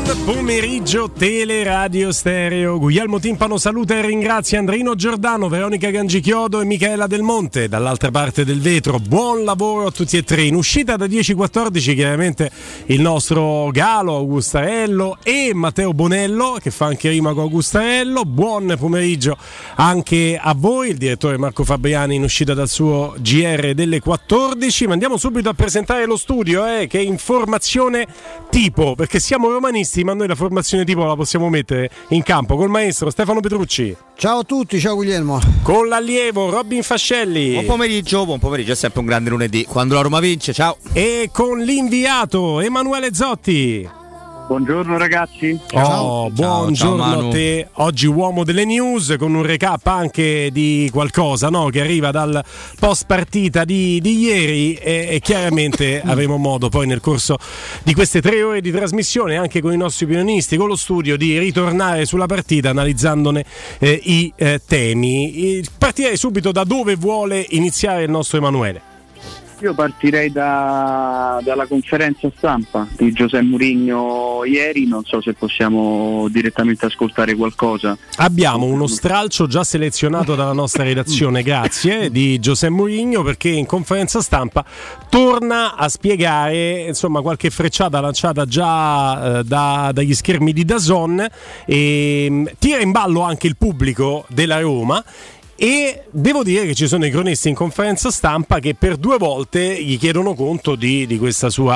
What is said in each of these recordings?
Pomeriggio Teleradio Stereo. Guglielmo Timpano saluta e ringrazia Andrino Giordano, Veronica Gangichiodo e Michaela Del Monte dall'altra parte del vetro. Buon lavoro a tutti e tre. In uscita da 10-14 chiaramente il nostro Galo Augustarello e Matteo Bonello, che fa anche rima con Augustarello. Buon pomeriggio anche a voi, il direttore Marco Fabriani in uscita dal suo GR delle 14. Ma andiamo subito a presentare lo studio, che è in formazione tipo, perché siamo romanisti, ma noi la formazione tipo la possiamo mettere in campo col maestro Stefano Petrucci. Ciao a tutti, ciao Guglielmo. Con l'allievo Robin Fascelli. Buon pomeriggio, è sempre un grande lunedì quando la Roma vince, ciao. E con l'inviato Emanuele Zotti. Buongiorno ragazzi. Buongiorno a te. Oggi uomo delle news, con un recap anche di qualcosa, no? Che arriva dal post partita di ieri e chiaramente avremo modo poi nel corso di queste 3 ore di trasmissione, anche con i nostri opinionisti, con lo studio, di ritornare sulla partita analizzandone i temi. Partirei subito da dove vuole iniziare il nostro Emanuele. Io partirei dalla conferenza stampa di José Mourinho ieri, non so se possiamo direttamente ascoltare qualcosa. Abbiamo uno stralcio già selezionato dalla nostra redazione, grazie, di José Mourinho, perché in conferenza stampa torna a spiegare insomma qualche frecciata lanciata già dagli schermi di DAZN e tira in ballo anche il pubblico della Roma. E devo dire che ci sono i cronisti in conferenza stampa che per 2 volte gli chiedono conto di questa sua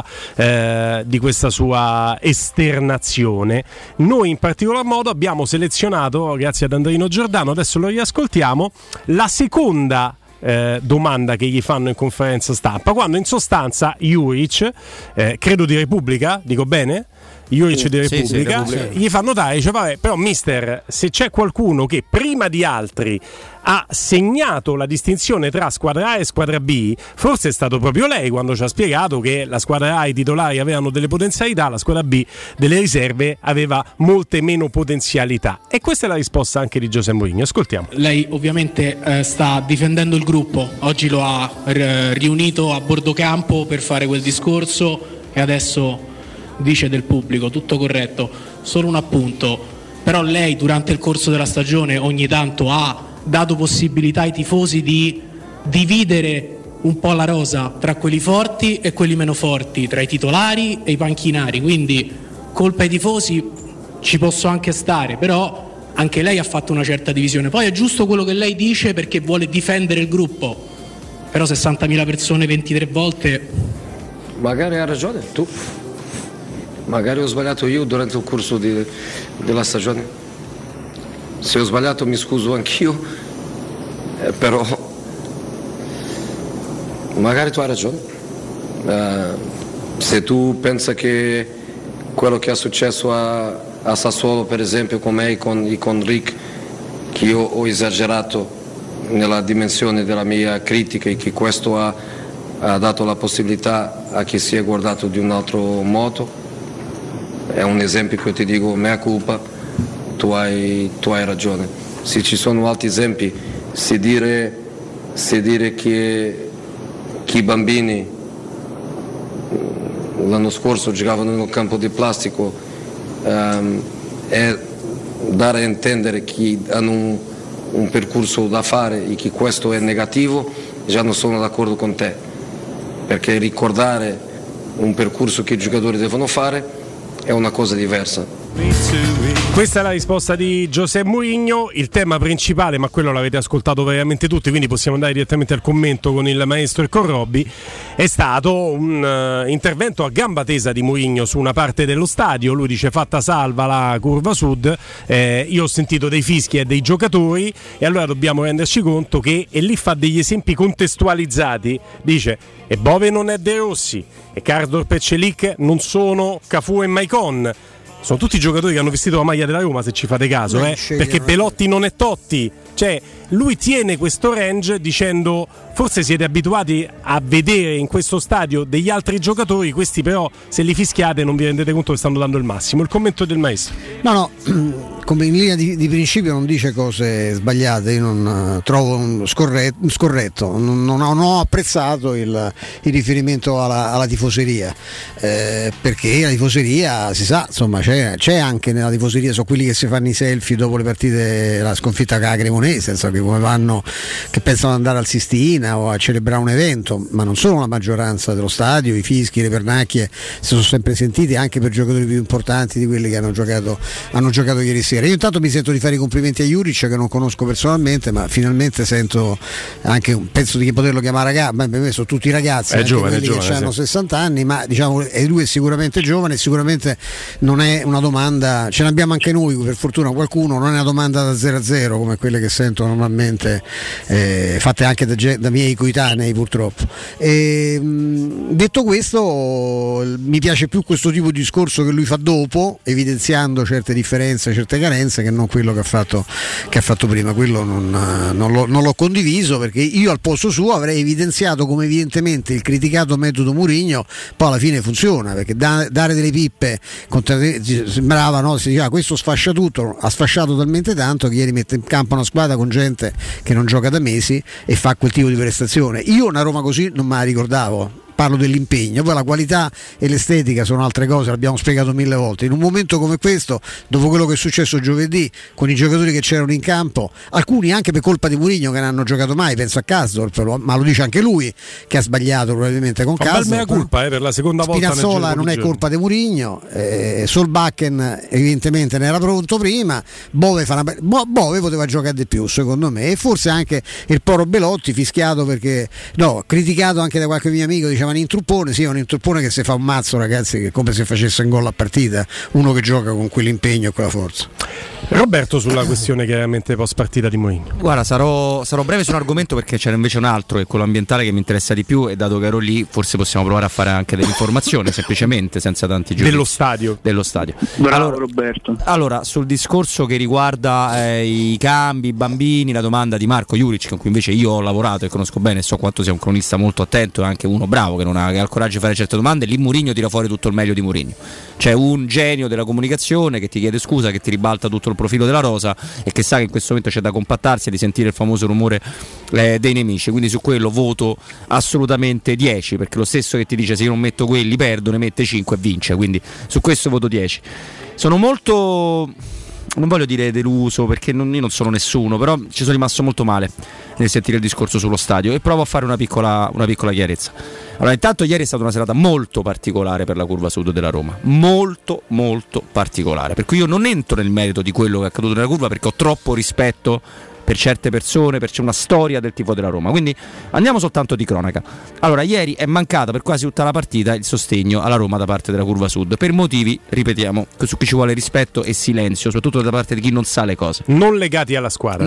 esternazione. Noi in particolar modo abbiamo selezionato, grazie ad Andrino Giordano, adesso lo riascoltiamo, la seconda domanda che gli fanno in conferenza stampa, quando in sostanza Juric, credo di Repubblica, dico bene? Juric di Repubblica, gli fa notare, dice vabbè, però mister, se c'è qualcuno che prima di altri ha segnato la distinzione tra squadra A e squadra B, forse è stato proprio lei, quando ci ha spiegato che la squadra A i titolari avevano delle potenzialità, la squadra B delle riserve aveva molte meno potenzialità. E questa è la risposta anche di José Mourinho. Ascoltiamo. Lei ovviamente sta difendendo il gruppo, oggi lo ha riunito a bordo campo per fare quel discorso e adesso dice del pubblico, tutto corretto, solo un appunto, però lei durante il corso della stagione ogni tanto ha dato possibilità ai tifosi di dividere un po' la rosa tra quelli forti e quelli meno forti, tra i titolari e i panchinari, quindi colpa ai tifosi ci posso anche stare, però anche lei ha fatto una certa divisione. Poi è giusto quello che lei dice perché vuole difendere il gruppo, però 60.000 persone 23 volte... Magari ha ragione tu. Magari ho sbagliato io durante il corso della stagione. Se ho sbagliato mi scuso anch'io, però magari tu hai ragione. Se tu pensi che quello che è successo a Sassuolo, per esempio, con me e con Rick, che io ho esagerato nella dimensione della mia critica e che questo ha dato la possibilità a chi si è guardato di un altro modo, è un esempio che io ti dico, mea culpa, tu hai ragione. Se ci sono altri esempi, se dire che i bambini l'anno scorso giocavano in un campo di plastico è dare a intendere che hanno un percorso da fare e che questo è negativo, già non sono d'accordo con te, perché ricordare un percorso che i giocatori devono fare è una cosa diversa. Questa è la risposta di José Mourinho. Il tema principale, ma quello l'avete ascoltato veramente tutti, quindi possiamo andare direttamente al commento con il maestro e con Robby, è stato un intervento a gamba tesa di Mourinho su una parte dello stadio. Lui dice fatta salva la curva sud, io ho sentito dei fischi e dei giocatori e allora dobbiamo renderci conto che, e lì fa degli esempi contestualizzati, dice e Bove non è De Rossi e Karsdorp e Celik non sono Cafu e Maicon, sono tutti giocatori che hanno vestito la maglia della Roma, se ci fate caso, perché Belotti non è Totti. Cioè, lui tiene questo range dicendo forse siete abituati a vedere in questo stadio degli altri giocatori, questi però se li fischiate non vi rendete conto che stanno dando il massimo. Il commento del maestro. No, come in linea di principio non dice cose sbagliate, io non trovo scorretto, non ho apprezzato il riferimento alla tifoseria, perché la tifoseria si sa, insomma c'è anche nella tifoseria, sono quelli che si fanno i selfie dopo le partite, la sconfitta con la Cremonese, insomma, che pensano di andare al Sistina o a celebrare un evento, ma non sono la maggioranza dello stadio, i fischi, le pernacchie si sono sempre sentiti anche per giocatori più importanti di quelli che hanno giocato ieri sera. Io intanto mi sento di fare i complimenti a Juric, che non conosco personalmente, ma finalmente sento anche penso di poterlo chiamare ragazzo, per me sono tutti ragazzi, è giovane, quelli che hanno 60 anni, ma diciamo lui è sicuramente giovane, sicuramente non è una domanda, ce l'abbiamo anche noi per fortuna qualcuno, non è una domanda da 0-0 come quelle che sento normalmente fatte anche da miei coetanei purtroppo. Detto questo, mi piace più questo tipo di discorso che lui fa dopo, evidenziando certe differenze, certe carenze, che non quello che ha fatto prima. Quello non l'ho condiviso, perché io al posto suo avrei evidenziato come evidentemente il criticato metodo Mourinho poi alla fine funziona, perché dare delle pippe sembrava, no? Si diceva questo sfascia tutto, ha sfasciato talmente tanto che ieri mette in campo una squadra con gente che non gioca da mesi e fa quel tipo di prestazione. Io una Roma così non me la ricordavo. Parlo dell'impegno, poi la qualità e l'estetica sono altre cose, l'abbiamo spiegato 1000 volte. In un momento come questo, dopo quello che è successo giovedì con i giocatori che c'erano in campo, alcuni anche per colpa di Mourinho che non hanno giocato mai, penso a Karsdorp, ma lo dice anche lui che ha sbagliato probabilmente con Karsdorp. Mea culpa per la seconda volta. Spinazzola non è colpa di Mourinho, Solbakken evidentemente ne era pronto prima, Bove poteva giocare di più secondo me, e forse anche il Poro Belotti fischiato perché criticato anche da qualche mio amico, diceva un intruppone, sì, è un intruppone che si fa un mazzo, ragazzi, che è come se facesse un gol a partita, uno che gioca con quell'impegno e quella forza. Roberto, sulla questione chiaramente post partita di Mourinho. Guarda, sarò breve su un argomento, perché c'era invece un altro, è quello ambientale, che mi interessa di più, e dato che ero lì forse possiamo provare a fare anche dell'informazione semplicemente, senza tanti giudizi. Dello stadio. Bravo Roberto. Allora, sul discorso che riguarda i cambi, i bambini, la domanda di Marco Juric, con cui invece io ho lavorato e conosco bene, so quanto sia un cronista molto attento e anche uno bravo, che ha il coraggio di fare certe domande. Lì Mourinho tira fuori tutto il meglio di Mourinho. C'è un genio della comunicazione che ti chiede scusa, che ti ribalta tutto il profilo della rosa e che sa che in questo momento c'è da compattarsi e di sentire il famoso rumore dei nemici. Quindi su quello voto assolutamente 10, perché lo stesso che ti dice se io non metto quelli perdo, ne mette 5 e vince. Quindi su questo voto 10. Sono molto, non voglio dire deluso, perché io non sono nessuno, però ci sono rimasto molto male nel sentire il discorso sullo stadio, e provo a fare una piccola chiarezza. Allora, intanto ieri è stata una serata molto particolare per la curva sud della Roma, molto molto particolare, per cui io non entro nel merito di quello che è accaduto nella curva, perché ho troppo rispetto per certe persone, perché c'è una storia del tifo della Roma. Quindi andiamo soltanto di cronaca. Allora, ieri è mancata per quasi tutta la partita il sostegno alla Roma da parte della curva sud, per motivi, ripetiamo, su cui ci vuole rispetto e silenzio, soprattutto da parte di chi non sa le cose, non legati alla squadra.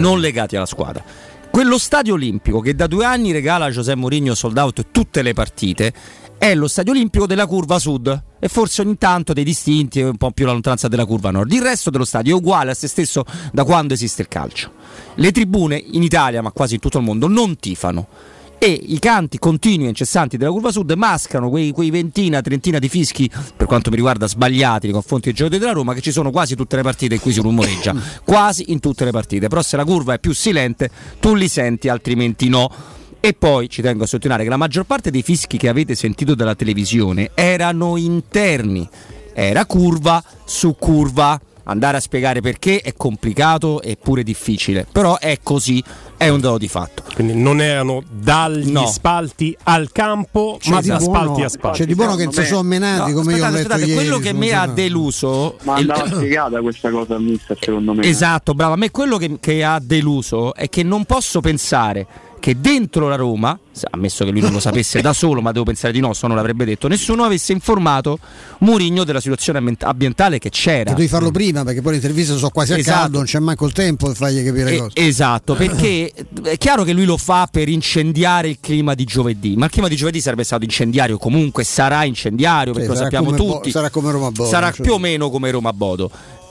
Quello stadio olimpico che da 2 anni regala a José Mourinho sold out tutte le partite è lo stadio olimpico della curva sud, e forse ogni tanto dei distinti e un po' più la lontananza della curva nord. Il resto dello stadio è uguale a se stesso da quando esiste il calcio. Le tribune in Italia, ma quasi in tutto il mondo, non tifano, e i canti continui e incessanti della curva sud mascherano quei 20-30 di fischi, per quanto mi riguarda sbagliati nei confronti dei giocatori della Roma, che ci sono quasi tutte le partite in cui si rumoreggia, quasi in tutte le partite. Però se la curva è più silente tu li senti, altrimenti no. E poi ci tengo a sottolineare che la maggior parte dei fischi che avete sentito dalla televisione erano interni, era curva su curva. Andare a spiegare perché è complicato e pure difficile, però è così, è un dato di fatto. Quindi non erano dagli spalti al campo, ma da spalti a spalti. C'è di buono che non si sono menati, come io ho letto ieri. Quello che mi ha deluso, ma andava spiegata questa cosa al mister, secondo me. Esatto, bravo. A me quello che ha deluso è che non posso pensare che dentro la Roma, ammesso che lui non lo sapesse da solo, ma devo pensare di no, se non l'avrebbe detto, nessuno avesse informato Mourinho della situazione ambientale che c'era. E devi farlo prima, perché poi le interviste sono quasi a caldo, non c'è manco il tempo per fargli capire le cose. Esatto, perché è chiaro che lui lo fa per incendiare il clima di giovedì, ma il clima di giovedì sarebbe stato incendiario, comunque sarà incendiario, perché lo sappiamo tutti. Sarà come Roma Bodo. Sarà più o meno come Roma Bodo.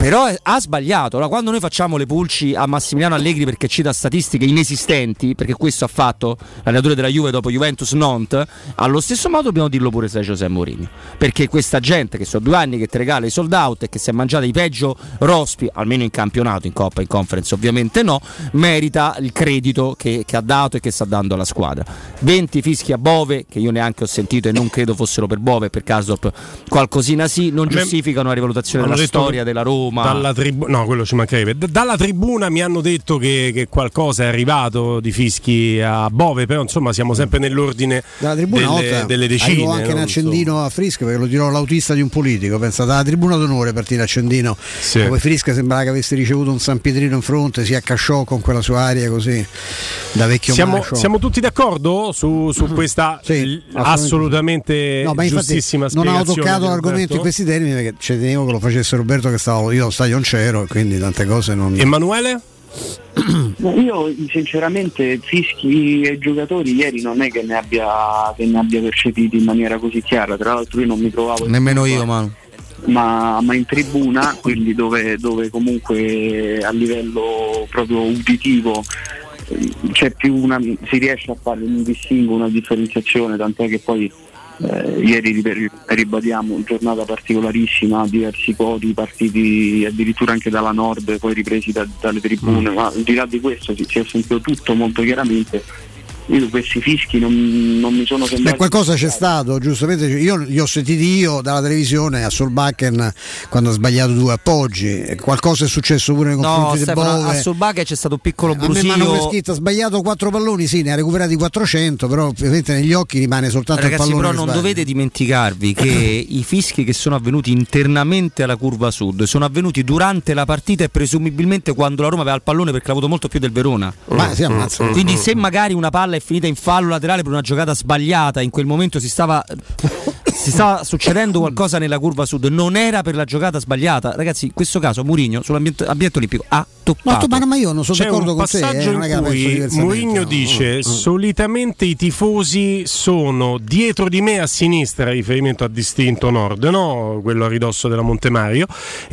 Però ha sbagliato. Allora, quando noi facciamo le pulci a Massimiliano Allegri perché cita statistiche inesistenti, perché questo ha fatto l'allenatore della Juve dopo Juventus Nantes, allo stesso modo dobbiamo dirlo pure su José Mourinho, perché questa gente che sono 2 anni che ti regala i sold out e che si è mangiata i peggio rospi, almeno in campionato, in Coppa, in Conference ovviamente no, merita il credito che ha dato e che sta dando alla squadra. 20 fischi a Bove, che io neanche ho sentito e non credo fossero per Bove, per Karsdorp qualcosina sì, non giustificano la rivalutazione della storia della Roma. No, quello ci mancherebbe. Dalla tribuna mi hanno detto che qualcosa è arrivato di fischi a Bove, però insomma siamo sempre nell'ordine delle decine. Arrivo anche un accendino a Frisch, perché lo dirò l'autista di un politico, pensa, dalla tribuna d'onore per dire accendino. Sì. Poi Frisch sembrava che avesse ricevuto un San Pietrino in fronte, si accasciò con quella sua aria così da vecchio macio. Siamo tutti d'accordo su questa sì, assolutamente giustissima spiegazione? Non ho toccato l'argomento in questi termini perché ci tenevo che lo facesse Roberto, che stavo io allo stadio non c'ero e quindi tante cose non. Emanuele? Io sinceramente fischi ai giocatori ieri non è che ne abbia percepiti in maniera così chiara, tra l'altro io non mi trovavo nemmeno io, Manu. Ma in tribuna, quindi dove comunque a livello proprio uditivo c'è più si riesce a fare un distinguo, una differenziazione, tant'è che poi ieri ribadiamo, giornata particolarissima, diversi cori partiti addirittura anche dalla nord, poi ripresi dalle tribune, ma al di là di questo si è sentito tutto molto chiaramente. Io questi fischi non mi sono sembrati. Qualcosa c'è stato, giustamente io li ho sentiti dalla televisione a Solbakken quando ha sbagliato 2 appoggi, qualcosa è successo pure nei confronti di Bove. A Solbakken c'è stato un piccolo brusio. A me mi hanno scritto ha sbagliato 4 palloni, sì, ne ha recuperati 400, però ovviamente negli occhi rimane soltanto ragazzi, il pallone. Però non dovete dimenticarvi che i fischi che sono avvenuti internamente alla curva sud sono avvenuti durante la partita e presumibilmente quando la Roma aveva il pallone, perché l'ha avuto molto più del Verona. Ma si ammazza. Quindi se magari una palla è finita in fallo laterale per una giocata sbagliata, in quel momento si stava succedendo qualcosa nella curva sud, non era per la giocata sbagliata. Ragazzi, in questo caso Mourinho sull'ambiente olimpico ha toppato. Ma io non sono d'accordo con te. C'è un passaggio in cui Mourinho dice solitamente i tifosi sono dietro di me a sinistra, riferimento a distinto nord, no? Quello a ridosso della Montemario.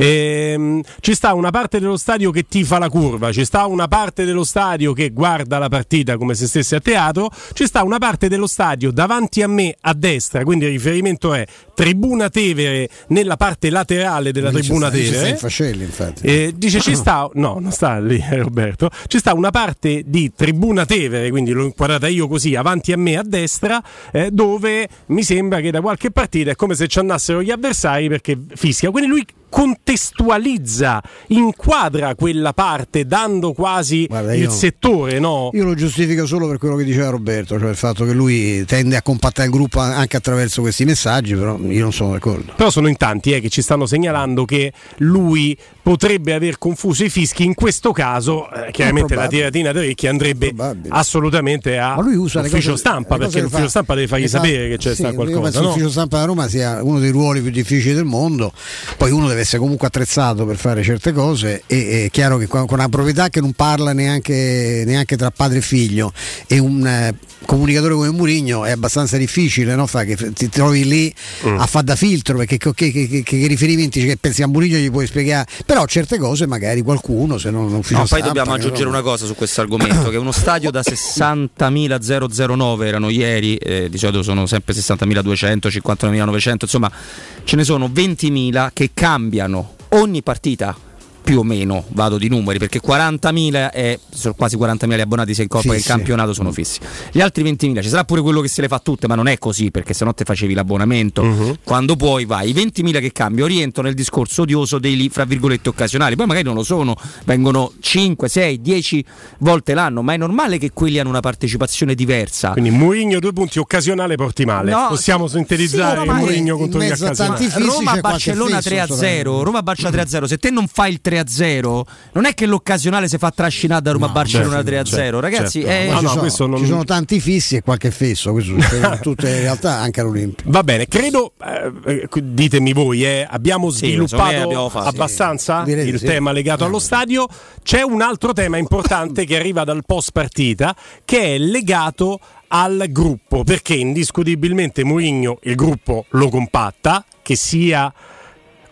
Ci sta una parte dello stadio che tifa la curva, ci sta una parte dello stadio che guarda la partita come se stesse a teatro, ci sta una parte dello stadio davanti a me a destra, quindi il riferimento è tribuna Tevere, nella parte laterale della tribuna Tevere. Fascelli, infatti. Dice ci sta, no, non sta lì Roberto, ci sta una parte di tribuna Tevere, quindi l'ho inquadrata io così, avanti a me a destra, dove mi sembra che da qualche partita è come se ci andassero gli avversari perché fischia, quindi lui contestualizza, inquadra quella parte dando quasi il settore, no? Io lo giustifico solo per quello che diceva Roberto, cioè il fatto che lui tende a compattare il gruppo anche attraverso questi messaggi, però io non sono d'accordo. Però sono in tanti che ci stanno segnalando che lui potrebbe aver confuso i fischi, in questo caso chiaramente la tiratina d'orecchie andrebbe assolutamente a l'ufficio stampa, perché l'ufficio stampa deve fargli sapere che c'è sta qualcosa. Io penso che l'ufficio stampa da Roma sia uno dei ruoli più difficili del mondo, poi uno deve essere comunque attrezzato per fare certe cose, e è chiaro che con una proprietà che non parla neanche tra padre e figlio e un comunicatore come Mourinho è abbastanza difficile, no? Che ti trovi lì a fare da filtro, perché che riferimenti che pensi a Mourinho gli puoi spiegare, però certe cose magari qualcuno, se non ufficio poi dobbiamo aggiungere una cosa su questo argomento, che uno stadio da 60.009 erano ieri, di solito sono sempre 60.200, 59.900, insomma ce ne sono 20.000 che cambiano ogni partita, più o meno, vado di numeri, perché 40.000 sono quasi 40.000 gli abbonati sia in Coppa che in campionato sono fissi. Gli altri 20.000 ci sarà pure quello che se le fa tutte, ma non è così, perché se no te facevi l'abbonamento. Quando puoi vai. I 20.000 che cambiano rientrano nel discorso odioso dei fra virgolette occasionali, poi magari non lo sono, vengono 5, 6, 10 volte l'anno, ma è normale che quelli hanno una partecipazione diversa. Quindi Mourinho 2 punti, occasionale porti male. Possiamo sintetizzare Mourinho contro gli occasionali. Roma-Barcellona 3-0, Roma-Barcellona 3-0, se te non fai il 3-0 non è che l'occasionale si fa trascinare da Roma-Barcellona 3-0, ragazzi. Ci sono tanti fissi e qualche fesso, questo in tutte le realtà, anche all'Olimpia. Va bene, credo, ditemi voi, abbiamo sviluppato abbastanza il tema legato allo stadio. C'è un altro tema importante che arriva dal post partita, che è legato al gruppo, perché indiscutibilmente Mourinho il gruppo lo compatta, che sia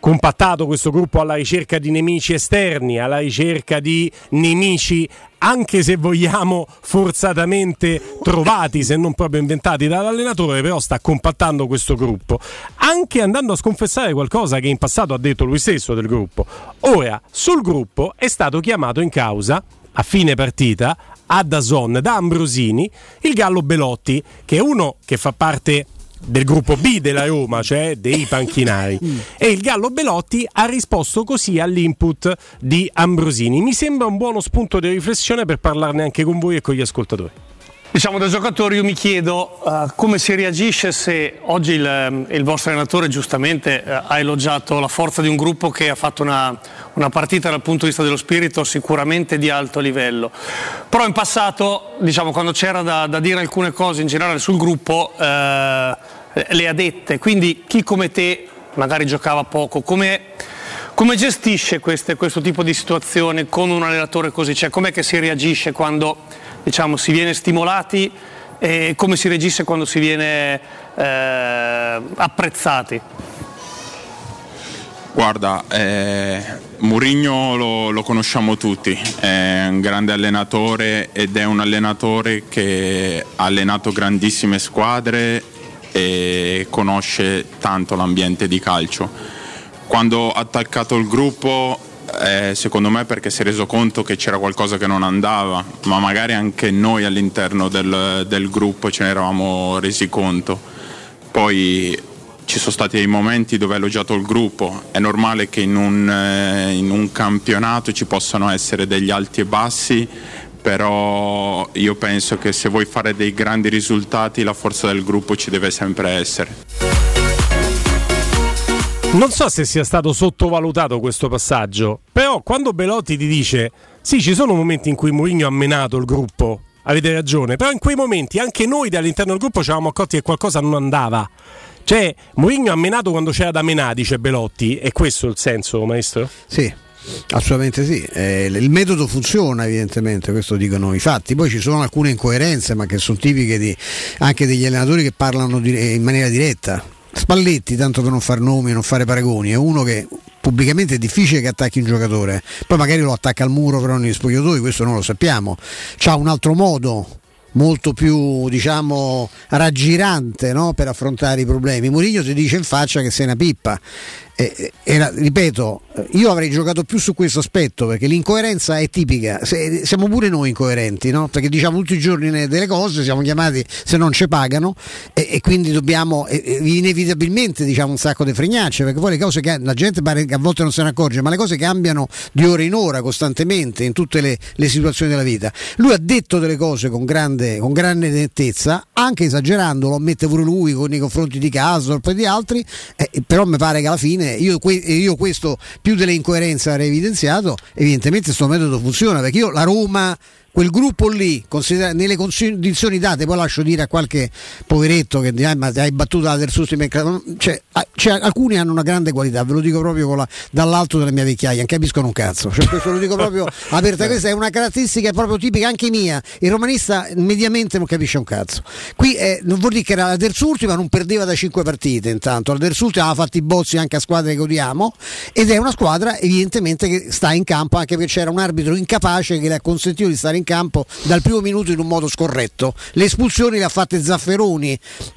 compattato questo gruppo alla ricerca di nemici esterni, alla ricerca di nemici anche se vogliamo forzatamente trovati, se non proprio inventati dall'allenatore, però sta compattando questo gruppo, anche andando a sconfessare qualcosa che in passato ha detto lui stesso del gruppo. Ora, sul gruppo è stato chiamato in causa a fine partita a DAZN da Ambrosini il Gallo Belotti, che è uno che fa parte del gruppo B della Roma, cioè dei panchinari, e il Gallo Belotti ha risposto così all'input di Ambrosini. Mi sembra un buono spunto di riflessione per parlarne anche con voi e con gli ascoltatori. Diciamo, da giocatore io mi chiedo come si reagisce se oggi il vostro allenatore giustamente ha elogiato la forza di un gruppo che ha fatto una partita dal punto di vista dello spirito sicuramente di alto livello, però in passato, diciamo, quando c'era da dire alcune cose in generale sul gruppo le ha dette, quindi chi come te magari giocava poco, come gestisce questo tipo di situazione con un allenatore così? Cioè, com'è che si reagisce quando, diciamo, si viene stimolati e come si reagisce quando si viene apprezzati? Guarda, Mourinho lo conosciamo tutti, è un grande allenatore ed è un allenatore che ha allenato grandissime squadre e conosce tanto l'ambiente di calcio. Quando ha attaccato il gruppo, secondo me perché si è reso conto che c'era qualcosa che non andava, ma magari anche noi all'interno del gruppo ce ne eravamo resi conto. Poi ci sono stati dei momenti dove ha elogiato il gruppo, è normale che in un campionato ci possano essere degli alti e bassi, però io penso che se vuoi fare dei grandi risultati la forza del gruppo ci deve sempre essere. Non so se sia stato sottovalutato questo passaggio, però quando Belotti ti dice sì, ci sono momenti in cui Mourinho ha menato il gruppo, avete ragione, però in quei momenti anche noi dall'interno del gruppo ci eravamo accorti che qualcosa non andava. Cioè, Mourinho ha menato quando c'era da menare, dice Belotti, è questo il senso, maestro? Sì, assolutamente sì. Il metodo funziona, evidentemente, questo dicono i fatti. Poi ci sono alcune incoerenze, ma che sono tipiche anche degli allenatori che parlano in maniera diretta. Spalletti, tanto per non far nomi e non fare paragoni, è uno che pubblicamente è difficile che attacchi un giocatore, poi magari lo attacca al muro però negli spogliatoi, questo non lo sappiamo. C'ha un altro modo molto più, diciamo, raggirante, no? Per affrontare i problemi. Mourinho ti dice in faccia che sei una pippa. Ripeto, io avrei giocato più su questo aspetto, perché l'incoerenza è tipica, siamo pure noi incoerenti, no? Perché diciamo tutti i giorni delle cose, siamo chiamati se non ci pagano e quindi dobbiamo inevitabilmente, diciamo, un sacco di fregnacce, perché poi le cose che la gente pare che a volte non se ne accorge, ma le cose cambiano di ora in ora costantemente in tutte le situazioni della vita. Lui ha detto delle cose con grande nettezza, anche esagerando, lo ammette pure lui nei confronti di Casdorp e di altri, però mi pare che alla fine io questo più delle incoerenze avrei evidenziato. Evidentemente questo metodo funziona, perché io la Roma, quel gruppo lì, nelle condizioni date, poi lascio dire a qualche poveretto che ma hai battuto la terzultima, cioè, alcuni hanno una grande qualità, ve lo dico proprio dall'alto della mia vecchiaia, non capiscono un cazzo, cioè, questo lo dico proprio aperta, questa è una caratteristica proprio tipica anche mia. Il romanista mediamente non capisce un cazzo. Qui non vuol dire che era la terzultima, non perdeva da 5 partite, intanto la terzultima aveva fatto i bozzi anche a squadre che odiamo, ed è una squadra evidentemente che sta in campo, anche perché c'era un arbitro incapace che le ha consentito di stare in campo dal primo minuto in un modo scorretto. Le espulsioni le ha fatte Zafferoni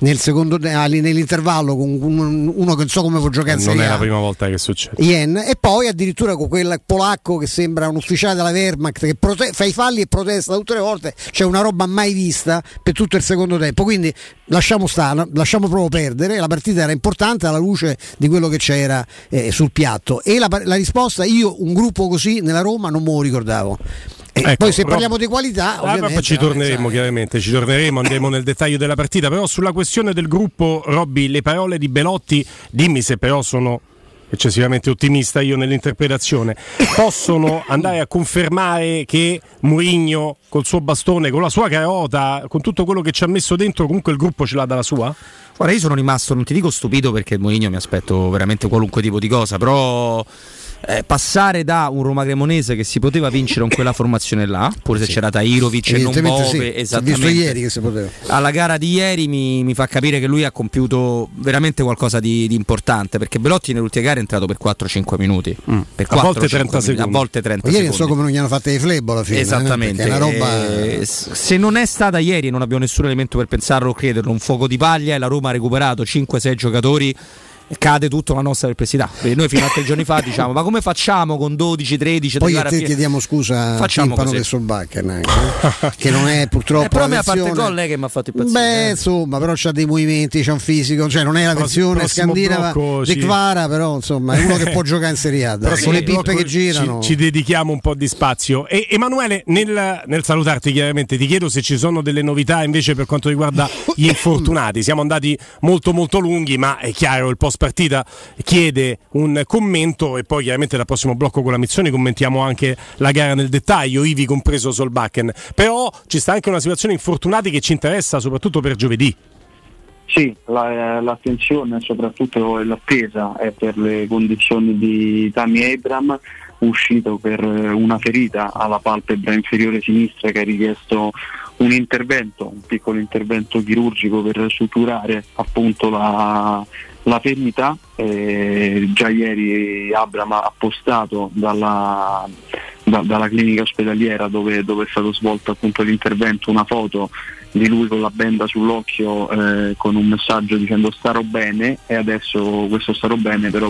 nell'intervallo con uno che non so come può giocare in Serie A. Non è la prima volta che succede. E poi addirittura con quel polacco che sembra un ufficiale della Wehrmacht che fa i falli e protesta tutte le volte. C'è una roba mai vista per tutto il secondo tempo, quindi lasciamo proprio perdere. La partita era importante alla luce di quello che c'era sul piatto, e la risposta, io un gruppo così nella Roma non me lo ricordavo. Ecco, poi se parliamo di qualità ovviamente ci torneremo, chiaramente ci torneremo, andremo nel dettaglio della partita, però sulla questione del gruppo, Robby, le parole di Belotti, dimmi se però sono eccessivamente ottimista io nell'interpretazione, possono andare a confermare che Mourinho col suo bastone, con la sua carota, con tutto quello che ci ha messo dentro, comunque il gruppo ce l'ha dalla sua? Guarda, io sono rimasto, non ti dico stupito, perché Mourinho mi aspetto veramente qualunque tipo di cosa, però passare da un Roma Cremonese che si poteva vincere con quella formazione là, pure se c'era Tahirovic e non Bove, esattamente, visto ieri che si poteva. Alla gara di ieri mi fa capire che lui ha compiuto veramente qualcosa di importante, perché Belotti nelle ultime gare è entrato per 4-5 minuti, per 4, a volte 30 secondi. A volte 30 ieri secondi. Non so come non gli hanno fatte i flebo alla fine. Esattamente, è una roba... se non è stata ieri, non abbiamo nessun elemento per pensarlo o crederlo, un fuoco di paglia, e la Roma ha recuperato 5-6 giocatori, cade tutta la nostra perplessità, perché noi fino a 3 giorni fa diciamo ma come facciamo con 12-13? Poi a te chiediamo scusa a Timpano che Solbakken che non è purtroppo però a me a parte gol lei che mi ha fatto impazzire, insomma, però c'ha dei movimenti, c'ha un fisico, cioè non è la versione scandinava di Kvara, però insomma è uno che può giocare in Serie A, con le pippe che girano. Ci dedichiamo un po' di spazio. E Emanuele, nel salutarti chiaramente ti chiedo se ci sono delle novità invece per quanto riguarda gli infortunati. Siamo andati molto molto lunghi, ma è chiaro il post partita chiede un commento, e poi chiaramente dal prossimo blocco con la Mizzoni commentiamo anche la gara nel dettaglio, ivi compreso Solbakken. Però ci sta anche una situazione infortunati che ci interessa soprattutto per giovedì. Sì, l'attenzione soprattutto l'attesa è per le condizioni di Tammy Abraham, uscito per una ferita alla palpebra inferiore sinistra che ha richiesto un piccolo intervento chirurgico per suturare appunto la ferita. Già ieri Abraham ha postato dalla clinica ospedaliera dove è stato svolto appunto l'intervento una foto di lui con la benda sull'occhio con un messaggio dicendo starò bene, e adesso questo starò bene però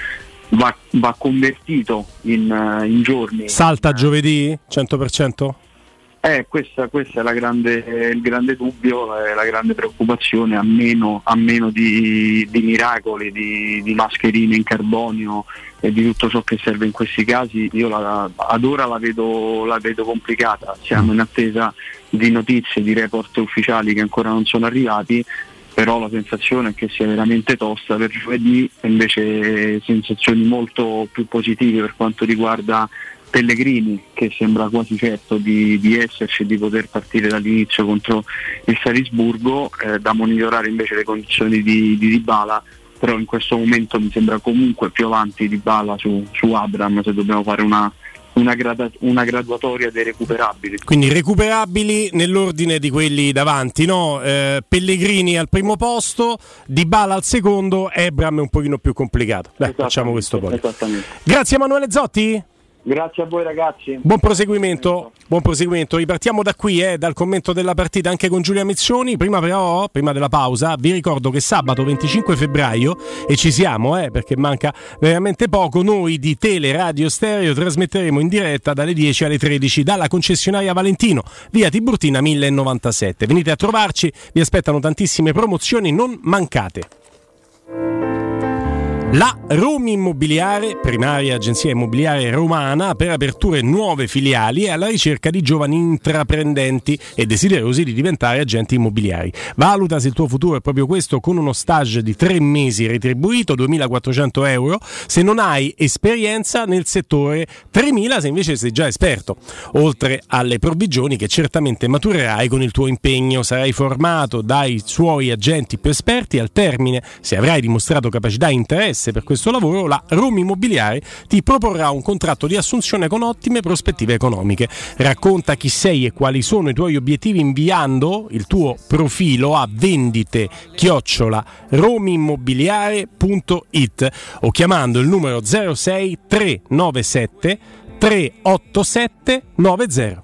va convertito in giorni. Salta giovedì 100%? Questa è il grande dubbio, la grande preoccupazione, a meno di miracoli, di mascherine in carbonio e di tutto ciò che serve in questi casi. Io ad ora la vedo complicata. Siamo in attesa di notizie, di report ufficiali che ancora non sono arrivati, però la sensazione è che sia veramente tosta per giovedì, invece sensazioni molto più positive per quanto riguarda Pellegrini, che sembra quasi certo di esserci e di poter partire dall'inizio contro il Salisburgo, da monitorare invece le condizioni di Dybala, però in questo momento mi sembra comunque più avanti Dybala su Abraham, se dobbiamo fare una graduatoria dei recuperabili. Quindi recuperabili nell'ordine di quelli davanti, no? Pellegrini al primo posto, Dybala al secondo, Abraham è un pochino più complicato. Facciamo questo poi. Grazie Emanuele Zotti. Grazie a voi ragazzi. Buon proseguimento. Ripartiamo da qui, dal commento della partita anche con Giulia Mizzoni. Prima della pausa, vi ricordo che sabato 25 febbraio, e ci siamo perché manca veramente poco, noi di Tele Radio Stereo trasmetteremo in diretta dalle 10 alle 13 dalla concessionaria Valentino, via Tiburtina 1097. Venite a trovarci, vi aspettano tantissime promozioni, non mancate. La Romi Immobiliare, primaria agenzia immobiliare romana per aperture nuove filiali, è alla ricerca di giovani intraprendenti e desiderosi di diventare agenti immobiliari. Valuta se il tuo futuro è proprio questo con uno stage di 3 mesi retribuito, 2.400 euro se non hai esperienza nel settore, 3.000 se invece sei già esperto. Oltre alle provvigioni che certamente maturerai con il tuo impegno, sarai formato dai suoi agenti più esperti. Al termine, se avrai dimostrato capacità e interesse per questo lavoro, la Romi Immobiliare ti proporrà un contratto di assunzione con ottime prospettive economiche. Racconta chi sei e quali sono i tuoi obiettivi inviando il tuo profilo a vendite@romiimmobiliare.it o chiamando il numero 06 397 387 90.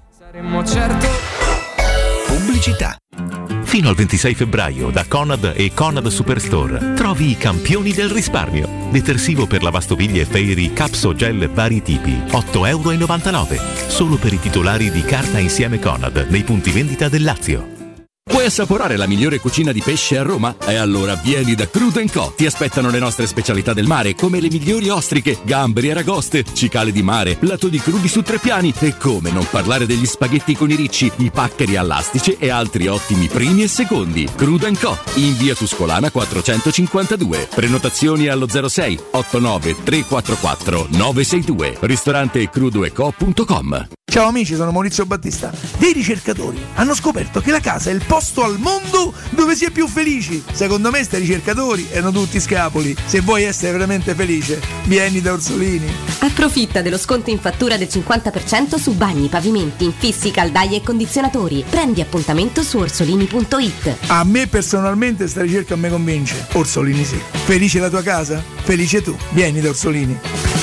Pubblicità. Fino al 26 febbraio da Conad e Conad Superstore trovi i campioni del risparmio. Detersivo per lavastoviglie Fairy Capso Gel vari tipi, €8,99, solo per i titolari di carta insieme Conad nei punti vendita del Lazio. Vuoi assaporare la migliore cucina di pesce a Roma? E allora vieni da Crudo & Co. Ti aspettano le nostre specialità del mare, come le migliori ostriche, gamberi, aragoste, cicale di mare, platò crudi su 3 piani e come non parlare degli spaghetti con i ricci, i paccheri all'astice e altri ottimi primi e secondi. Crudo & Co. in via Tuscolana 452. Prenotazioni allo 06 89 344 962. Ristorante crudoeco.com. Ciao amici, sono Maurizio Battista. Dei ricercatori hanno scoperto che la casa è il posto al mondo dove si è più felici. Secondo me sti ricercatori erano tutti scapoli. Se vuoi essere veramente felice, vieni da Orsolini. Approfitta dello sconto in fattura del 50% su bagni, pavimenti, infissi, caldaie e condizionatori. Prendi appuntamento su orsolini.it. A me personalmente sta ricerca mi convince. Orsolini sì. Felice la tua casa? Felice tu. Vieni da Orsolini.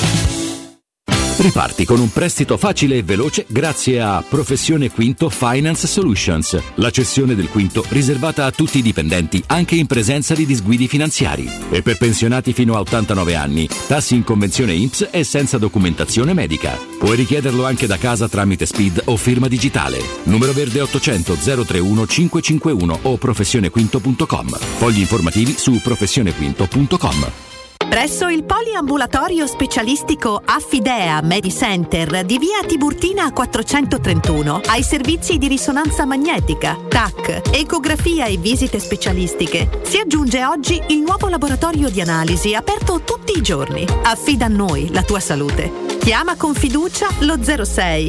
Riparti con un prestito facile e veloce grazie a Professione Quinto Finance Solutions, la cessione del quinto riservata a tutti i dipendenti anche in presenza di disguidi finanziari. E per pensionati fino a 89 anni, tassi in convenzione INPS e senza documentazione medica. Puoi richiederlo anche da casa tramite SPID o firma digitale. Numero verde 800 031 551 o professionequinto.com. Fogli informativi su professionequinto.com. Presso il poliambulatorio specialistico Affidea Medicenter di via Tiburtina 431 hai servizi di risonanza magnetica, TAC, ecografia e visite specialistiche. Si aggiunge oggi il nuovo laboratorio di analisi aperto tutti i giorni. Affida a noi la tua salute. Chiama con fiducia lo 06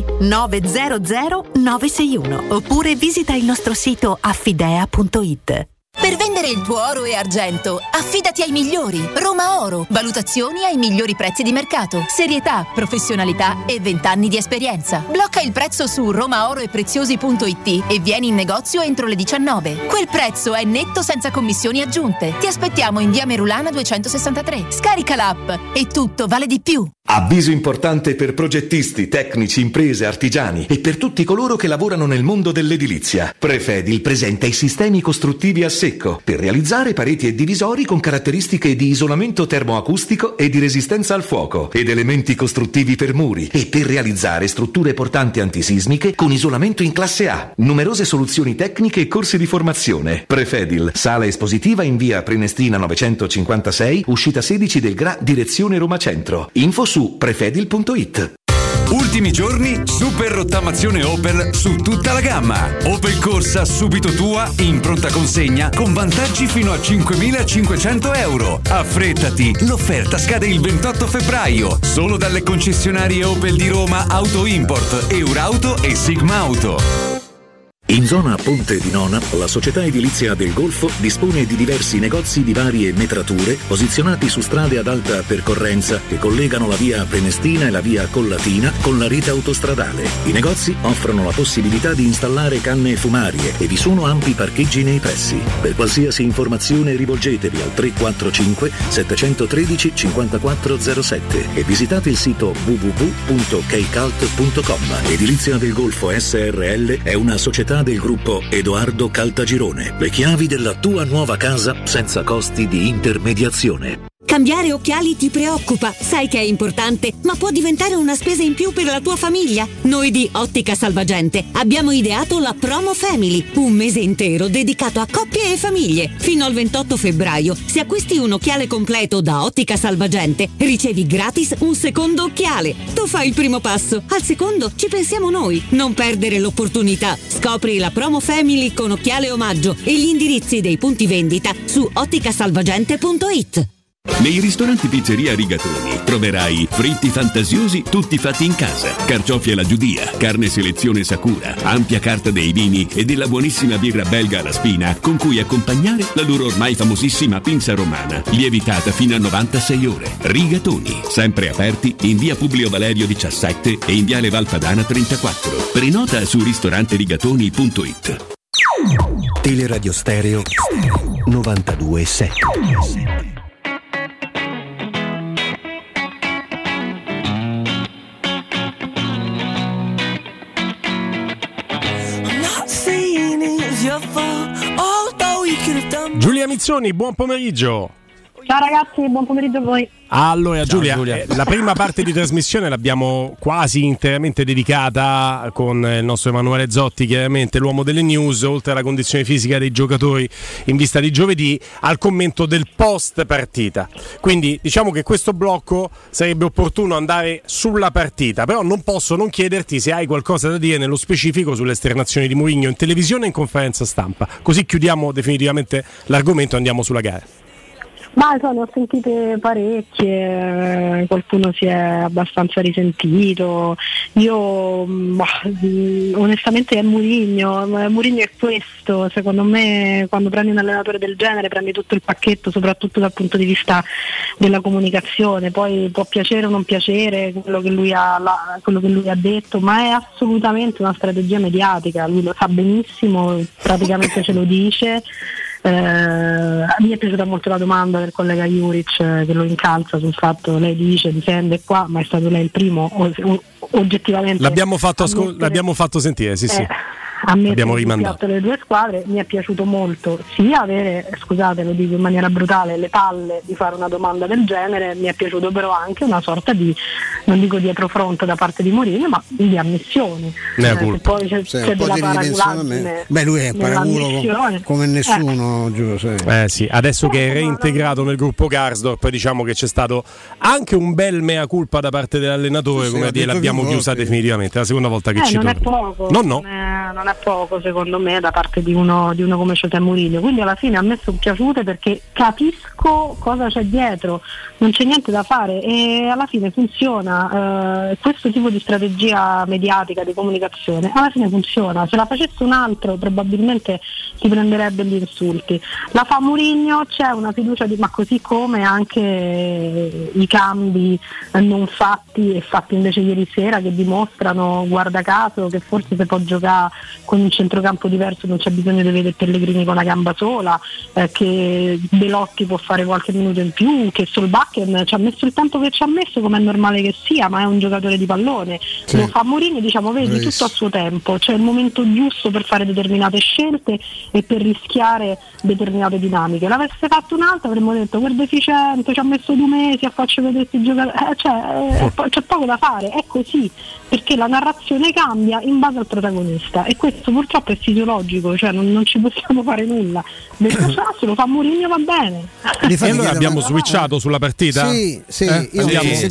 900 961 oppure visita il nostro sito affidea.it. Per vendere il tuo oro e argento, affidati ai migliori. Roma Oro. Valutazioni ai migliori prezzi di mercato. Serietà, professionalità e 20 anni di esperienza. Blocca il prezzo su romaoroepreziosi.it e vieni in negozio entro le 19. Quel prezzo è netto senza commissioni aggiunte. Ti aspettiamo in via Merulana 263. Scarica l'app e tutto vale di più. Avviso importante per progettisti, tecnici, imprese, artigiani e per tutti coloro che lavorano nel mondo dell'edilizia. Prefedil presenta i sistemi costruttivi a secco per realizzare pareti e divisori con caratteristiche di isolamento termoacustico e di resistenza al fuoco ed elementi costruttivi per muri e per realizzare strutture portanti antisismiche con isolamento in classe A. Numerose soluzioni tecniche e corsi di formazione. Prefedil, sala espositiva in via Prenestina 956, uscita 16 del GRA, direzione Roma Centro. Info su prefedil.it. Ultimi giorni, super rottamazione Opel su tutta la gamma. Opel Corsa subito tua in pronta consegna con vantaggi fino a 5.500 euro. Affrettati, l'offerta scade il 28 febbraio. Solo dalle concessionarie Opel di Roma, Auto Import, Eurauto e Sigma Auto. In zona Ponte di Nona, la società edilizia del Golfo dispone di diversi negozi di varie metrature posizionati su strade ad alta percorrenza che collegano la via Prenestina e la via Collatina con la rete autostradale. I negozi offrono la possibilità di installare canne fumarie e vi sono ampi parcheggi nei pressi. Per qualsiasi informazione rivolgetevi al 345 713 5407 e visitate il sito www.keicalt.com. Edilizia del Golfo SRL è una società del gruppo Edoardo Caltagirone. Le chiavi della tua nuova casa senza costi di intermediazione. Cambiare occhiali ti preoccupa, sai che è importante, ma può diventare una spesa in più per la tua famiglia. Noi di Ottica Salvagente abbiamo ideato la Promo Family, un mese intero dedicato a coppie e famiglie. Fino al 28 febbraio, se acquisti un occhiale completo da Ottica Salvagente, ricevi gratis un secondo occhiale. Tu fai il primo passo, al secondo ci pensiamo noi. Non perdere l'opportunità. Scopri la Promo Family con occhiale omaggio e gli indirizzi dei punti vendita su otticasalvagente.it. Nei ristoranti Pizzeria Rigatoni troverai fritti fantasiosi tutti fatti in casa, carciofi alla giudia, carne selezione Sakura, ampia carta dei vini e della buonissima birra belga alla spina con cui accompagnare la loro ormai famosissima pinza romana, lievitata fino a 96 ore. Rigatoni, sempre aperti in via Publio Valerio 17 e in viale Valpadana 34. Prenota su ristoranterigatoni.it. Teleradio Stereo 92.7. Giulia Mizzoni, buon pomeriggio. Ciao ragazzi, buon pomeriggio a voi. Allora Ciao, Giulia, Giulia. La prima parte di trasmissione l'abbiamo quasi interamente dedicata con il nostro Emanuele Zotti, chiaramente l'uomo delle news, oltre alla condizione fisica dei giocatori in vista di giovedì, al commento del post partita. Quindi diciamo che questo blocco sarebbe opportuno andare sulla partita, però non posso non chiederti se hai qualcosa da dire nello specifico sulle esternazioni di Mourinho in televisione e in conferenza stampa, così chiudiamo definitivamente l'argomento e andiamo sulla gara. Ma ne ho sentite parecchie, qualcuno si è abbastanza risentito. Io onestamente è Mourinho è questo, secondo me quando prendi un allenatore del genere prendi tutto il pacchetto, soprattutto dal punto di vista della comunicazione. Poi può piacere o non piacere quello che lui ha detto, ma è assolutamente una strategia mediatica, lui lo sa benissimo, praticamente ce lo dice. Mi è piaciuta molto la domanda del collega Juric che lo incalza sul fatto, lei dice difende qua, ma è stato lei il primo oggettivamente. L'abbiamo fatto sentire, sì. A me abbiamo rimandato le due squadre. Mi è piaciuto molto sia avere, scusate lo dico in maniera brutale, le palle di fare una domanda del genere, mi è piaciuto però anche una sorta di, non dico dietrofront da parte di Mourinho, ma di ammissioni. Poi c'è della paraculaggine. Beh, lui è paraculo come nessuno, sì. Adesso che è reintegrato nel gruppo Karsdorp, diciamo che c'è stato anche un bel mea culpa da parte dell'allenatore, come a dire l'abbiamo chiusa definitivamente, è la seconda volta che ci non torna. È poco, non è poco secondo me da parte di uno come José Mourinho, quindi alla fine a me sono piaciute perché capisco cosa c'è dietro, non c'è niente da fare e alla fine funziona. Questo tipo di strategia mediatica di comunicazione alla fine funziona, se la facesse un altro probabilmente si prenderebbe gli insulti, la fa Mourinho, c'è una fiducia ma così come anche i cambi non fatti e fatti invece ieri sera che dimostrano, guarda caso, che forse si può giocare con un centrocampo diverso, non c'è bisogno di vedere Pellegrini con una gamba sola, che Belotti può fare qualche minuto in più, che Solbakken ci ha messo il tempo che ci ha messo, come è normale che sia, ma è un giocatore di pallone, lo fa Mourinho, diciamo vedi tutto a suo tempo, c'è il momento giusto per fare determinate scelte e per rischiare determinate dinamiche. L'avesse fatto un'altra avremmo detto quel deficiente, ci ha messo 2 mesi a farci vedere questi giocatori, c'è poco da fare, è così, perché la narrazione cambia in base al protagonista e questo purtroppo è fisiologico, cioè non ci possiamo fare nulla. Detto ciò, se lo fa Mourinho va bene. E allora abbiamo switchato sulla partita? Sì. Io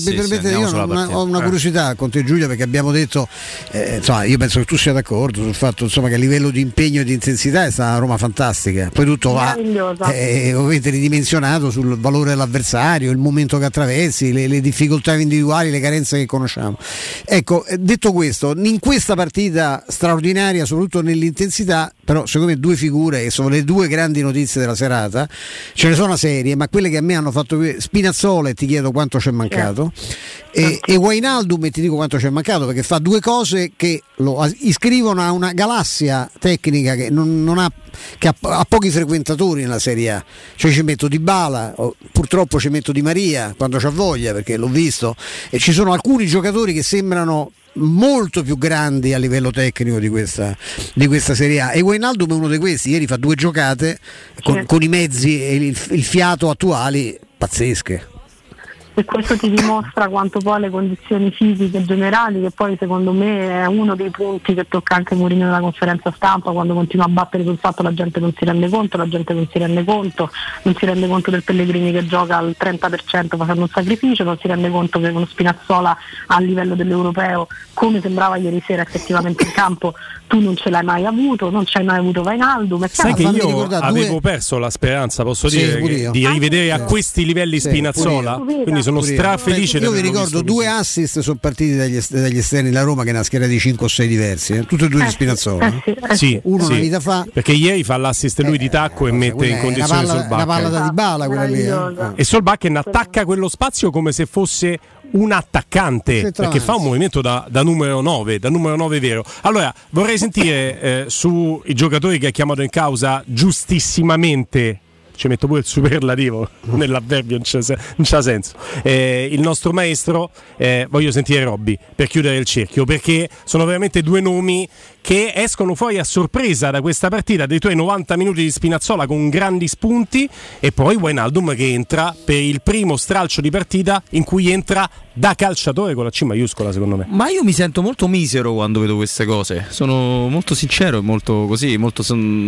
ho una curiosità con te Giulia, perché abbiamo detto insomma, io penso che tu sia d'accordo sul fatto insomma che a livello di impegno e di intensità è stata una Roma fantastica, poi tutto va ovviamente ridimensionato sul valore dell'avversario, il momento che attraversi, le difficoltà individuali, le carenze che conosciamo. Ecco, detto questo, in questa partita straordinaria soprattutto nell'intensità, però secondo me 2 figure, che sono le 2 grandi notizie della serata, ce ne sono una serie, ma quelle che a me hanno fatto Spinazzola, e ti chiedo quanto c'è mancato, e Wijnaldum, e ti dico quanto c'è mancato, perché fa 2 cose che lo iscrivono a una galassia tecnica che ha pochi frequentatori nella Serie A, cioè ci metto Dybala, purtroppo ci metto Di Maria quando c'ha voglia, perché l'ho visto, e ci sono alcuni giocatori che sembrano molto più grandi a livello tecnico di questa Serie A, e Wijnaldum è uno di questi. Ieri fa 2 giocate con i mezzi e il fiato attuali pazzesche. E questo ti dimostra quanto poi le condizioni fisiche generali, che poi secondo me è uno dei punti che tocca anche Mourinho nella conferenza stampa, quando continua a battere sul fatto la gente non si rende conto del Pellegrini che gioca al 30% facendo un sacrificio, non si rende conto che uno Spinazzola a livello dell'europeo, come sembrava ieri sera effettivamente in campo, tu non ce l'hai mai avuto, non ci hai mai avuto Wijnaldum. Sai che io avevo perso la speranza, posso dire, di rivedere a questi livelli Spinazzola, quindi sono strafelice. Io vi ricordo 2 assist sono partiti dagli esterni della Roma, che è una schiera di 5 o 6 diversi, tutti e 2 di Spinazzola. Uno una vita fa, perché ieri fa l'assist lui di tacco e mette in condizione Solbakken. Una palla da Dybala quella lì. E Solbakken attacca quello spazio come se fosse un attaccante, perché fa un movimento da numero 9 vero. Allora vorrei sentire sui giocatori che ha chiamato in causa giustissimamente, ci metto pure il superlativo nell'avverbio, non c'ha senso, il nostro maestro. Voglio sentire Robby per chiudere il cerchio, perché sono veramente 2 nomi che escono fuori a sorpresa da questa partita, dei tuoi 90 minuti di Spinazzola con grandi spunti, e poi Wijnaldum che entra per il primo stralcio di partita in cui entra da calciatore con la C maiuscola, secondo me. Ma io mi sento molto misero quando vedo queste cose, sono molto sincero e molto così, molto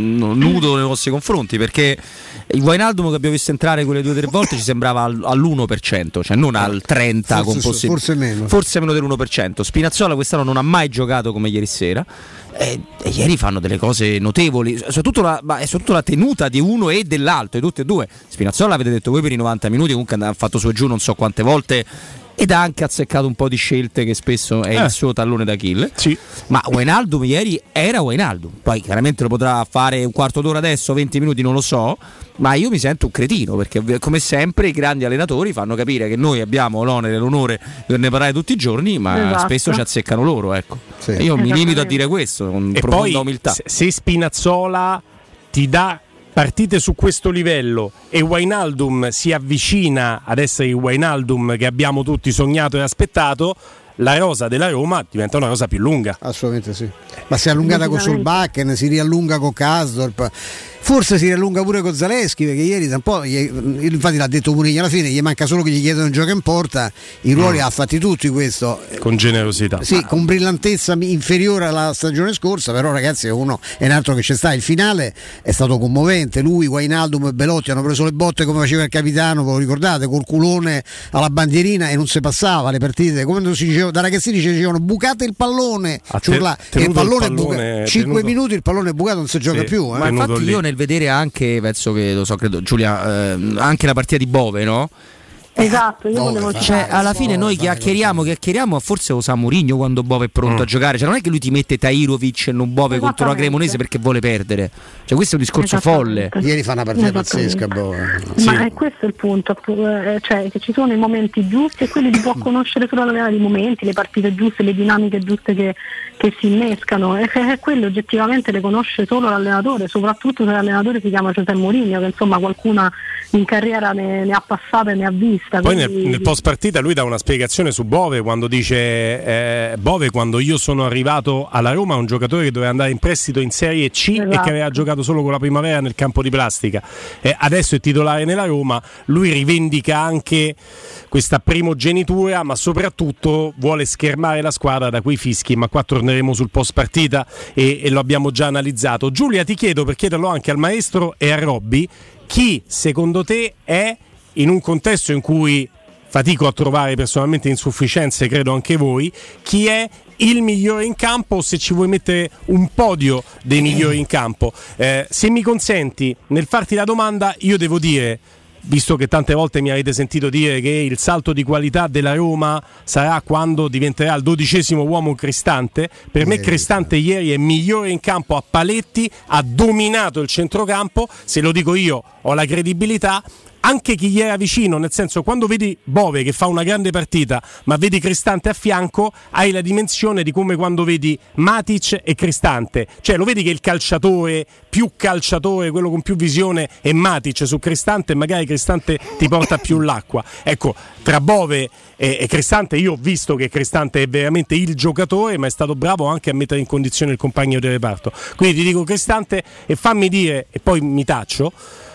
nudo nei vostri confronti, perché il Wijnaldum che abbiamo visto entrare quelle 2 o 3 volte ci sembrava all'1%, cioè non al 30%, forse meno del1%. Spinazzola quest'anno non ha mai giocato come ieri sera. E ieri fanno delle cose notevoli, soprattutto la tenuta di uno e dell'altro, di tutti e due. Spinazzola avete detto voi per i 90 minuti, comunque ha fatto su e giù non so quante volte ed ha anche azzeccato un po' di scelte che spesso è il suo tallone d'Achille. Sì. Ma Wijnaldum ieri era Wijnaldum, poi chiaramente lo potrà fare un quarto d'ora adesso, 20 minuti non lo so, ma io mi sento un cretino, perché come sempre i grandi allenatori fanno capire che noi abbiamo l'onere e l'onore di ne parlare tutti i giorni, ma spesso ci azzeccano loro, ecco. Sì. Io mi limito a dire questo con profonda umiltà. Se Spinazzola ti dà partite su questo livello e Wijnaldum si avvicina ad essere il Wijnaldum che abbiamo tutti sognato e aspettato, la rosa della Roma diventa una rosa più lunga. Assolutamente sì. Ma si è allungata con Solbakken, si riallunga con Kasdorp, forse si riallunga pure con Zalewski, perché ieri un po', infatti l'ha detto Mourinho, alla fine gli manca solo che gli chiedono un gioco in porta, i ruoli ha fatti tutti questo. Con generosità. Sì, con brillantezza inferiore alla stagione scorsa, però ragazzi uno è un altro che c'è sta. Il finale è stato commovente, lui, Wijnaldum e Belotti hanno preso le botte come faceva il capitano, ve lo ricordate, col culone alla bandierina e non si passava le partite, come si diceva, da ragazzini ci dicevano bucate il pallone, il pallone è bucato, 5 minuti il pallone è bucato, non si gioca più. Ma infatti io nel vedere anche, penso che lo so, credo Giulia, anche la partita di Bove, no? Esatto, io volevo cioè, alla fine noi chiacchieriamo, forse lo sa Mourinho quando Bove è pronto a giocare, cioè non è che lui ti mette Tairovic e non Bove contro la Cremonese perché vuole perdere, cioè questo è un discorso folle. Ieri fa una partita pazzesca Bove. Ma è questo il punto, cioè che ci sono i momenti giusti e quelli li può conoscere solo i momenti, le partite giuste, le dinamiche giuste che si innescano, e quello oggettivamente le conosce solo l'allenatore, soprattutto se l'allenatore si chiama José Mourinho, che insomma qualcuna in carriera ne ha passata e ne ha vista. Poi nel post partita lui dà una spiegazione su Bove quando dice Bove, quando io sono arrivato alla Roma, un giocatore che doveva andare in prestito in Serie C e che aveva giocato solo con la Primavera nel campo di plastica, adesso è titolare nella Roma. Lui rivendica anche questa primogenitura, ma soprattutto vuole schermare la squadra da quei fischi, ma qua torneremo sul post partita e lo abbiamo già analizzato. Giulia, ti chiedo, per chiederlo anche al maestro e a Robby, chi secondo te è, in un contesto in cui fatico a trovare personalmente insufficienze, credo anche voi, chi è il migliore in campo, o se ci vuoi mettere un podio dei migliori in campo? Se mi consenti, nel farti la domanda, io devo dire, visto che tante volte mi avete sentito dire che il salto di qualità della Roma sarà quando diventerà il 12° uomo Cristante, per me Cristante ieri è migliore in campo a paletti, ha dominato il centrocampo, se lo dico io ho la credibilità. Anche chi gli era vicino, nel senso, quando vedi Bove che fa una grande partita ma vedi Cristante a fianco, hai la dimensione di come quando vedi Matic e Cristante, cioè lo vedi che il calciatore, quello con più visione è Matic su Cristante, e magari Cristante ti porta più l'acqua. Ecco, tra Bove e Cristante io ho visto che Cristante è veramente il giocatore, ma è stato bravo anche a mettere in condizione il compagno di reparto. Quindi ti dico Cristante, e fammi dire, e poi mi taccio,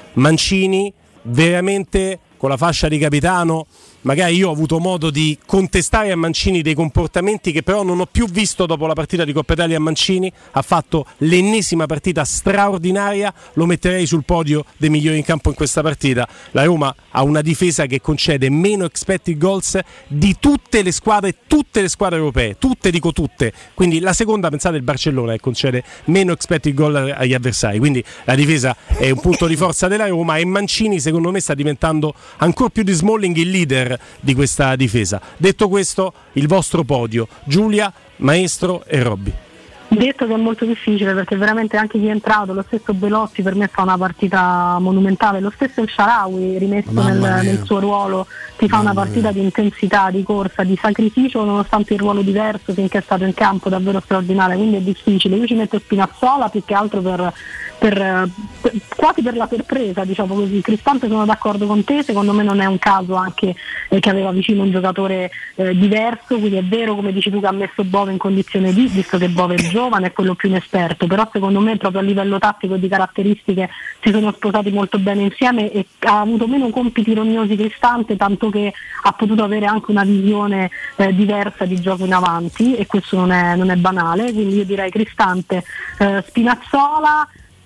Mancini veramente con la fascia di capitano. Magari io ho avuto modo di contestare a Mancini dei comportamenti che però non ho più visto dopo la partita di Coppa Italia. Mancini ha fatto l'ennesima partita straordinaria, lo metterei sul podio dei migliori in campo in questa partita. La Roma ha una difesa che concede meno expected goals di tutte le squadre europee, dico tutte, quindi la seconda, pensate, il Barcellona, che concede meno expected goal agli avversari, quindi la difesa è un punto di forza della Roma, e Mancini secondo me sta diventando ancora più di Smalling il leader di questa difesa. Detto questo, il vostro podio, Giulia, maestro e Robby. Detto che è molto difficile, perché veramente anche chi è entrato, lo stesso Belotti per me fa una partita monumentale, lo stesso il Shaarawy rimesso nel suo ruolo ti fa una partita di intensità, di corsa, di sacrificio, nonostante il ruolo diverso finché è stato in campo, davvero straordinario, quindi è difficile. Io ci metto Spinazzola più che altro per quasi per la sorpresa, diciamo così. Cristante, sono d'accordo con te, secondo me non è un caso anche che aveva vicino un giocatore diverso, quindi è vero come dici tu che ha messo Bove in condizione di, visto che Bove è giovane, è quello più inesperto, però secondo me proprio a livello tattico e di caratteristiche si sono sposati molto bene insieme e ha avuto meno compiti rognosi Cristante, tanto che ha potuto avere anche una visione diversa di gioco in avanti, e questo non è banale, quindi io direi Cristante, Spinazzola.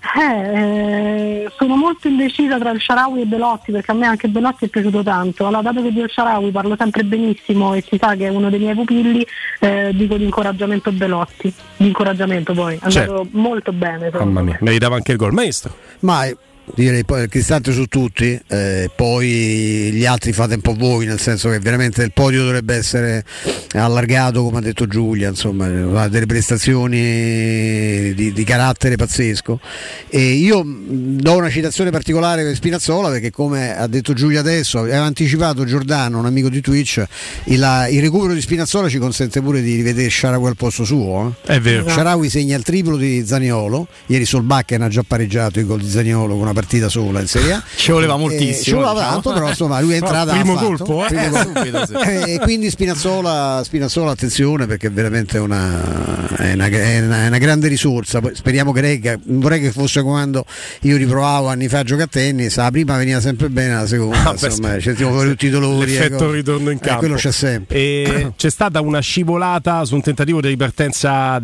Sono molto indecisa tra il Shaarawy e Belotti, perché a me anche Belotti è piaciuto tanto. Allora, dato che di El Shaarawy parlo sempre benissimo e si sa che è uno dei miei pupilli, dico di incoraggiamento Belotti, di incoraggiamento, poi è andato molto bene. Mamma mia, meritava anche il gol, maestro. Ma direi poi Cristante su tutti, poi gli altri fate un po' voi, nel senso che veramente il podio dovrebbe essere allargato, come ha detto Giulia, insomma ha delle prestazioni di carattere pazzesco, e io do una citazione particolare per Spinazzola, perché come ha detto Giulia adesso, aveva anticipato Giordano, un amico di Twitch, il recupero di Spinazzola ci consente pure di rivedere Shaarawy al posto suo, È vero. Shaarawy segna il triplo di Zaniolo, ieri Solbakken ha già pareggiato i gol di Zaniolo con una partita sola in Serie A. Ci voleva moltissimo. Ci voleva tanto, però insomma lui è entrato primo colpo, subito, sì. E quindi Spinazzola attenzione, perché è veramente una grande risorsa. Poi speriamo che regga. Vorrei che fosse quando io riprovavo anni fa a giocare a tennis, la prima veniva sempre bene, la seconda insomma cerchiamo fuori tutti i dolori, l'effetto ritorno in campo, quello c'è sempre. E c'è stata una scivolata su un tentativo di ripartenza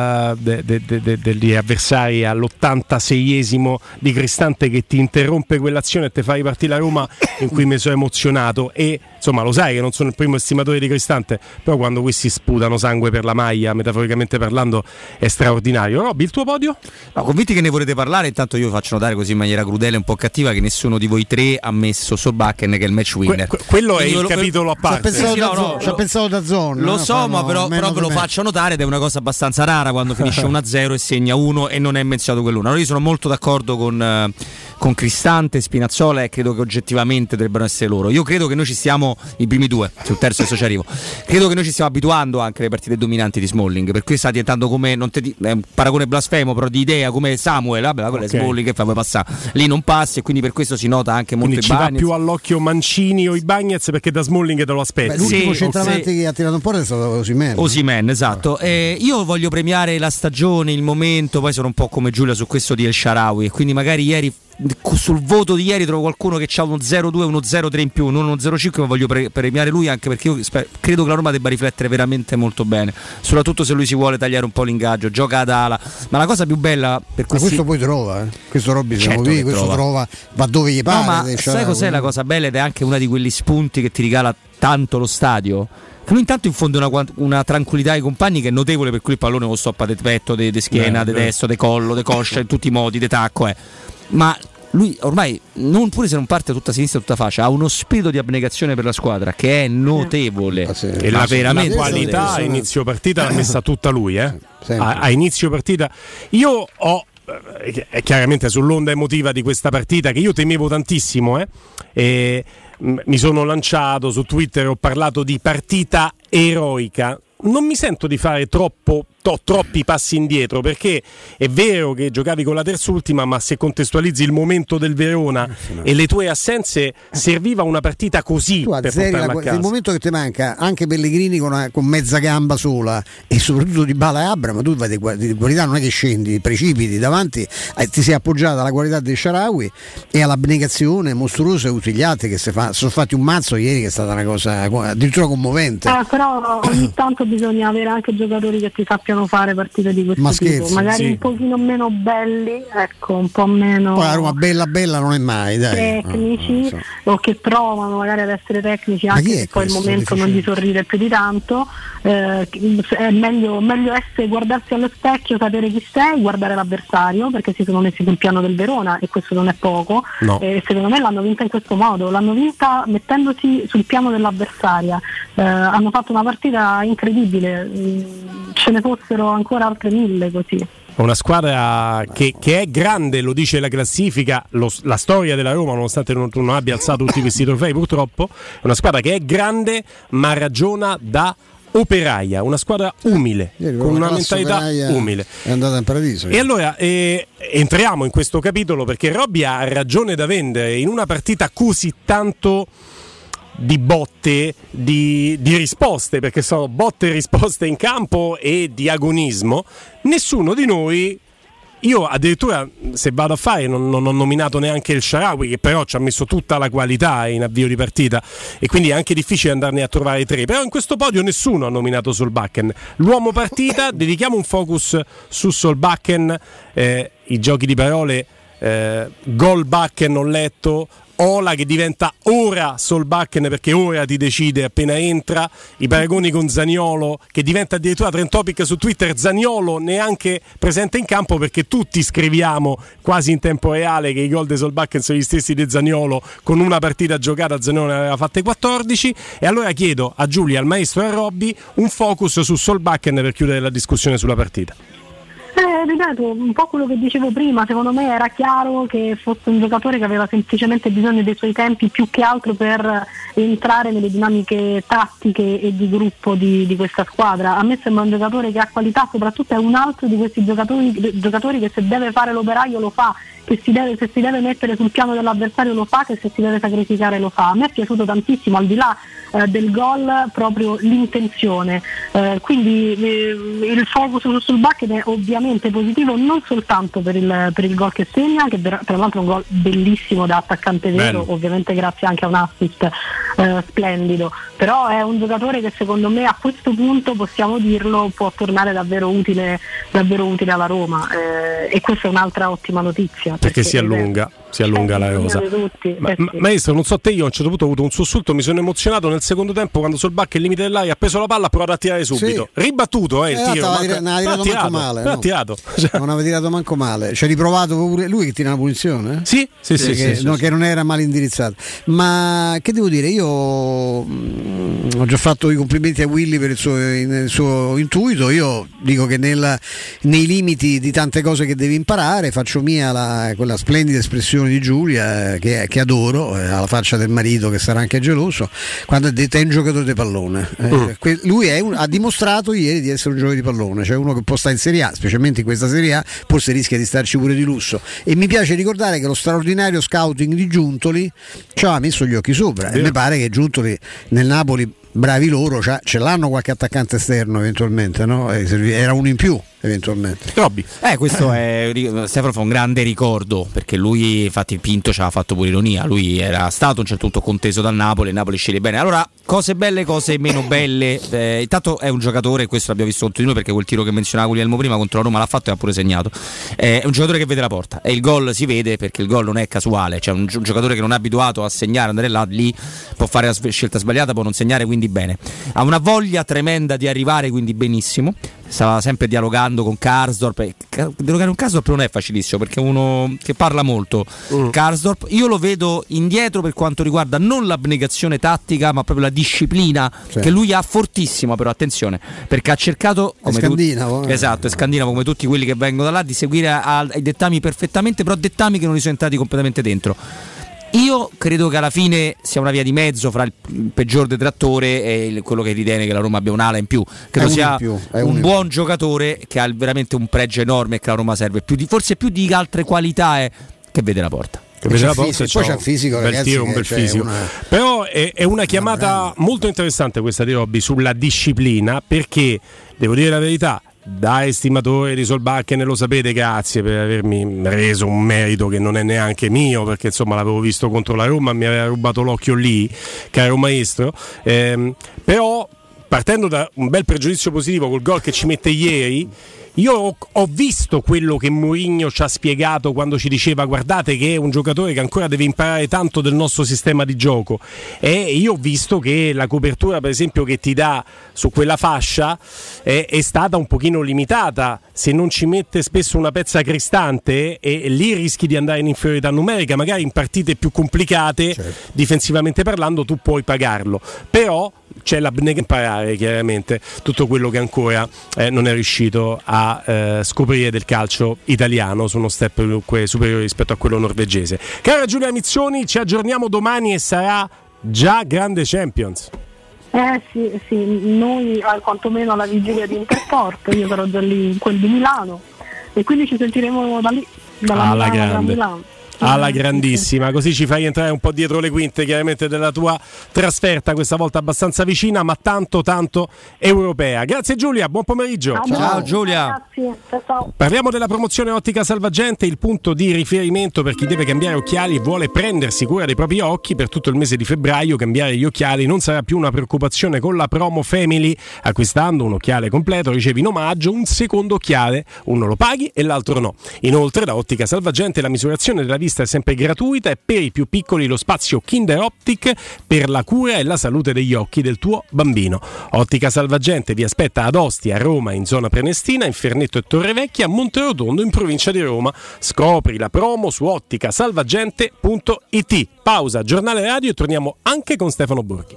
degli avversari all'86esimo di Cristante, che ti interrompe quell'azione e ti fa ripartire la Roma, in cui mi sono emozionato. E insomma lo sai che non sono il primo estimatore di Cristante, però quando questi sputano sangue per la maglia, metaforicamente parlando, è straordinario. Robby, il tuo podio? No, convinti che ne volete parlare, intanto io faccio notare così in maniera crudele e un po' cattiva che nessuno di voi tre ha messo Solbakken, che è il match winner. Quello è il capitolo a parte. Ci ha pensato da zona. Lo so, ma però ve lo faccio notare ed è una cosa abbastanza rara quando finisce 1-0 e segna uno e non è menzionato quell'uno. Allora io sono molto d'accordo con Cristante, Spinazzola, e credo che oggettivamente dovrebbero essere loro. Io credo che noi ci stiamo, i primi due, sul terzo adesso ci arrivo, credo che noi ci stiamo abituando anche alle partite dominanti di Smalling, per cui sta diventando come, è un paragone blasfemo però di idea, come Samuel, vabbè, quella è Smalling, che fa, puoi passare, lì non passi, e quindi per questo si nota anche molto. Quindi ci va più all'occhio Mancini o i Bagnez, perché da Smalling te lo aspetti. L'ultimo centravanti che ha tirato un po' è stato Osimhen, esatto. Io voglio premiare la stagione, il momento, poi sono un po' come Giulia su questo di El Shaarawy, quindi magari ieri sul voto di ieri trovo qualcuno che ha uno 0-2, uno 0-3 in più, non uno 0-5, ma voglio premiare lui, anche perché io credo che la Roma debba riflettere veramente molto bene, soprattutto se lui si vuole tagliare un po' l'ingaggio, gioca ad ala, ma la cosa più bella per questi... Ma questo poi trova, questo Robby, certo, questo trova, va dove gli pare. No, ma sai cos'è la cosa bella, ed è anche una di quegli spunti che ti regala tanto lo stadio, che lui intanto infonde una tranquillità ai compagni che è notevole, per cui il pallone lo stoppa di petto, di schiena, di destro, di collo, di coscia, in tutti i modi, di tacco, ma lui ormai, non pure se non parte tutta sinistra tutta faccia, ha uno spirito di abnegazione per la squadra che è notevole, e la qualità a inizio partita l'ha messa tutta lui, a inizio partita. Io ho chiaramente sull'onda emotiva di questa partita, che io temevo tantissimo, e mi sono lanciato su Twitter, ho parlato di partita eroica. Non mi sento di fare troppi passi indietro, perché è vero che giocavi con la terz'ultima, ma se contestualizzi il momento del Verona e le tue assenze, serviva una partita così per portarla a casa. Il momento che ti manca anche Pellegrini con mezza gamba sola, e soprattutto di Bala e Abra, ma tu vai di qualità, non è che scendi, precipiti davanti, ti sei appoggiata alla qualità del Shaarawy e all'abnegazione mostruosa di tutti gli altri, che sono fatti un mazzo ieri, che è stata una cosa addirittura commovente. Però ogni tanto bisogna avere anche giocatori che ti sappiano fare partite di questo tipo, magari un pochino meno belli, ecco, un po' meno. Poi la Roma bella non è mai, dai. Tecnici, o che provano magari ad essere tecnici, anche se poi il momento non gli sorride più di tanto. È meglio guardarsi allo specchio, sapere chi sei, guardare l'avversario, perché si sono messi sul piano del Verona, e questo non è poco. Secondo me l'hanno vinta in questo modo, l'hanno vinta mettendosi sul piano dell'avversaria. Hanno fatto una partita incredibile, ce ne fossero ancora altre 1000 così. Una squadra che è grande, lo dice la classifica, la storia della Roma, nonostante non abbia alzato tutti questi trofei purtroppo, è una squadra che è grande ma ragiona da operaia, una squadra umile, con una mentalità umile. È andata in paradiso. E allora entriamo in questo capitolo perché Robby ha ragione da vendere in una partita così tanto di botte, di risposte, perché sono botte e risposte in campo e di agonismo. Nessuno di noi, io addirittura se vado a fare non ho nominato neanche il Shaarawy, che però ci ha messo tutta la qualità in avvio di partita e quindi è anche difficile andarne a trovare tre, però in questo podio nessuno ha nominato Solbakken, l'uomo partita. Dedichiamo un focus su Solbakken, i giochi di parole, gol Bakken ho letto, Ola che diventa ora Solbakken perché ora ti decide appena entra, i paragoni con Zaniolo che diventa addirittura trend topic su Twitter, Zaniolo neanche presente in campo perché tutti scriviamo quasi in tempo reale che i gol di Solbakken sono gli stessi di Zaniolo, con una partita giocata Zaniolo ne aveva fatte 14. E allora chiedo a Giulia, al maestro e a Robby un focus su Solbakken per chiudere la discussione sulla partita. Ripeto, un po' quello che dicevo prima, secondo me era chiaro che fosse un giocatore che aveva semplicemente bisogno dei suoi tempi più che altro per entrare nelle dinamiche tattiche e di gruppo di questa squadra. A me sembra un giocatore che ha qualità, soprattutto è un altro di questi giocatori che se deve fare l'operaio lo fa, che se si deve mettere sul piano dell'avversario lo fa, che se si deve sacrificare lo fa. A me è piaciuto tantissimo, al di là del gol, proprio l'intenzione, quindi il focus sul Bakken è ovviamente positivo non soltanto per il gol che segna, che tra l'altro è un gol bellissimo da attaccante vero, ovviamente grazie anche a un assist splendido, però è un giocatore che secondo me a questo punto, possiamo dirlo, può tornare davvero utile alla Roma, e questa è un'altra ottima notizia perché si allunga la rosa. Maestro, non so te, io a un certo punto ho avuto un sussulto, mi sono emozionato nel secondo tempo quando Solbakken, il limite dell'aria, ha preso la palla, ha provato a tirare subito, ribattuto il tiro, non aveva tirato manco male, non aveva tirato manco male, c'è riprovato pure lui che tira una punizione, sì, che non era male indirizzato. Ma che devo dire, io ho già fatto i complimenti a Willy per il suo intuito. Io dico che nei limiti di tante cose che devi imparare, faccio mia quella splendida espressione di Giulia che adoro, alla faccia del marito che sarà anche geloso, quando ha detto è un giocatore di pallone. Lui ha dimostrato ieri di essere un giocatore di pallone, cioè uno che può stare in Serie A, specialmente in questa Serie A, forse rischia di starci pure di lusso. E mi piace ricordare che lo straordinario scouting di Giuntoli ci aveva messo gli occhi sopra, e mi pare che Giuntoli nel Napoli, bravi loro, ce l'hanno qualche attaccante esterno eventualmente, no? Era uno in più eventualmente. Robby. Questo è Stefano fa un grande ricordo, perché lui, infatti, Pinto ci ha fatto pure ironia, lui era stato a un certo punto conteso dal Napoli, il Napoli sceglie bene. Allora, cose belle, cose meno belle. Intanto è un giocatore, questo l'abbiamo visto contro di noi, perché quel tiro che menzionava Guglielmo prima contro la Roma l'ha fatto e ha pure segnato. È un giocatore che vede la porta, e il gol si vede perché il gol non è casuale, cioè un giocatore che non è abituato a segnare, andare là, lì può fare la scelta sbagliata, può non segnare, quindi bene. Ha una voglia tremenda di arrivare, quindi benissimo. Stava sempre dialogando con Karsdorp. Dialogare con Karsdorp non è facilissimo, perché è uno che parla molto. Karsdorp, io lo vedo indietro per quanto riguarda non l'abnegazione tattica, ma proprio la disciplina, che lui ha fortissima, però attenzione, perché ha cercato, come è scandinavo come tutti quelli che vengono da là, di seguire ai dettami perfettamente, però dettami che non li sono entrati completamente dentro. Io credo che alla fine sia una via di mezzo fra il peggior detrattore e quello che ritiene che la Roma abbia un'ala in più. Credo sia un buon giocatore che ha veramente un pregio enorme e che la Roma serve forse più di altre qualità, che vede la porta. Poi c'è il fisico, ragazzi, un bel fisico. Però è una chiamata molto interessante questa di Robby sulla disciplina, perché devo dire la verità, da estimatore di Solbakken, lo sapete, grazie per avermi reso un merito che non è neanche mio, perché insomma l'avevo visto contro la Roma, mi aveva rubato l'occhio lì, caro maestro, però partendo da un bel pregiudizio positivo col gol che ci mette ieri, io ho visto quello che Mourinho ci ha spiegato quando ci diceva guardate che è un giocatore che ancora deve imparare tanto del nostro sistema di gioco, e io ho visto che la copertura, per esempio, che ti dà su quella fascia è stata un pochino limitata, se non ci mette spesso una pezza cristante, e lì rischi di andare in inferiorità numerica. Magari in partite più complicate, difensivamente parlando, tu puoi pagarlo, però c'è l'abnegazione a imparare chiaramente tutto quello che ancora non è riuscito a scoprire del calcio italiano su uno step superiore rispetto a quello norvegese. Cara Giulia Mizzoni, ci aggiorniamo domani e sarà già grande Champions. Sì, noi quantomeno alla vigilia di Intersport, io sarò già lì in quel di Milano e quindi ci sentiremo da lì, dalla Milano. Alla grandissima, così ci fai entrare un po' dietro le quinte chiaramente della tua trasferta, questa volta abbastanza vicina ma tanto europea. Grazie Giulia, buon pomeriggio. Ciao Giulia. Grazie, ciao. Parliamo della promozione Ottica Salvagente, il punto di riferimento per chi deve cambiare occhiali e vuole prendersi cura dei propri occhi. Per tutto il mese di febbraio cambiare gli occhiali non sarà più una preoccupazione con la promo Family. Acquistando un occhiale completo ricevi in omaggio un secondo occhiale, uno lo paghi e l'altro no. Inoltre da Ottica Salvagente la misurazione della vista è sempre gratuita e per i più piccoli lo spazio Kinder Optic per la cura e la salute degli occhi del tuo bambino. Ottica Salvagente vi aspetta ad Ostia, a Roma in zona Prenestina, in Fernetto e Torrevecchia, a Monterotondo in provincia di Roma. Scopri la promo su otticasalvagente.it. Pausa, giornale radio e torniamo anche con Stefano Borghi.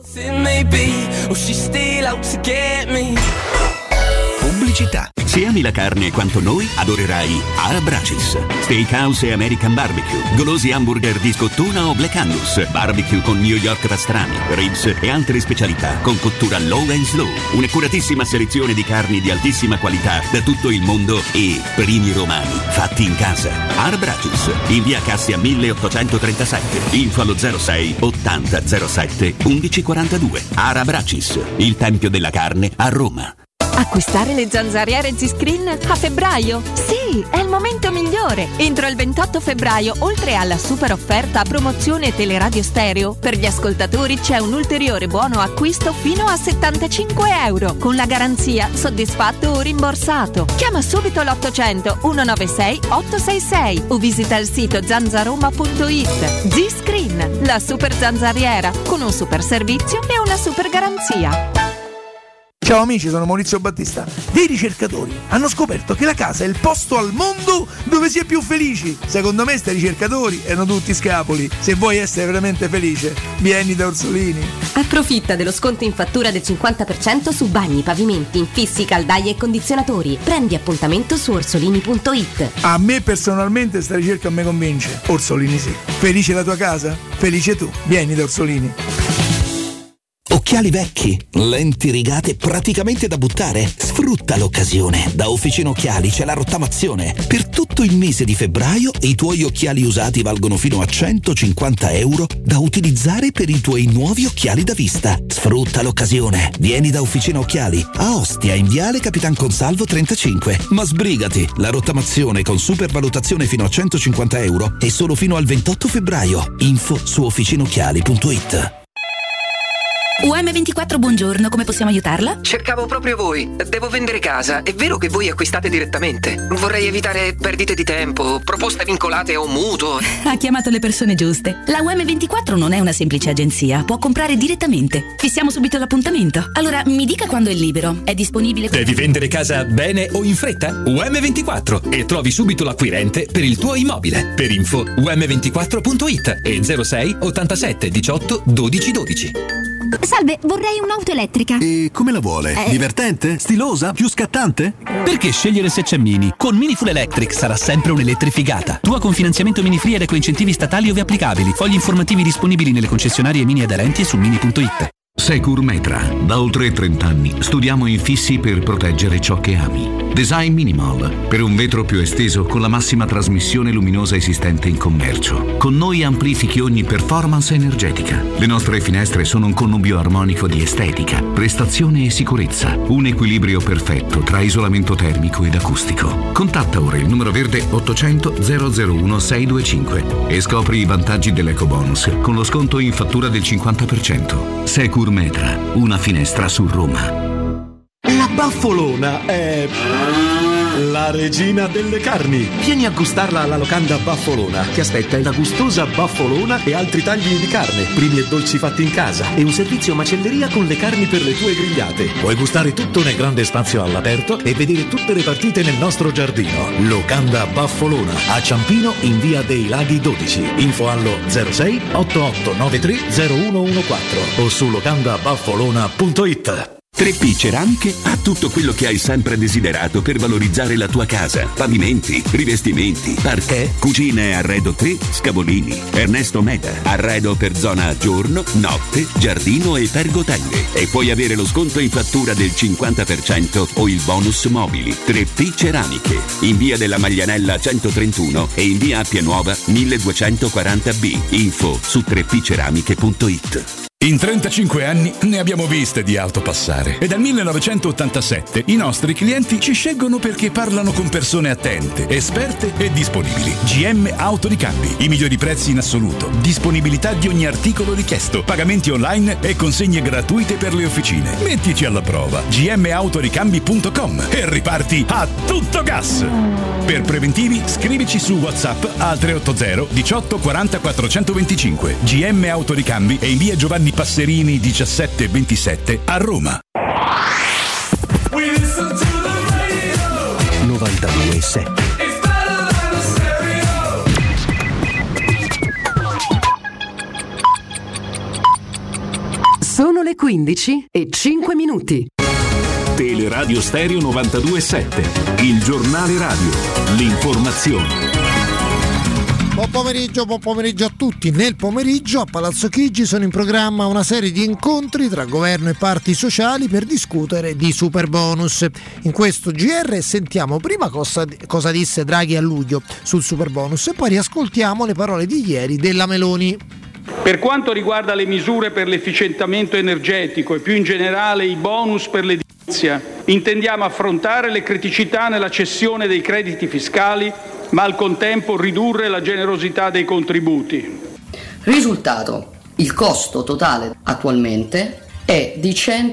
Pubblicità. Se ami la carne quanto noi, adorerai Arabracis. Steakhouse e American Barbecue. Golosi hamburger di scottuna o Black Angus. Barbecue con New York pastrami, ribs e altre specialità con cottura low and slow. Un'accuratissima selezione di carni di altissima qualità da tutto il mondo e primi romani fatti in casa. Arabracis. In via Cassia 1837. Info allo 06 80 07 1142. Arabracis. Il tempio della carne a Roma. Acquistare le zanzariere Z-Screen a febbraio? Sì, è il momento migliore! Entro il 28 febbraio, oltre alla super offerta a promozione Teleradio Stereo, per gli ascoltatori c'è un ulteriore buono acquisto fino a €75, con la garanzia soddisfatto o rimborsato. Chiama subito l'800 196 866 o visita il sito zanzaroma.it. Z-Screen, la super zanzariera, con un super servizio e una super garanzia. Ciao amici, sono Maurizio Battista. Dei ricercatori hanno scoperto che la casa è il posto al mondo dove si è più felici. Secondo me sti ricercatori erano tutti scapoli. Se vuoi essere veramente felice, vieni da Orsolini. Approfitta dello sconto in fattura del 50% su bagni, pavimenti, infissi, caldaie e condizionatori. Prendi appuntamento su orsolini.it. A me personalmente sta ricerca mi convince. Orsolini sì. Felice la tua casa? Felice tu. Vieni da Orsolini. Occhiali vecchi, lenti rigate praticamente da buttare? Sfrutta l'occasione. Da Officina Occhiali c'è la rottamazione. Per tutto il mese di febbraio i tuoi occhiali usati valgono fino a €150 da utilizzare per i tuoi nuovi occhiali da vista. Sfrutta l'occasione. Vieni da Officina Occhiali a Ostia in Viale Capitan Consalvo 35. Ma sbrigati, la rottamazione con supervalutazione fino a €150 è solo fino al 28 febbraio. Info su officinocchiali.it. UM24, buongiorno, come possiamo aiutarla? Cercavo proprio voi. Devo vendere casa. È vero che voi acquistate direttamente? Vorrei evitare perdite di tempo, proposte vincolate o mutuo. Ha chiamato le persone giuste. La UM24 non è una semplice agenzia, può comprare direttamente. Fissiamo subito l'appuntamento. Allora, mi dica quando è libero. È disponibile? Devi vendere casa bene o in fretta? UM24 e trovi subito l'acquirente per il tuo immobile. Per info um24.it e 06 87 18 12 12. Salve, vorrei un'auto elettrica. E come la vuole? Divertente? Stilosa? Più scattante? Perché scegliere Seccia Mini? Con Mini Full Electric sarà sempre un'elettrificata. Tua con finanziamento Mini Free ed ecoincentivi statali ove applicabili. Fogli informativi disponibili nelle concessionarie Mini aderenti e su mini.it. Secur Metra. Da oltre 30 anni studiamo infissi per proteggere ciò che ami. Design minimal, per un vetro più esteso con la massima trasmissione luminosa esistente in commercio. Con noi amplifichi ogni performance energetica. Le nostre finestre sono un connubio armonico di estetica, prestazione e sicurezza. Un equilibrio perfetto tra isolamento termico ed acustico. Contatta ora il numero verde 800 001 625 e scopri i vantaggi dell'ecobonus con lo sconto in fattura del 50%. Secur Metra, una finestra su Roma. La Baffolona è la regina delle carni. Vieni a gustarla alla locanda Baffolona. Ti aspetta una gustosa baffolona e altri tagli di carne, primi e dolci fatti in casa e un servizio macelleria con le carni per le tue grigliate. Puoi gustare tutto nel grande spazio all'aperto e vedere tutte le partite nel nostro giardino. Locanda Baffolona a Ciampino in via dei Laghi 12. Info allo 06 8893 0114 o su locandabaffolona.it. 3P Ceramiche ha tutto quello che hai sempre desiderato per valorizzare la tua casa. Pavimenti, rivestimenti, parquet, cucine e arredo 3, Scavolini. Ernesto Meda, arredo per zona giorno, notte, giardino e pergotelle. E puoi avere lo sconto in fattura del 50% o il bonus mobili. 3P Ceramiche, in via della Maglianella 131 e in via Appia Nuova 1240B. Info su 3pceramiche.it. In 35 anni ne abbiamo viste di auto passare e dal 1987 i nostri clienti ci scelgono perché parlano con persone attente, esperte e disponibili. GM Autoricambi, i migliori prezzi in assoluto, disponibilità di ogni articolo richiesto, pagamenti online e consegne gratuite per le officine. Mettiti alla prova. gmautoricambi.com e riparti a tutto gas. Per preventivi scrivici su WhatsApp al 380 18 40 425. GM Autoricambi è in via Giovanni Passerini 1727 a Roma. 92.7. Sono le 15:05. Teleradio Stereo 92.7, il giornale radio, l'informazione. Buon pomeriggio a tutti. Nel pomeriggio a Palazzo Chigi sono in programma una serie di incontri tra governo e parti sociali per discutere di superbonus. In questo GR sentiamo prima cosa disse Draghi a luglio sul superbonus e poi riascoltiamo le parole di ieri della Meloni. Per quanto riguarda le misure per l'efficientamento energetico e più in generale i bonus per l'edilizia, intendiamo affrontare le criticità nella cessione dei crediti fiscali, ma al contempo ridurre la generosità dei contributi. Risultato: il costo totale attualmente è di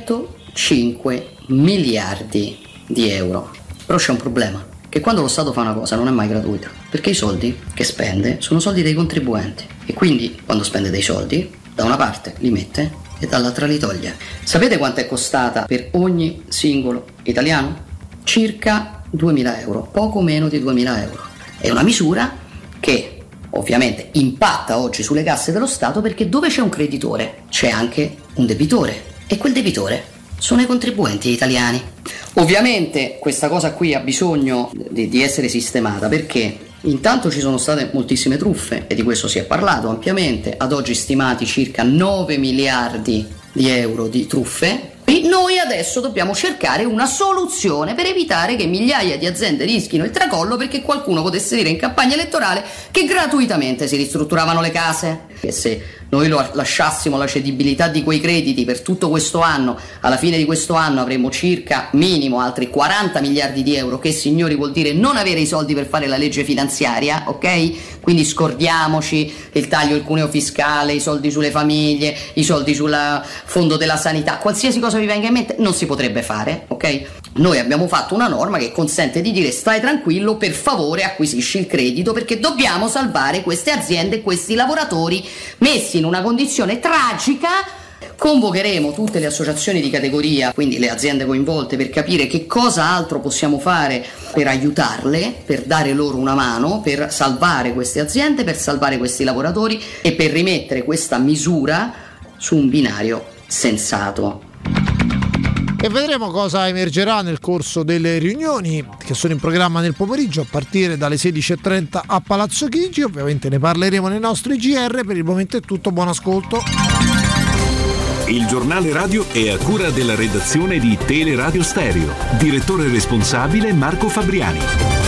105 miliardi di euro. Però c'è un problema, che quando lo Stato fa una cosa non è mai gratuita, perché i soldi che spende sono soldi dei contribuenti e quindi quando spende dei soldi da una parte li mette e dall'altra li toglie. Sapete quanto è costata per ogni singolo italiano? Circa 2.000 euro, poco meno di 2.000 euro. È una misura che ovviamente impatta oggi sulle casse dello Stato, perché dove c'è un creditore c'è anche un debitore e quel debitore sono i contribuenti italiani. Ovviamente questa cosa qui ha bisogno di essere sistemata, perché intanto ci sono state moltissime truffe e di questo si è parlato ampiamente, ad oggi stimati circa 9 miliardi di euro di truffe. Noi adesso dobbiamo cercare una soluzione per evitare che migliaia di aziende rischino il tracollo perché qualcuno potesse dire in campagna elettorale che gratuitamente si ristrutturavano le case. E se noi lasciassimo la cedibilità di quei crediti per tutto questo anno, alla fine di questo anno avremo circa minimo altri 40 miliardi di euro, che signori vuol dire non avere i soldi per fare la legge finanziaria, ok? Quindi scordiamoci il taglio del cuneo fiscale, i soldi sulle famiglie, i soldi sul fondo della sanità, qualsiasi cosa vi venga in mente non si potrebbe fare, ok? Noi abbiamo fatto una norma che consente di dire stai tranquillo, per favore acquisisci il credito, perché dobbiamo salvare queste aziende e questi lavoratori messi in una condizione tragica. Convocheremo tutte le associazioni di categoria, quindi le aziende coinvolte, per capire che cosa altro possiamo fare per aiutarle, per dare loro una mano, per salvare queste aziende, per salvare questi lavoratori e per rimettere questa misura su un binario sensato. E vedremo cosa emergerà nel corso delle riunioni che sono in programma nel pomeriggio a partire dalle 16.30 a Palazzo Chigi. Ovviamente ne parleremo nei nostri GR. Per il momento è tutto, buon ascolto. Il giornale radio è a cura della redazione di Teleradio Stereo. Direttore responsabile Marco Fabriani.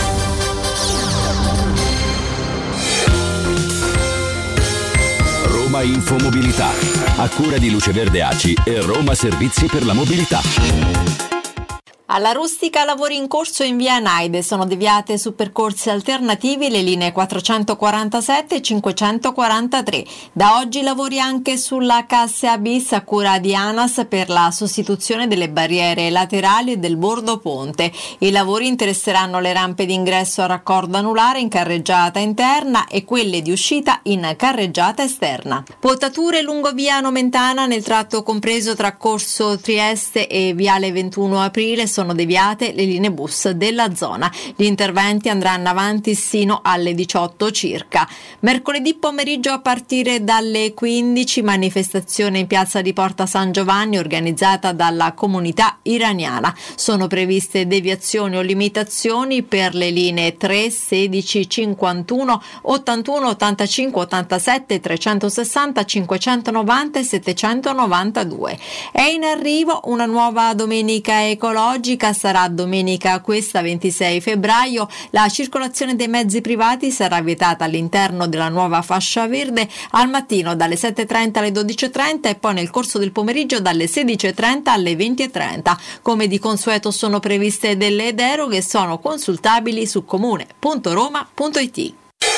Roma Infomobilità, a cura di Luce Verde ACI e Roma Servizi per la Mobilità. Alla Rustica lavori in corso in via Naide, sono deviate su percorsi alternativi le linee 447 e 543. Da oggi lavori anche sulla KSA bis a cura di ANAS per la sostituzione delle barriere laterali e del bordo ponte. I lavori interesseranno le rampe d'ingresso a raccordo anulare in carreggiata interna e quelle di uscita in carreggiata esterna. Potature lungo via Nomentana nel tratto compreso tra Corso Trieste e Viale 21 Aprile sono sono deviate le linee bus della zona. Gli interventi andranno avanti sino alle 18 circa. Mercoledì pomeriggio a partire dalle 15 manifestazione in piazza di Porta San Giovanni organizzata dalla comunità iraniana. Sono previste deviazioni o limitazioni per le linee 3, 16, 51, 81, 85, 87, 360, 590 e 792. È in arrivo una nuova domenica ecologica, sarà domenica questa 26 febbraio. La circolazione dei mezzi privati sarà vietata all'interno della nuova fascia verde al mattino dalle 7.30 alle 12.30 e poi nel corso del pomeriggio dalle 16.30 alle 20.30. Come di consueto sono previste delle deroghe, sono consultabili su comune.roma.it.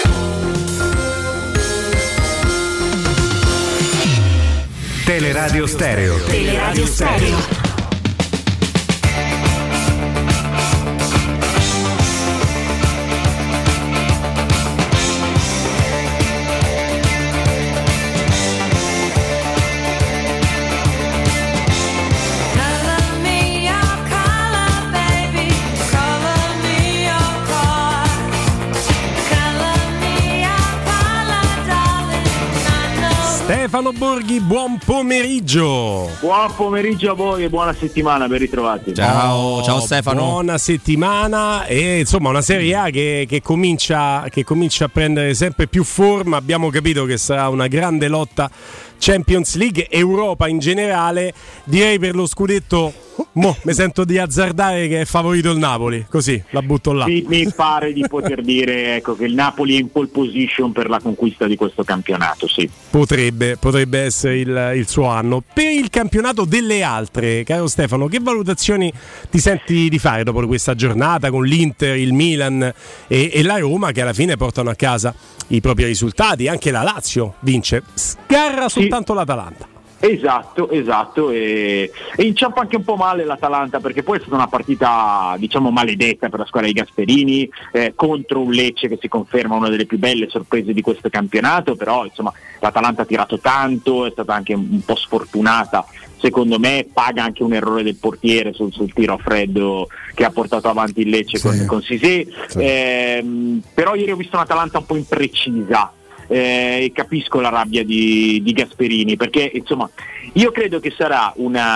Teleradio Stereo. Teleradio Stereo. Stefano Borghi, buon pomeriggio. Buon pomeriggio a voi e buona settimana, ben ritrovati. Ciao Stefano. Buona settimana e insomma una Serie A che comincia a prendere sempre più forma. Abbiamo capito che sarà una grande lotta Champions League, Europa in generale. Direi per lo scudetto mi sento di azzardare che è favorito il Napoli, così la butto là. Sì, mi pare di poter dire, ecco, che il Napoli è in pole position per la conquista di questo campionato, sì. Potrebbe essere il suo anno. Per il campionato delle altre, caro Stefano, che valutazioni ti senti di fare dopo questa giornata con l'Inter, il Milan e la Roma, che alla fine portano a casa i propri risultati? Anche la Lazio vince, sgarra soltanto l'Atalanta. Esatto, e inciampa anche un po' male l'Atalanta, perché poi è stata una partita, diciamo, maledetta per la squadra di Gasperini, contro un Lecce che si conferma una delle più belle sorprese di questo campionato. Però insomma l'Atalanta ha tirato tanto, è stata anche un po' sfortunata, secondo me paga anche un errore del portiere sul tiro a freddo che ha portato avanti il Lecce con Cissé. Però ieri ho visto un'Atalanta un po' imprecisa. E capisco la rabbia di Gasperini, perché insomma io credo che sarà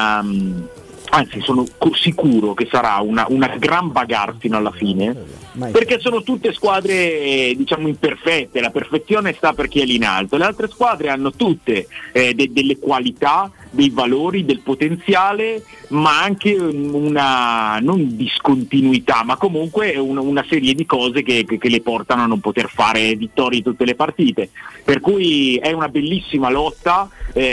anzi sono sicuro che sarà una gran bagarre fino alla fine, perché sono tutte squadre, diciamo, imperfette. La perfezione sta per chi è lì in alto. Le altre squadre hanno tutte delle qualità, dei valori, del potenziale, ma anche una non discontinuità, ma comunque una serie di cose che le portano a non poter fare vittorie tutte le partite. Per cui è una bellissima lotta.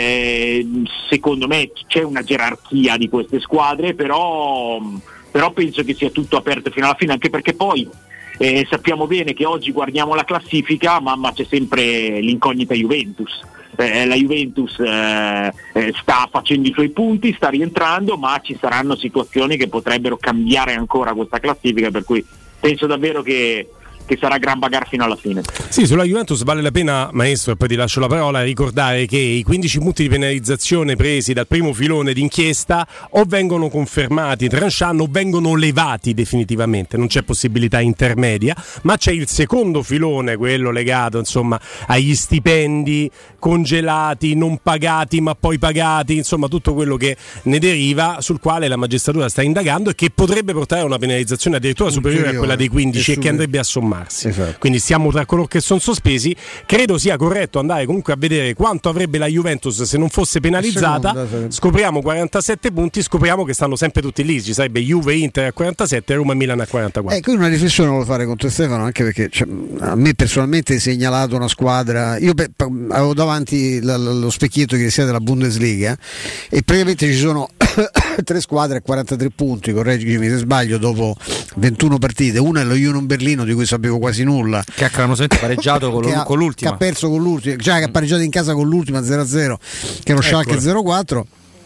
Secondo me c'è una gerarchia di queste squadre, però penso che sia tutto aperto fino alla fine, anche perché poi sappiamo bene che oggi guardiamo la classifica, ma c'è sempre l'incognita Juventus. La Juventus sta facendo i suoi punti, sta rientrando, ma ci saranno situazioni che potrebbero cambiare ancora questa classifica, per cui penso davvero che sarà gran bagarre fino alla fine. Sì, sulla Juventus vale la pena, maestro, e poi ti lascio la parola, ricordare che i 15 punti di penalizzazione presi dal primo filone d'inchiesta o vengono confermati, tranchant, o vengono levati definitivamente, non c'è possibilità intermedia, ma c'è il secondo filone, quello legato insomma agli stipendi congelati, non pagati ma poi pagati, insomma tutto quello che ne deriva, sul quale la magistratura sta indagando e che potrebbe portare a una penalizzazione addirittura superiore a quella dei 15 e che andrebbe a sommarsi. Esatto. Quindi siamo tra coloro che sono sospesi. Credo sia corretto andare comunque a vedere quanto avrebbe la Juventus se non fosse penalizzata. Scopriamo 47 punti, scopriamo che stanno sempre tutti lì, ci sarebbe Juve, Inter a 47, Roma e Milan a 44. Ecco, una riflessione volevo fare con te, Stefano, anche perché a me personalmente è segnalato una squadra. Io avevo davanti lo specchietto che sia della Bundesliga e praticamente ci sono 3 squadre a 43 punti, correggimi se sbaglio, dopo 21 partite. Una è lo Union Berlino, di cui sapevo quasi nulla, che ha clamorosamente pareggiato con l'ultima, che ha perso con l'ultima, cioè che ha pareggiato in casa con l'ultima 0-0, che è lo Schalke 0-4.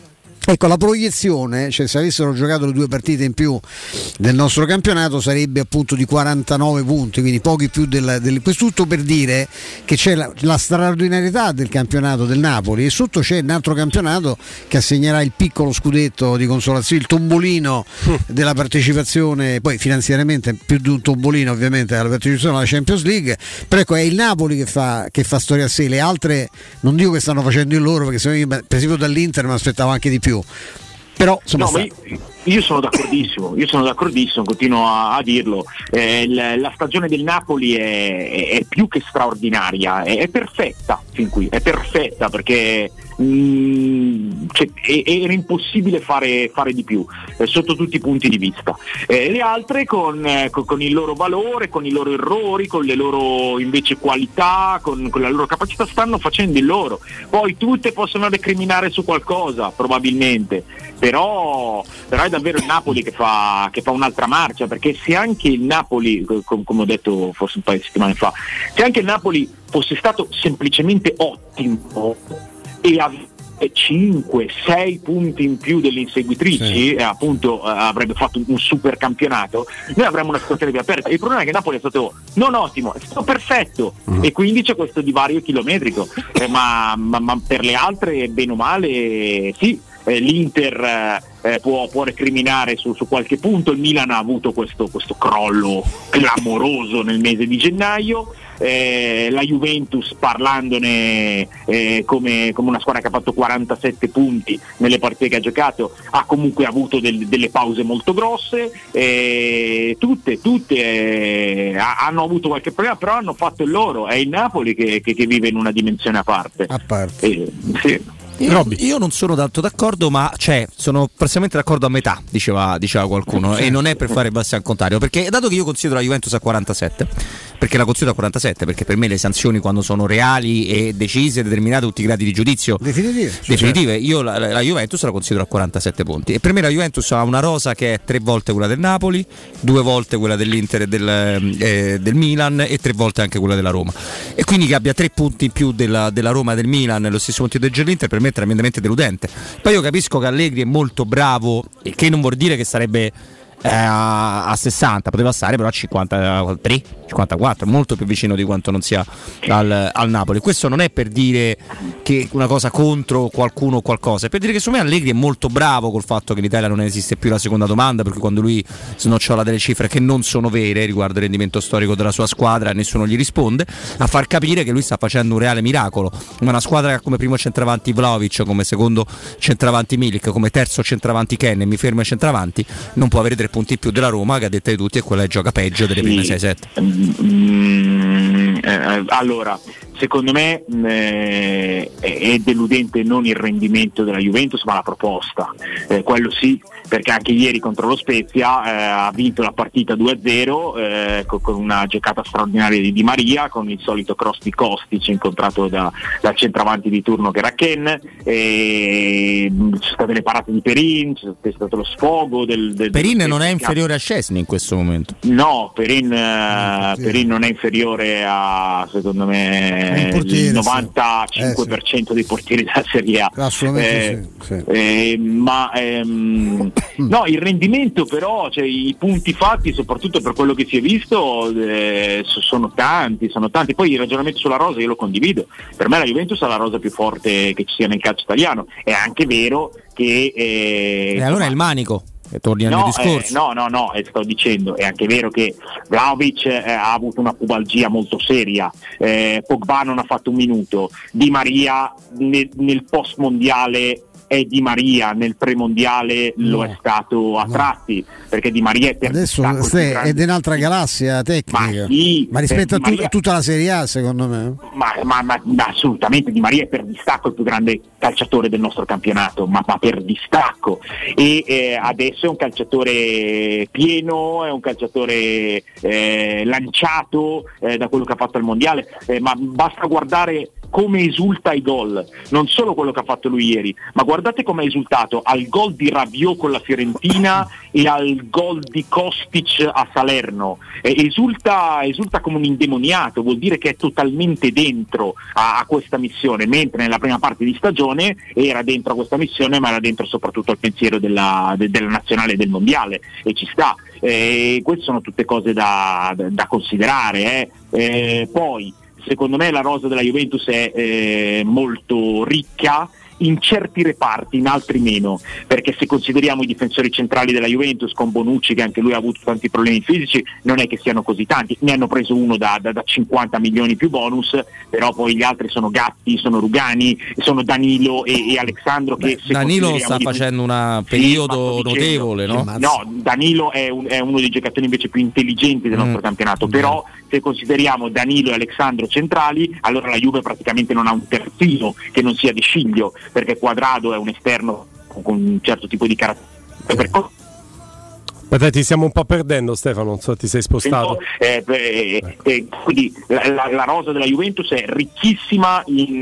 Ecco, la proiezione, cioè se avessero giocato le 2 partite in più del nostro campionato sarebbe appunto di 49 punti, quindi pochi più quest'utto per dire che c'è la straordinarietà del campionato del Napoli, e sotto c'è un altro campionato che assegnerà il piccolo scudetto di consolazione, il tombolino della partecipazione, poi finanziariamente più di un tombolino ovviamente alla partecipazione alla Champions League, però ecco, è il Napoli che fa storia a sé, le altre non dico che stanno facendo il loro, perché se io, per esempio dall'Inter mi aspettavo anche di più. Però insomma, io sono d'accordissimo, continuo a dirlo. La stagione del Napoli è più che straordinaria, è perfetta fin qui, è perfetta perché era impossibile fare di più sotto tutti i punti di vista. Le altre con il loro valore, con i loro errori, con le loro invece qualità, con la loro capacità, stanno facendo il loro. Poi tutte possono recriminare su qualcosa probabilmente, però è davvero il Napoli che fa un'altra marcia, perché se anche il Napoli, come ho detto forse un paio di settimane fa, se anche il Napoli fosse stato semplicemente ottimo e 5-6 punti in più delle inseguitrici, sì, appunto avrebbe fatto un super campionato, noi avremmo una situazione più aperta. Il problema è che Napoli è stato non ottimo, è stato perfetto, e quindi c'è questo divario chilometrico, ma per le altre bene o male sì, l'Inter può recriminare su qualche punto, il Milan ha avuto questo crollo clamoroso nel mese di gennaio, la Juventus, parlandone come una squadra che ha fatto 47 punti nelle partite che ha giocato, ha comunque avuto delle pause molto grosse, tutte hanno avuto qualche problema, però hanno fatto il loro. È il Napoli che vive in una dimensione a parte. Sì. Io non sono tanto d'accordo, ma sono parzialmente d'accordo a metà, diceva qualcuno, e non è per fare bassi al contrario, perché dato che io considero la Juventus a 47, perché la considero a 47, perché per me le sanzioni quando sono reali e decise, determinate tutti i gradi di giudizio definitive, io la Juventus la considero a 47 punti, e per me la Juventus ha una rosa che è 3 volte quella del Napoli, 2 volte quella dell'Inter e del Milan, e 3 volte anche quella della Roma, e quindi che abbia 3 punti in più della Roma e del Milan e lo stesso punti dell'Inter per me è tremendamente deludente. Poi io capisco che Allegri è molto bravo, e che non vuol dire che sarebbe a 60, poteva stare però a 53, 54, molto più vicino di quanto non sia al Napoli. Questo non è per dire che una cosa contro qualcuno o qualcosa, è per dire che secondo me Allegri è molto bravo col fatto che in Italia non esiste più la seconda domanda, perché quando lui snocciola delle cifre che non sono vere riguardo il rendimento storico della sua squadra, nessuno gli risponde, a far capire che lui sta facendo un reale miracolo. Ma una squadra che ha come primo centravanti Vlahovic, come secondo centravanti Milik, come terzo centravanti Ken, e mi fermo ai centravanti, non può avere 3 punti in più della Roma, che a detta di tutti è quella che gioca peggio delle prime 6-7. Allora, secondo me è deludente non il rendimento della Juventus, ma la proposta, quello sì, perché anche ieri contro lo Spezia ha vinto la partita 2-0 con una giocata straordinaria di Di Maria, con il solito cross di Kostic incontrato dal centravanti di turno che era Ken, ci sono state le parate di Perin, c'è stato lo sfogo del Perin non è inferiore a Szczesny in questo momento. No, Perin non è inferiore a, secondo me, il 95% dei portieri della Serie A. Assolutamente sì. No, il rendimento però, cioè i punti fatti, soprattutto per quello che si è visto, sono tanti. Poi il ragionamento sulla rosa io lo condivido. Per me la Juventus ha la rosa più forte che ci sia nel calcio italiano. È anche vero che allora è il manico. Torni al mio discorso. No, sto dicendo, è anche vero che Vlahovic ha avuto una pubalgia molto seria, Pogba non ha fatto un minuto, Di Maria nel post mondiale è Di Maria, nel premondiale lo è stato a tratti, perché Di Maria è per adesso è di un'altra galassia tecnica, ma rispetto a tutta la Serie A secondo me, ma assolutamente Di Maria è per distacco il più grande calciatore del nostro campionato, ma per distacco, e adesso è un calciatore pieno, è un calciatore lanciato da quello che ha fatto al mondiale, ma basta guardare come esulta ai gol, non solo quello che ha fatto lui ieri, ma guardate come ha esultato al gol di Rabiot con la Fiorentina e al gol di Kostic a Salerno. Esulta come un indemoniato, vuol dire che è totalmente dentro a questa missione, mentre nella prima parte di stagione era dentro a questa missione, ma era dentro soprattutto al pensiero della nazionale e del mondiale, e ci sta. Queste sono tutte cose da considerare. Poi secondo me la rosa della Juventus è molto ricca in certi reparti, in altri meno, perché se consideriamo i difensori centrali della Juventus, con Bonucci che anche lui ha avuto tanti problemi fisici, non è che siano così tanti, ne hanno preso uno da 50 milioni più bonus, però poi gli altri sono Gatti, sono Rugani, sono Danilo e Alexandro. Che Danilo sta facendo un periodo notevole, no? No, Danilo è uno dei giocatori invece più intelligenti del nostro campionato, però se consideriamo Danilo e Alexandro centrali, allora la Juve praticamente non ha un terzino che non sia Di Sciglio, perché Quadrado è un esterno con un certo tipo di carattere. Aspetta, ti stiamo un po' perdendo, Stefano, non so, ti sei spostato. Quindi la rosa della Juventus è ricchissima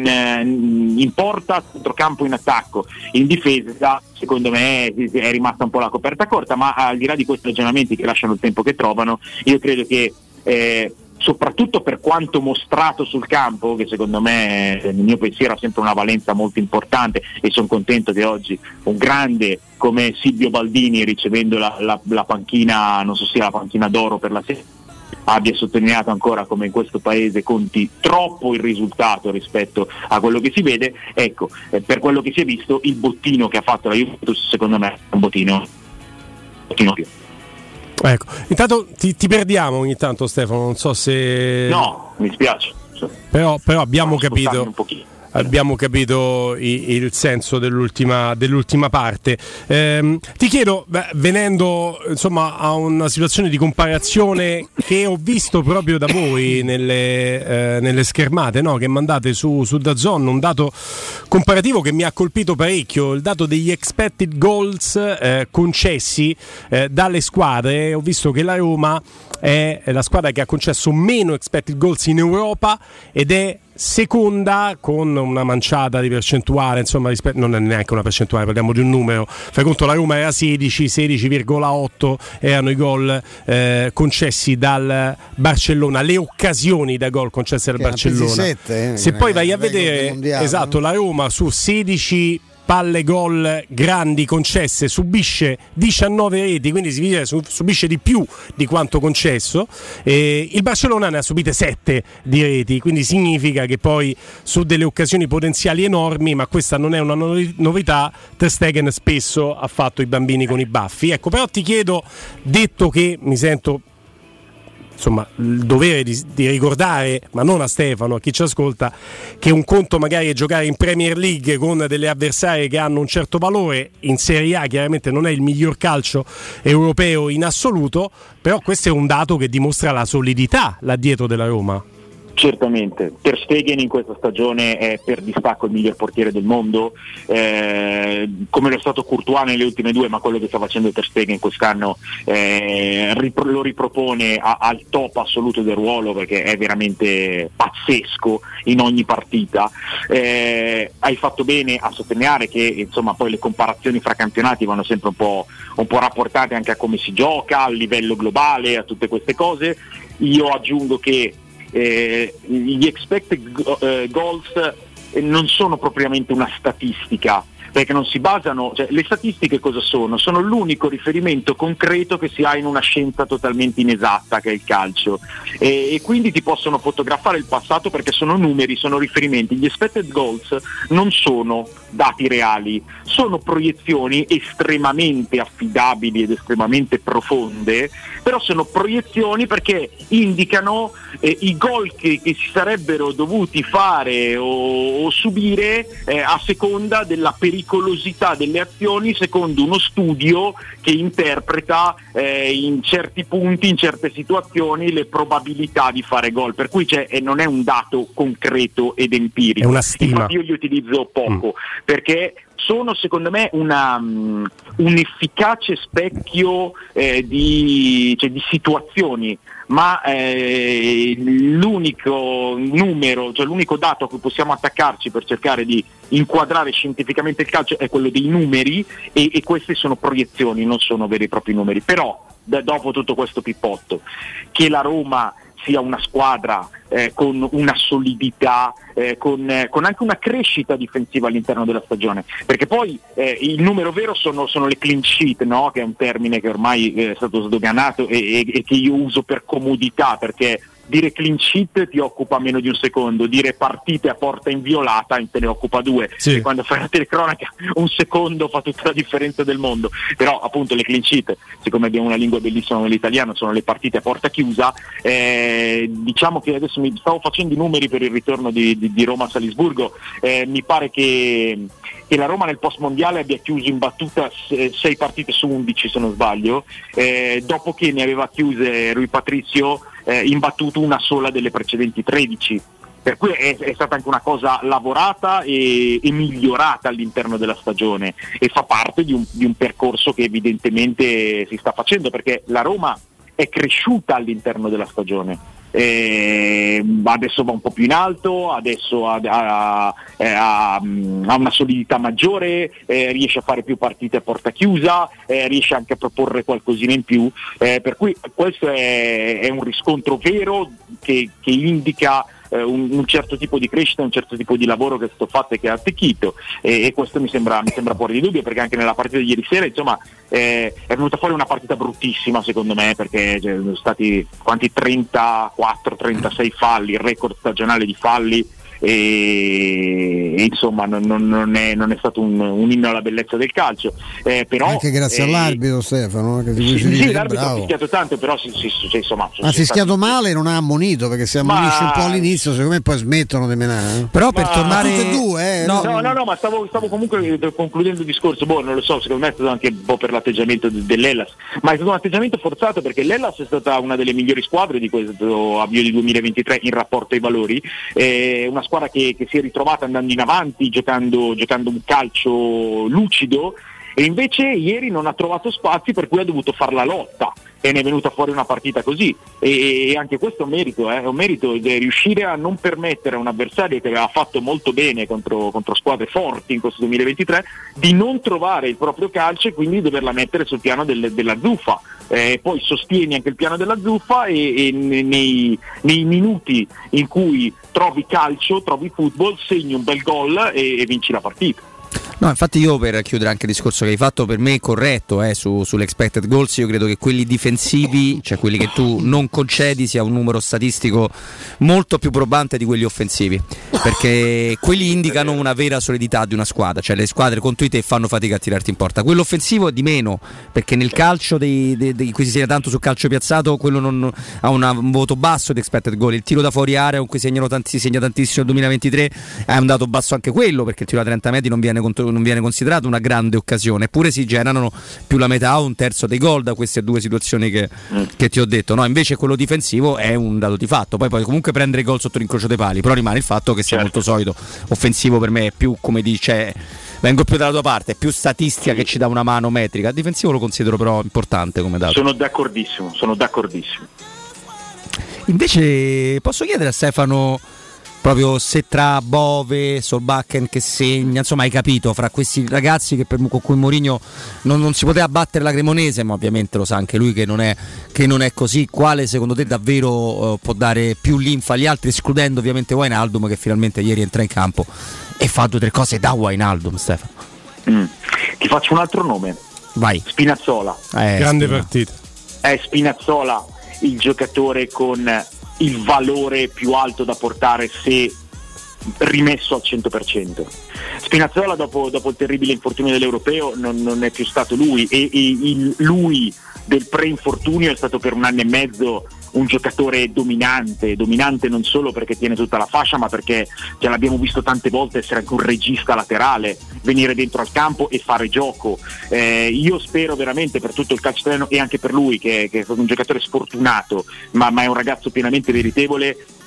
in porta, centrocampo, in attacco. In difesa secondo me è rimasta un po' la coperta corta, ma al di là di questi ragionamenti che lasciano il tempo che trovano, io credo che soprattutto per quanto mostrato sul campo, che secondo me nel mio pensiero ha sempre una valenza molto importante, e sono contento che oggi un grande come Silvio Baldini, ricevendo la panchina, non so se sia la panchina d'oro per la serie, abbia sottolineato ancora come in questo paese conti troppo il risultato rispetto a quello che si vede. Ecco, per quello che si è visto, il bottino che ha fatto la Juventus secondo me è un bottino più. Ecco, intanto ti perdiamo ogni tanto, Stefano, non so se... No, mi spiace. Però abbiamo capito il senso dell'ultima parte. Ti chiedo, venendo insomma a una situazione di comparazione che ho visto proprio da voi nelle schermate, no? Che mandate su DAZN, un dato comparativo che mi ha colpito parecchio, il dato degli expected goals concessi dalle squadre. Ho visto che la Roma è la squadra che ha concesso meno expected goals in Europa ed è seconda con una manciata di percentuale, insomma non è neanche una percentuale, parliamo di un numero. Fai conto, la Roma era 16,8 erano i gol concessi dal Barcellona, le occasioni da gol concesse dal Barcellona. 7, se poi vai a vedere mondiale, esatto, la Roma su 16 palle gol grandi concesse subisce 19 reti, quindi subisce di più di quanto concesso. Il Barcellona ne ha subite 7 di reti, quindi significa che poi su delle occasioni potenziali enormi, ma questa non è una novità, Ter Stegen spesso ha fatto i bambini con i baffi. Ecco, però ti chiedo, detto che mi sento insomma il dovere di ricordare, ma non a Stefano, a chi ci ascolta, che un conto magari è giocare in Premier League con delle avversarie che hanno un certo valore, in Serie A chiaramente non è il miglior calcio europeo in assoluto, però questo è un dato che dimostra la solidità là dietro della Roma. Certamente, Ter Stegen in questa stagione è per distacco il miglior portiere del mondo, come lo è stato Courtois nelle ultime due, ma quello che sta facendo Ter Stegen quest'anno lo ripropone al top assoluto del ruolo, perché è veramente pazzesco in ogni partita. Hai fatto bene a sottolineare che insomma poi le comparazioni fra campionati vanno sempre un po' rapportate anche a come si gioca, al livello globale, a tutte queste cose. Io aggiungo che gli expected goals non sono propriamente una statistica, perché non si basano, cioè, le statistiche cosa sono? Sono l'unico riferimento concreto che si ha in una scienza totalmente inesatta che è il calcio, e quindi ti possono fotografare il passato perché sono numeri, sono riferimenti. Gli expected goals non sono dati reali, sono proiezioni estremamente affidabili ed estremamente profonde, però sono proiezioni perché indicano i gol che si sarebbero dovuti fare o subire a seconda della pericolosità delle azioni, secondo uno studio che interpreta in certi punti, in certe situazioni, le probabilità di fare gol, per cui non è un dato concreto ed empirico. È una stima. Infatti io li utilizzo poco perché sono secondo me un efficace specchio di situazioni, ma l'unico numero, cioè l'unico dato a cui possiamo attaccarci per cercare di inquadrare scientificamente il calcio è quello dei numeri, e queste sono proiezioni, non sono veri e propri numeri. Però dopo tutto questo pippotto, che la Roma sia una squadra con una solidità, con anche una crescita difensiva all'interno della stagione, perché poi il numero vero sono le clean sheet, no? Che è un termine che ormai è stato sdoganato e che io uso per comodità, perché dire clean sheet ti occupa meno di un secondo, dire partite a porta inviolata te ne occupa 2, sì. E quando fai la telecronaca un secondo fa tutta la differenza del mondo. Però appunto le clean sheet, siccome abbiamo una lingua bellissima nell'italiano, sono le partite a porta chiusa. Diciamo che adesso mi stavo facendo i numeri per il ritorno di Roma a Salisburgo, mi pare che la Roma nel post mondiale abbia chiuso in battuta 6 partite su 11 se non sbaglio, dopo che ne aveva chiuse Rui Patricio imbattuto una sola delle precedenti 13, per cui è stata anche una cosa lavorata e migliorata all'interno della stagione, e fa parte di un percorso che evidentemente si sta facendo, perché la Roma è cresciuta all'interno della stagione. Adesso va un po' più in alto, adesso ha una solidità maggiore, riesce a fare più partite a porta chiusa, riesce anche a proporre qualcosina in più, per cui questo è un riscontro vero che indica un certo tipo di crescita, un certo tipo di lavoro che è stato fatto e che ha attecchito, e questo mi sembra fuori di dubbio, perché anche nella partita di ieri sera insomma è venuta fuori una partita bruttissima secondo me, perché sono stati 36 falli, il record stagionale di falli, e insomma non è stato un inno alla bellezza del calcio, però anche grazie all'arbitro Stefano, che sì, l'arbitro ha fischiato tanto, però insomma ha fischiato male, non ha ammonito, perché se ammonisce un po' all'inizio secondo me poi smettono di menare, però per tornare tutte e due no, ma stavo comunque concludendo il discorso. Non lo so, secondo me è stato anche un po' per l'atteggiamento dell'Hellas, ma è stato un atteggiamento forzato, perché l'Hellas è stata una delle migliori squadre di questo avvio di 2023 in rapporto ai valori, una squadra che si è ritrovata andando in avanti, giocando un calcio lucido, e invece ieri non ha trovato spazi, per cui ha dovuto far la lotta, e ne è venuta fuori una partita così, e anche questo è un merito di riuscire a non permettere a un avversario che aveva fatto molto bene contro squadre forti in questo 2023 di non trovare il proprio calcio, e quindi doverla mettere sul piano della zuffa. Poi sostieni anche il piano della zuffa, e nei minuti in cui trovi calcio, trovi football, segni un bel gol e vinci la partita. No, infatti io, per chiudere anche il discorso che hai fatto, per me è corretto sull'expected goals. Io credo che quelli difensivi, cioè quelli che tu non concedi, sia un numero statistico molto più probante di quelli offensivi, perché quelli indicano una vera solidità di una squadra, cioè le squadre contro di te fanno fatica a tirarti in porta. Quello offensivo di meno, perché nel calcio di cui si segna tanto sul calcio piazzato, quello non ha un voto basso di expected goal. Il tiro da fuori area, con cui si segna tantissimo nel 2023, è un dato basso anche quello, perché il tiro da 30 metri non viene considerato una grande occasione, eppure si generano più la metà o un terzo dei gol da queste due situazioni che ti ho detto, no? Invece quello difensivo è un dato di fatto, poi comunque prendere gol sotto l'incrocio dei pali, però rimane il fatto che sia molto solido. Offensivo per me è più, come dice, vengo più dalla tua parte, è più statistica che ci dà una mano metrica. Difensivo lo considero però importante come dato. Sono d'accordissimo. Invece posso chiedere a Stefano, proprio se tra Bove, Solbakken che segna, insomma hai capito, fra questi ragazzi con cui Mourinho non si poteva battere la Cremonese, ma ovviamente lo sa anche lui che non è così, quale secondo te davvero può dare più linfa agli altri, escludendo ovviamente Wijnaldum, che finalmente ieri entra in campo e fa 2 o 3 cose da Wijnaldum? Stefano, ti faccio un altro nome. Vai. Spinazzola. Grande partita. È Spinazzola il giocatore con il valore più alto da portare se rimesso al 100%. Spinazzola dopo il terribile infortunio dell'Europeo non è più stato lui, e lui del pre-infortunio è stato per 1 anno e mezzo un giocatore dominante non solo perché tiene tutta la fascia, ma perché l'abbiamo visto tante volte essere anche un regista laterale, venire dentro al campo e fare gioco. Io spero veramente per tutto il calcio italiano, e anche per lui che è stato un giocatore sfortunato, ma è un ragazzo pienamente meritevole,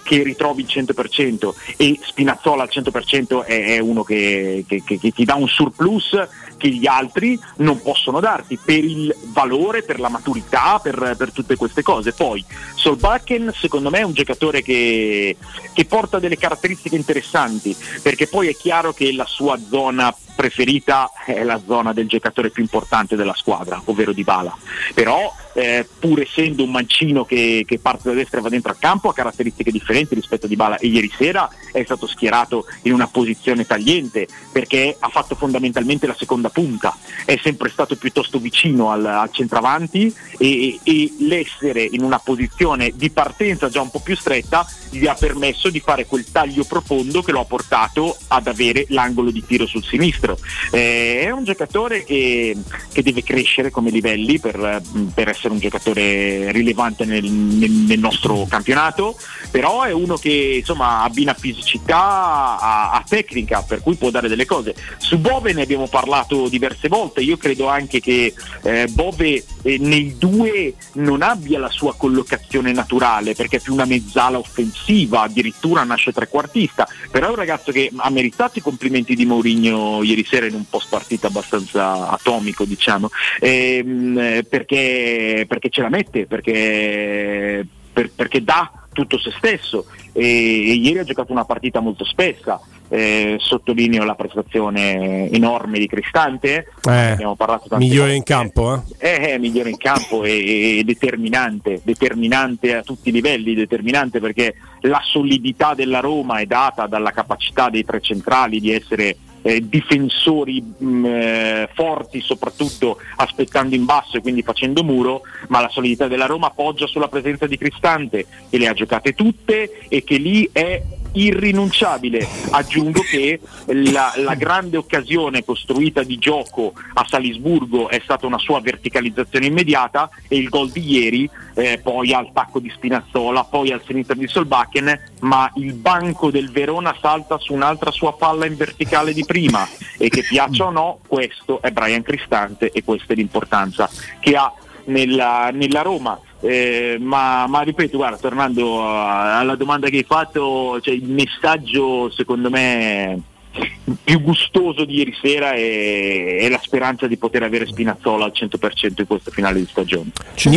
che ritrovi il 100%, e Spinazzola al 100% è uno che ti dà un surplus che gli altri non possono darti, per il valore, per la maturità, per tutte queste cose. Poi Solbakken secondo me è un giocatore che porta delle caratteristiche interessanti, perché poi è chiaro che la sua zona preferita è la zona del giocatore più importante della squadra, ovvero Dybala, però pur essendo un mancino che parte da destra e va dentro al campo, ha caratteristiche differenti rispetto a Dybala, e ieri sera è stato schierato in una posizione tagliente, perché ha fatto fondamentalmente la seconda punta, è sempre stato piuttosto vicino al centravanti, e l'essere in una posizione di partenza già un po' più stretta gli ha permesso di fare quel taglio profondo che lo ha portato ad avere l'angolo di tiro sul sinistro. È un giocatore che deve crescere come livelli per essere un giocatore rilevante nel nostro campionato, però è uno che insomma abbina fisicità a tecnica, per cui può dare delle cose. Su Bove ne abbiamo parlato diverse volte, io credo anche che Bove nei due non abbia la sua collocazione naturale, perché è più una mezzala offensiva, addirittura nasce trequartista, però è un ragazzo che ha meritato i complimenti di Mourinho ieri sera in un post partita abbastanza atomico, diciamo, perché ce la mette, perché dà tutto se stesso, e ieri ha giocato una partita molto spessa. Sottolineo la prestazione enorme di Cristante, abbiamo parlato tante migliore volte. In campo Migliore in campo e determinante a tutti i livelli, determinante perché la solidità della Roma è data dalla capacità dei tre centrali di essere difensori forti, soprattutto aspettando in basso e quindi facendo muro, ma la solidità della Roma poggia sulla presenza di Cristante, che le ha giocate tutte e che lì è irrinunciabile. Aggiungo che la grande occasione costruita di gioco a Salisburgo è stata una sua verticalizzazione immediata, e il gol di ieri poi al tacco di Spinazzola, poi al sinistro di Solbakken, ma il banco del Verona salta su un'altra sua palla in verticale di prima, e che piaccia o no, questo è Bryan Cristante e questa è l'importanza che ha nella Roma. Ma ripeto, guarda, tornando alla domanda che hai fatto, cioè il messaggio secondo me più gustoso di ieri sera è la speranza di poter avere Spinazzola al 100% in questo finale di stagione.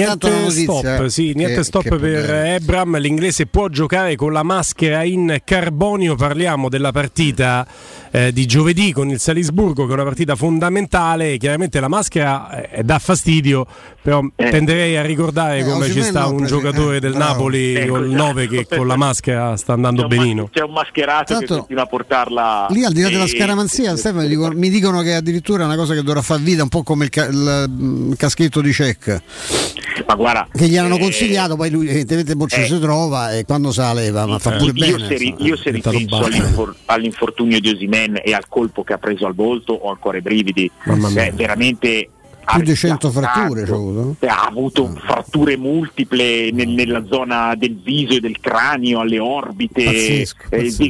Niente stop per Ebram, l'inglese può giocare con la maschera in carbonio. Parliamo della partita di giovedì con il Salisburgo, che è una partita fondamentale. Chiaramente la maschera dà fastidio, però tenderei a ricordare come ci sta un giocatore del Napoli con il 9 che con la maschera sta andando benino. C'è un mascherato che continua a portarla lì, al di là della scaramanzia, Stefano, mi dicono che addirittura è una cosa che dovrà far vita, un po' come il caschetto di Cech, ma guarda, che gli hanno consigliato, poi lui evidentemente si trova e quando se la leva, ma fa pure bene. Io se ripenso all'infortunio di Osimhen e al colpo che ha preso al volto, ho ancora i brividi. Veramente più di 100 fratture ha avuto fratture multiple nella zona del viso e del cranio, alle orbite. Pazzesco.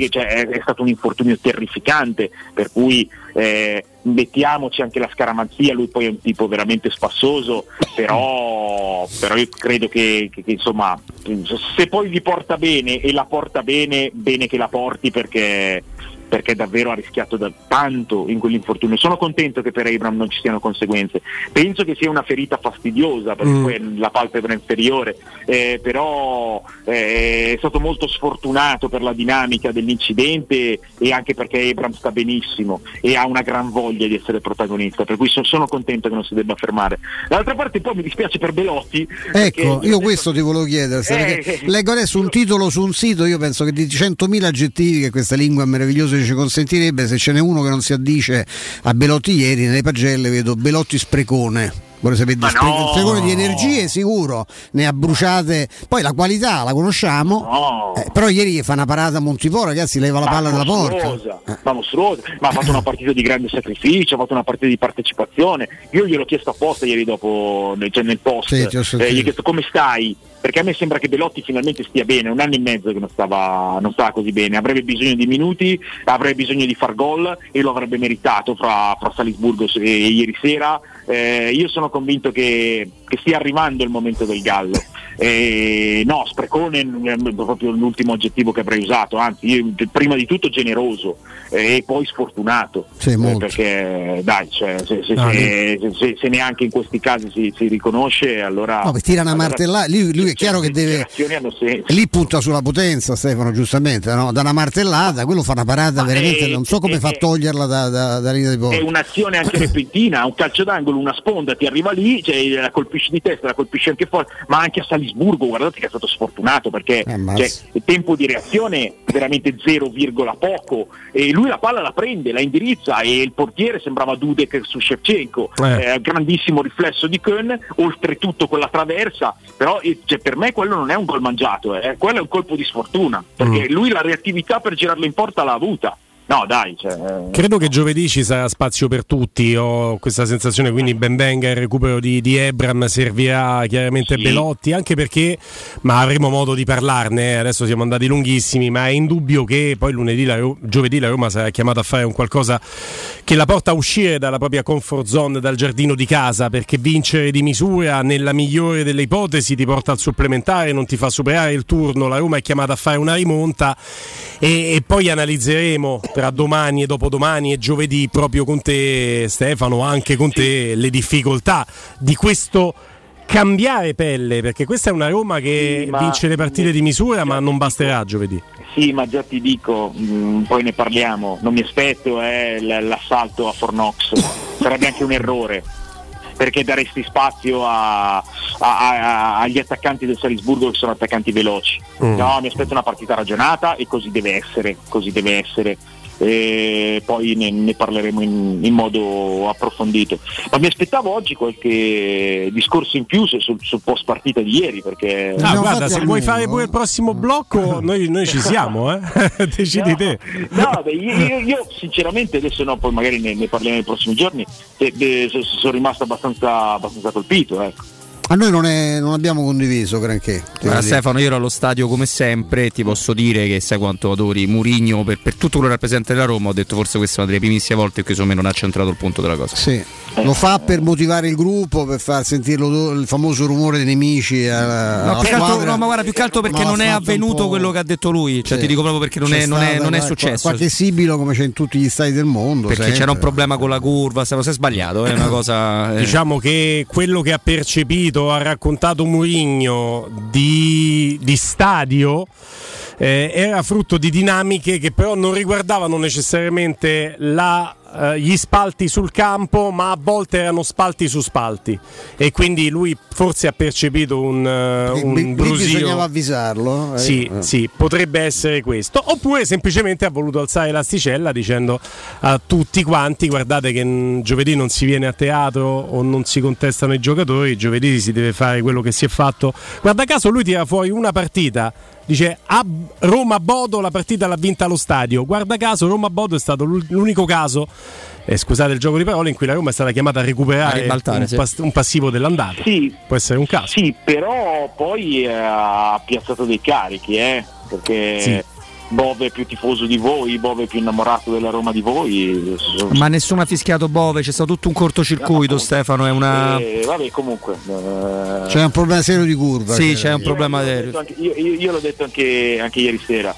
È stato un infortunio terrificante, per cui mettiamoci anche la scaramanzia, lui poi è un tipo veramente spassoso, però io credo che insomma, se poi gli porta bene e la porta bene che la porti, perché davvero ha rischiato tanto in quell'infortunio. Sono contento che per Abraham non ci siano conseguenze, penso che sia una ferita fastidiosa perché poi è la palpebra inferiore, però è stato molto sfortunato per la dinamica dell'incidente, e anche perché Abraham sta benissimo e ha una gran voglia di essere protagonista, per cui sono contento che non si debba fermare. Dall'altra parte poi mi dispiace per Belotti, ecco, io questo ti volevo chiedere, perché leggo adesso un titolo su un sito, io penso che di 100.000 aggettivi che questa lingua meravigliosa ci consentirebbe, se ce n'è uno che non si addice a Belotti, ieri nelle pagelle vedo Belotti sprecone. Vorrei sapere sprecone di energie, sicuro ne ha bruciate, poi la qualità la conosciamo, però ieri fa una parata a Montipò, ragazzi, leva la palla dalla porta, ma mostruosa, ma ha fatto una partita di grande sacrificio, ha fatto una partita di partecipazione. Io gliel'ho chiesto apposta ieri dopo, cioè nel post, gli ho chiesto come stai, perché a me sembra che Belotti finalmente stia bene, 1 anno e mezzo che non stava così bene, avrebbe bisogno di minuti, avrebbe bisogno di far gol e lo avrebbe meritato fra Salisburgo e ieri sera. Io sono convinto che che stia arrivando il momento del gallo. No, sprecone è proprio l'ultimo aggettivo che avrei usato, anzi io, prima di tutto generoso e poi sfortunato, perché dai, cioè, se neanche in questi casi si riconosce, allora no, tira una martellata, lui è chiaro che deve, lì punta sulla potenza, Stefano, giustamente, no? Da una martellata quello fa una parata veramente, non so come fa a toglierla da linea di porta. È un'azione anche repentina, un calcio d'angolo, una sponda ti arriva lì, cioè, la colpisci di testa, la colpisci anche fuori, ma anche a Salisburgo guardate che è stato sfortunato, perché il tempo di reazione veramente 0, poco, e lui la palla la prende, la indirizza e il portiere sembrava Dudek su Shevchenko, grandissimo riflesso di Keun, oltretutto quella traversa, però cioè, per me quello non è un gol mangiato, quello è un colpo di sfortuna, perché lui la reattività per girarlo in porta l'ha avuta. No dai, credo che giovedì ci sarà spazio per tutti, ho questa sensazione, quindi ben venga il recupero di Ebram, servirà chiaramente Belotti, anche perché, ma avremo modo di parlarne, adesso siamo andati lunghissimi, ma è indubbio che poi giovedì la Roma sarà chiamata a fare un qualcosa che la porta a uscire dalla propria comfort zone, dal giardino di casa, perché vincere di misura nella migliore delle ipotesi ti porta al supplementare, non ti fa superare il turno, la Roma è chiamata a fare una rimonta e poi analizzeremo tra domani e dopodomani e giovedì proprio con te, Stefano, anche con te, le difficoltà di questo cambiare pelle, perché questa è una Roma che vince le partite di misura, ma non basterà giovedì. Sì, ma già ti dico, poi ne parliamo, non mi aspetto l'assalto a Fornox, sarebbe anche un errore, perché daresti spazio agli attaccanti del Salisburgo che sono attaccanti veloci. No, mi aspetto una partita ragionata e così deve essere. E poi ne parleremo in modo approfondito, ma mi aspettavo oggi qualche discorso in più sul post partita di ieri, perché guarda, se vuoi fare pure il prossimo blocco noi ci siamo, decidi te. No, io sinceramente adesso no, poi magari ne parliamo nei prossimi giorni, sono rimasto abbastanza colpito, ecco. A noi non abbiamo condiviso granché. Stefano, io ero allo stadio come sempre, ti posso dire che sai quanto adori Mourinho per tutto quello che rappresenta la Roma. Ho detto forse questa è una delle primissime volte in cui non ha centrato il punto della cosa. Sì, lo fa per motivare il gruppo, per far sentire il famoso rumore dei nemici alla squadra. No, ma guarda, più che altro perché non è avvenuto quello che ha detto lui, cioè ti dico proprio perché non è successo. Qualche sibilo come c'è in tutti gli stadi del mondo. Perché sempre c'era un problema con la curva, si è sbagliato, è una cosa. Diciamo che quello che ha percepito, ha raccontato Mourinho di stadio, era frutto di dinamiche che però non riguardavano necessariamente gli spalti sul campo, ma a volte erano spalti su spalti, e quindi lui forse ha percepito un brusio. Bisognava avvisarlo. Sì, potrebbe essere questo, oppure semplicemente ha voluto alzare l'asticella dicendo a tutti quanti: guardate che giovedì non si viene a teatro o non si contestano i giocatori, giovedì si deve fare quello che si è fatto. Guarda caso lui tira fuori una partita, dice a Roma-Bodo la partita l'ha vinta allo stadio. Guarda caso Roma-Bodo è stato l'unico caso, scusate il gioco di parole, in cui la Roma è stata chiamata a recuperare un passivo dell'andata. Sì, può essere un caso. Sì, però poi ha piazzato dei carichi, perché Bove è più tifoso di voi, Bove è più innamorato della Roma di voi. Ma nessuno ha fischiato Bove, c'è stato tutto un cortocircuito, Stefano, è una. Vabbè, comunque. C'è un problema serio di curva. Sì, c'è un problema serio. Io l'ho detto anche ieri sera.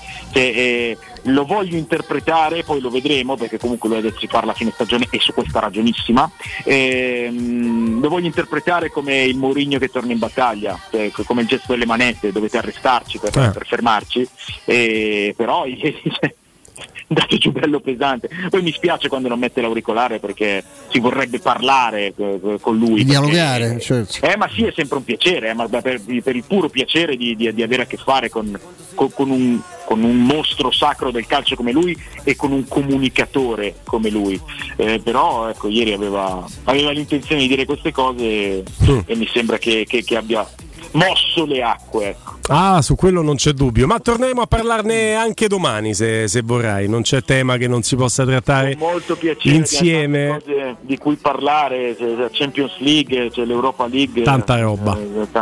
Lo voglio interpretare, poi lo vedremo, perché comunque lui ha detto si parla a fine stagione e su questa ragionissima. Lo voglio interpretare come il Mourinho che torna in battaglia, come il gesto delle manette, dovete arrestarci per fermarci, però dato giù bello pesante. Poi mi spiace quando non mette l'auricolare, perché si vorrebbe parlare con lui, dialogare, certo. Ma sì, è sempre un piacere, ma per il puro piacere di avere a che fare con un mostro sacro del calcio come lui e con un comunicatore come lui, però ecco, ieri aveva l'intenzione di dire queste cose e mi sembra che abbia mosso le acque, ecco. Ah, su quello non c'è dubbio, ma torneremo a parlarne anche domani se vorrai, non c'è tema che non si possa trattare molto piacere insieme. Cose di cui parlare, c'è la Champions League, c'è l'Europa League, tanta roba.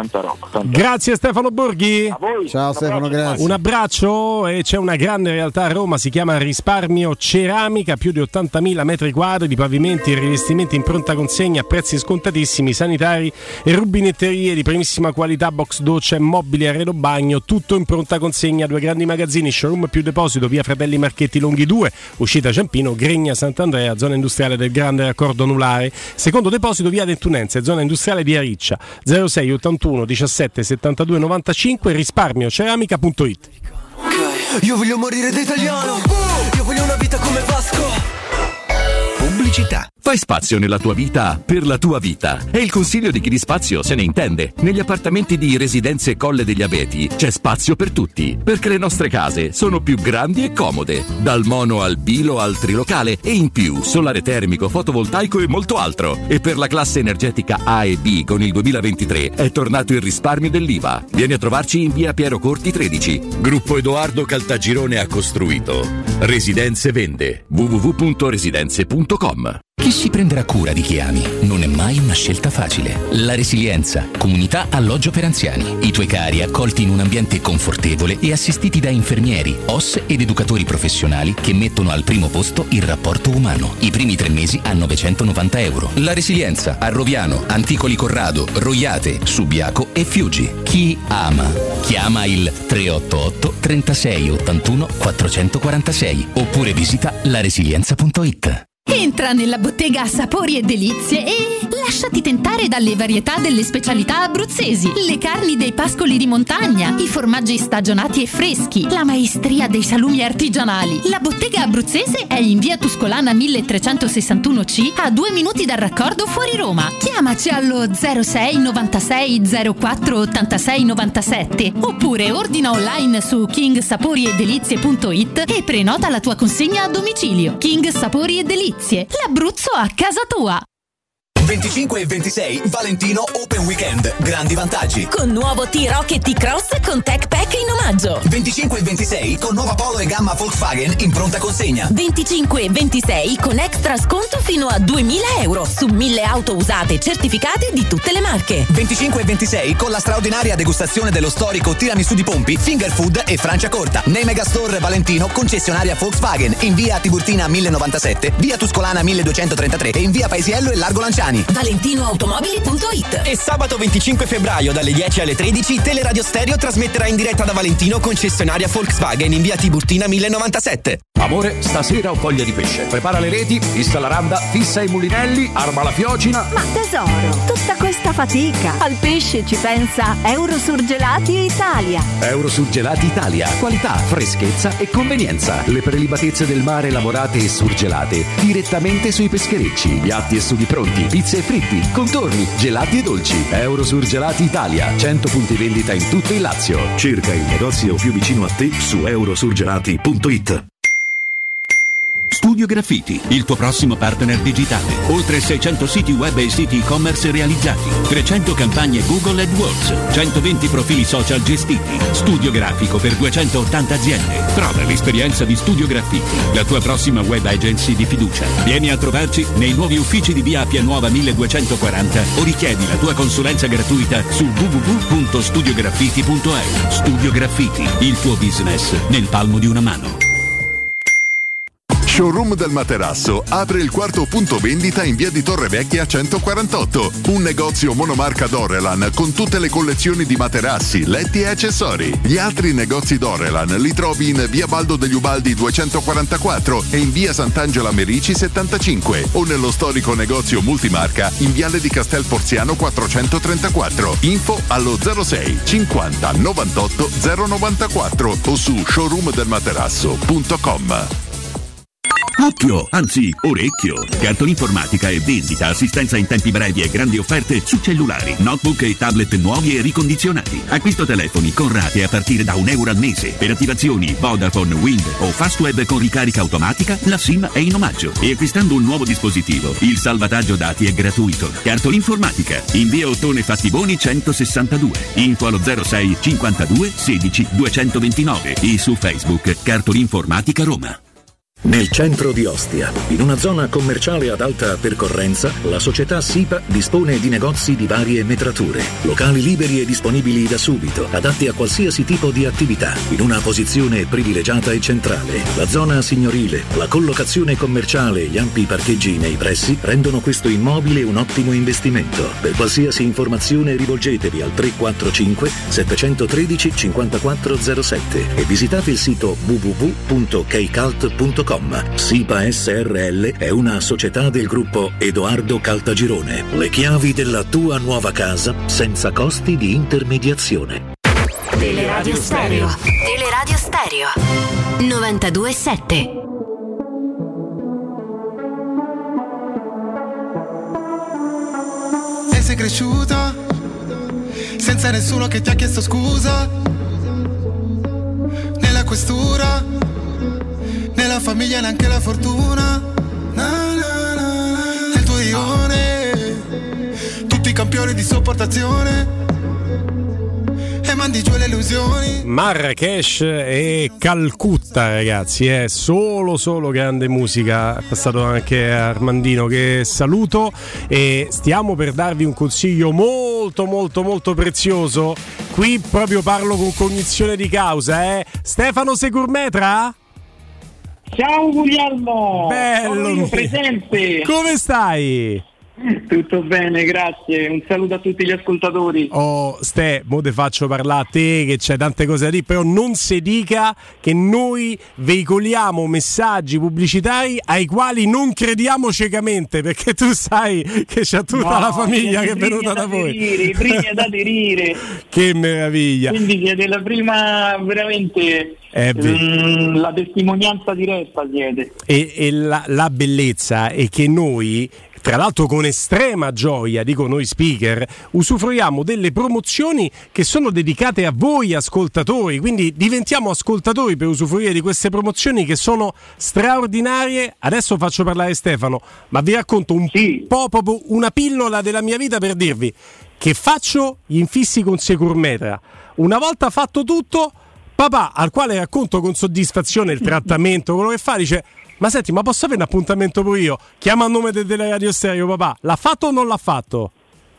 Grazie Stefano Borghi. A voi. Ciao Stefano, grazie. Un abbraccio. E c'è una grande realtà a Roma, si chiama Risparmio Ceramica, più di 80.000 metri quadri di pavimenti e rivestimenti in pronta consegna a prezzi scontatissimi, sanitari e rubinetterie di primissima qualità, box doccia e mobili arredo bagno, tutto in pronta consegna. 2 grandi magazzini, showroom più deposito, via Fratelli Marchetti Longhi 2, uscita Ciampino, Gregna Sant'Andrea, zona industriale del Grande Raccordo Anulare. Secondo deposito via Dentunense, zona industriale via Riccia. 06 81 17 72 95, risparmioceramica.it. Io voglio morire da italiano, io voglio una vita come Vasco. Pubblicità. Fai spazio nella tua vita per la tua vita. È il consiglio di chi di spazio se ne intende. Negli appartamenti di Residenze Colle degli Abeti c'è spazio per tutti, perché le nostre case sono più grandi e comode, dal mono al bilo al trilocale, e in più solare termico, fotovoltaico e molto altro. E per la classe energetica A e B con il 2023 è tornato il risparmio dell'IVA. Vieni a trovarci in via Piero Corti 13. Gruppo Edoardo Caltagirone ha costruito. Residenze vende. www.residenze.com. Chi si prenderà cura di chi ami non è mai una scelta facile. La Resilienza, comunità alloggio per anziani. I tuoi cari accolti in un ambiente confortevole e assistiti da infermieri, OS ed educatori professionali che mettono al primo posto il rapporto umano. I primi 3 mesi a €990. La Resilienza a Roviano, Anticoli Corrado, Roiate, Subiaco e Fiuggi. Chi ama? Chiama il 388 36 81 446 oppure visita laresilienza.it. Entra nella bottega Sapori e Delizie e lasciati tentare dalle varietà delle specialità abruzzesi, le carni dei pascoli di montagna, i formaggi stagionati e freschi, la maestria dei salumi artigianali. La bottega abruzzese è in via Tuscolana 1361C, a 2 minuti dal raccordo fuori Roma. Chiamaci allo 06 96 04 86 97 oppure ordina online su kingsaporiedelizie.it e prenota la tua consegna a domicilio. King Sapori e Delizie, l'Abruzzo a casa tua. 25 e 26 Valentino Open Weekend, grandi vantaggi. Con nuovo T-Rock e T-Cross con Tech Pack in omaggio. 25 e 26 con nuova Polo e gamma Volkswagen in pronta consegna. 25 e 26 con extra sconto fino a €2.000 su 1.000 auto usate certificate di tutte le marche. 25 e 26 con la straordinaria degustazione dello storico tiramisù di Pompi, Finger Food e Franciacorta. Nei Megastore Valentino, concessionaria Volkswagen, in via Tiburtina 1097, via Tuscolana 1233 e in via Paesiello e Largo Lanciani. ValentinoAutomobili.it. E sabato 25 febbraio dalle 10 alle 13 Teleradio Stereo trasmetterà in diretta da Valentino, concessionaria Volkswagen in via Tiburtina 1097. Amore, stasera ho voglia di pesce. Prepara le reti, fissa la randa, fissa i mulinelli, arma la fiocina. Ma tesoro, tutta questa fatica. Al pesce ci pensa Eurosurgelati Italia. Eurosurgelati Italia. Qualità, freschezza e convenienza. Le prelibatezze del mare lavorate e surgelate direttamente sui pescherecci. Piatti e sughi pronti, pizze e fritti, contorni, gelati e dolci. Eurosurgelati Italia. 100 punti vendita in tutto il Lazio. Cerca il negozio più vicino a te su eurosurgelati.it. Studio Graffiti, il tuo prossimo partner digitale. Oltre 600 siti web e siti e-commerce realizzati, 300 campagne Google AdWords, 120 profili social gestiti, studio grafico per 280 aziende. Prova l'esperienza di Studio Graffiti, la tua prossima web agency di fiducia. Vieni a trovarci nei nuovi uffici di via Appia Nuova 1240 o richiedi la tua consulenza gratuita su www.studiograffiti.eu. Studio Graffiti, il tuo business nel palmo di una mano. Showroom del Materasso apre il 4º punto vendita in via di Torrevecchia 148. Un negozio monomarca Dorelan con tutte le collezioni di materassi, letti e accessori. Gli altri negozi Dorelan li trovi in via Baldo degli Ubaldi 244 e in via Sant'Angela Merici 75 o nello storico negozio multimarca in viale di Castel Porziano 434. Info allo 06 50 98 094 o su showroomdelmaterasso.com. Occhio, anzi orecchio. Cartolinformatica e vendita, assistenza in tempi brevi e grandi offerte su cellulari, notebook e tablet nuovi e ricondizionati. Acquisto telefoni con rate a partire da €1 al mese. Per attivazioni Vodafone, Wind o Fastweb con ricarica automatica, la SIM è in omaggio. E acquistando un nuovo dispositivo, il salvataggio dati è gratuito. Cartolinformatica, in via Ottone Fattiboni 162. Info allo 06 52 16 229 e su Facebook Cartolinformatica Roma. Nel centro di Ostia, in una zona commerciale ad alta percorrenza, la società SIPA dispone di negozi di varie metrature, locali liberi e disponibili da subito, adatti a qualsiasi tipo di attività, in una posizione privilegiata e centrale. La zona signorile, la collocazione commerciale e gli ampi parcheggi nei pressi rendono questo immobile un ottimo investimento. Per qualsiasi informazione rivolgetevi al 345 713 5407 e visitate il sito www.keicalt.com. SIPA SRL è una società del gruppo Edoardo Caltagirone. Le chiavi della tua nuova casa senza costi di intermediazione. Teleradio Stereo. Teleradio Stereo 92.7. E sei cresciuta senza nessuno che ti ha chiesto scusa, nella questura, nella famiglia neanche la fortuna, nel tuo ione, tutti i campioni di sopportazione, e mandi giù le illusioni. Marrakesh e Calcutta, ragazzi, è solo grande musica. È passato anche Armandino, che saluto, e stiamo per darvi un consiglio molto prezioso. Qui proprio parlo con cognizione di causa, Stefano Segurmetra? Ciao Guglielmo, bello, sono io presente. Come stai? Tutto bene, grazie. Un saluto a tutti gli ascoltatori. Oh, Ste, mo te faccio parlare a te, che c'è tante cose da dire, però non si dica che noi veicoliamo messaggi pubblicitari ai quali non crediamo ciecamente, perché tu sai che c'è tutta la famiglia che è venuta da voi. I primi ad aderire. Che meraviglia. Quindi siete la prima, veramente... la testimonianza diretta siete. E la bellezza è che noi, tra l'altro con estrema gioia, dico noi speaker, usufruiamo delle promozioni che sono dedicate a voi ascoltatori, quindi diventiamo ascoltatori per usufruire di queste promozioni che sono straordinarie. Adesso faccio parlare Stefano, ma vi racconto un po', proprio una pillola della mia vita per dirvi che faccio gli infissi con Securmetra. Una volta fatto tutto, papà, al quale racconto con soddisfazione il trattamento, quello che fa, dice: ma senti, ma posso avere un appuntamento pure io? Chiama a nome del Teleradio Stereo, papà. L'ha fatto o non l'ha fatto?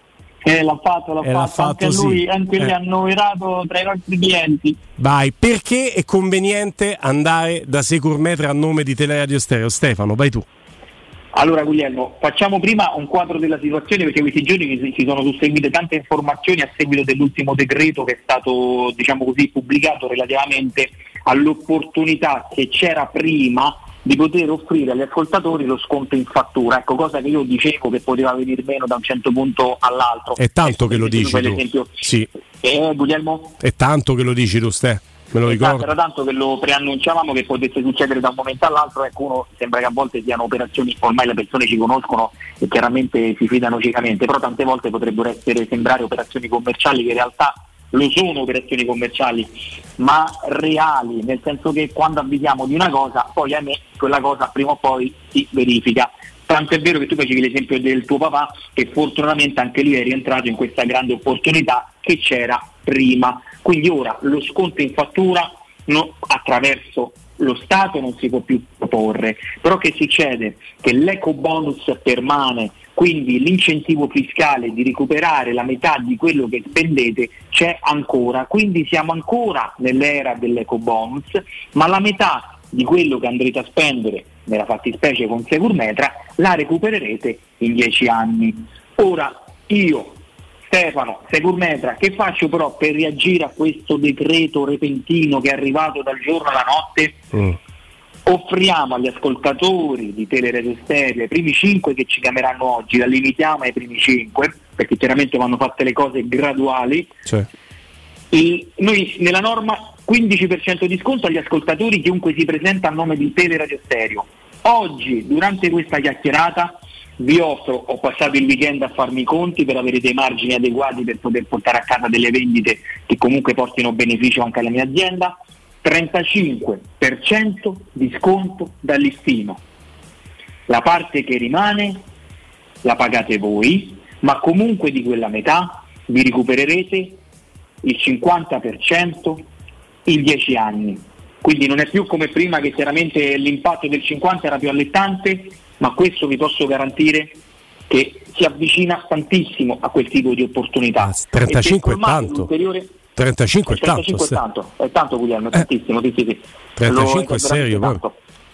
L'ha fatto. Anche lui, anche lui annoverato tra i nostri clienti. Vai, perché è conveniente andare da Securmetra a nome di Teleradio Stereo? Stefano, vai tu. Allora Guglielmo, facciamo prima un quadro della situazione, perché questi giorni ci sono susseguite tante informazioni a seguito dell'ultimo decreto che è stato, diciamo così, pubblicato relativamente all'opportunità che c'era prima di poter offrire agli ascoltatori lo sconto in fattura, ecco, cosa che io dicevo che poteva venir meno da un certo punto all'altro. È tanto che lo dici tu. Esempio, sì. Guglielmo? È tanto che lo dici tu, Ste. Me lo ricordo. Era tanto che lo preannunciavamo che potesse succedere da un momento all'altro. Ecco, uno sembra che a volte siano operazioni, ormai le persone ci conoscono e chiaramente si fidano ciecamente, però tante volte potrebbero sembrare operazioni commerciali, che in realtà lo sono operazioni commerciali, ma reali, nel senso che quando avvisiamo di una cosa, poi ahimè quella cosa prima o poi si verifica. Tanto è vero che tu facevi l'esempio del tuo papà, che fortunatamente anche lui è rientrato in questa grande opportunità che c'era prima. Quindi ora lo sconto in fattura attraverso lo Stato non si può più proporre. Però che succede? Che l'eco bonus permane, quindi l'incentivo fiscale di recuperare la metà di quello che spendete c'è ancora, quindi siamo ancora nell'era dell'eco bonus, ma la metà di quello che andrete a spendere, nella fattispecie con Securmetra, la recupererete in 10 anni. Ora io, Stefano, Securmetra, che faccio però per reagire a questo decreto repentino che è arrivato dal giorno alla notte? Offriamo agli ascoltatori di Teleradio Stereo, i primi 5 che ci chiameranno oggi, la limitiamo ai primi 5, perché chiaramente vanno fatte le cose graduali. Noi nella norma 15% di sconto agli ascoltatori chiunque si presenta a nome di Teleradio Stereo, Oggi, durante questa chiacchierata, vi offro, ho passato il weekend a farmi i conti per avere dei margini adeguati per poter portare a casa delle vendite che comunque portino beneficio anche alla mia azienda, 35% di sconto dal listino. La parte che rimane la pagate voi, ma comunque di quella metà vi recupererete il 50% in 10 anni. Quindi non è più come prima, che chiaramente l'impatto del 50 era più allettante, ma questo vi posso garantire che si avvicina tantissimo a quel tipo di opportunità. 35 è tanto. 35 è tanto. È tanto, Guglielmo, è tantissimo. Sì. 35 è serio.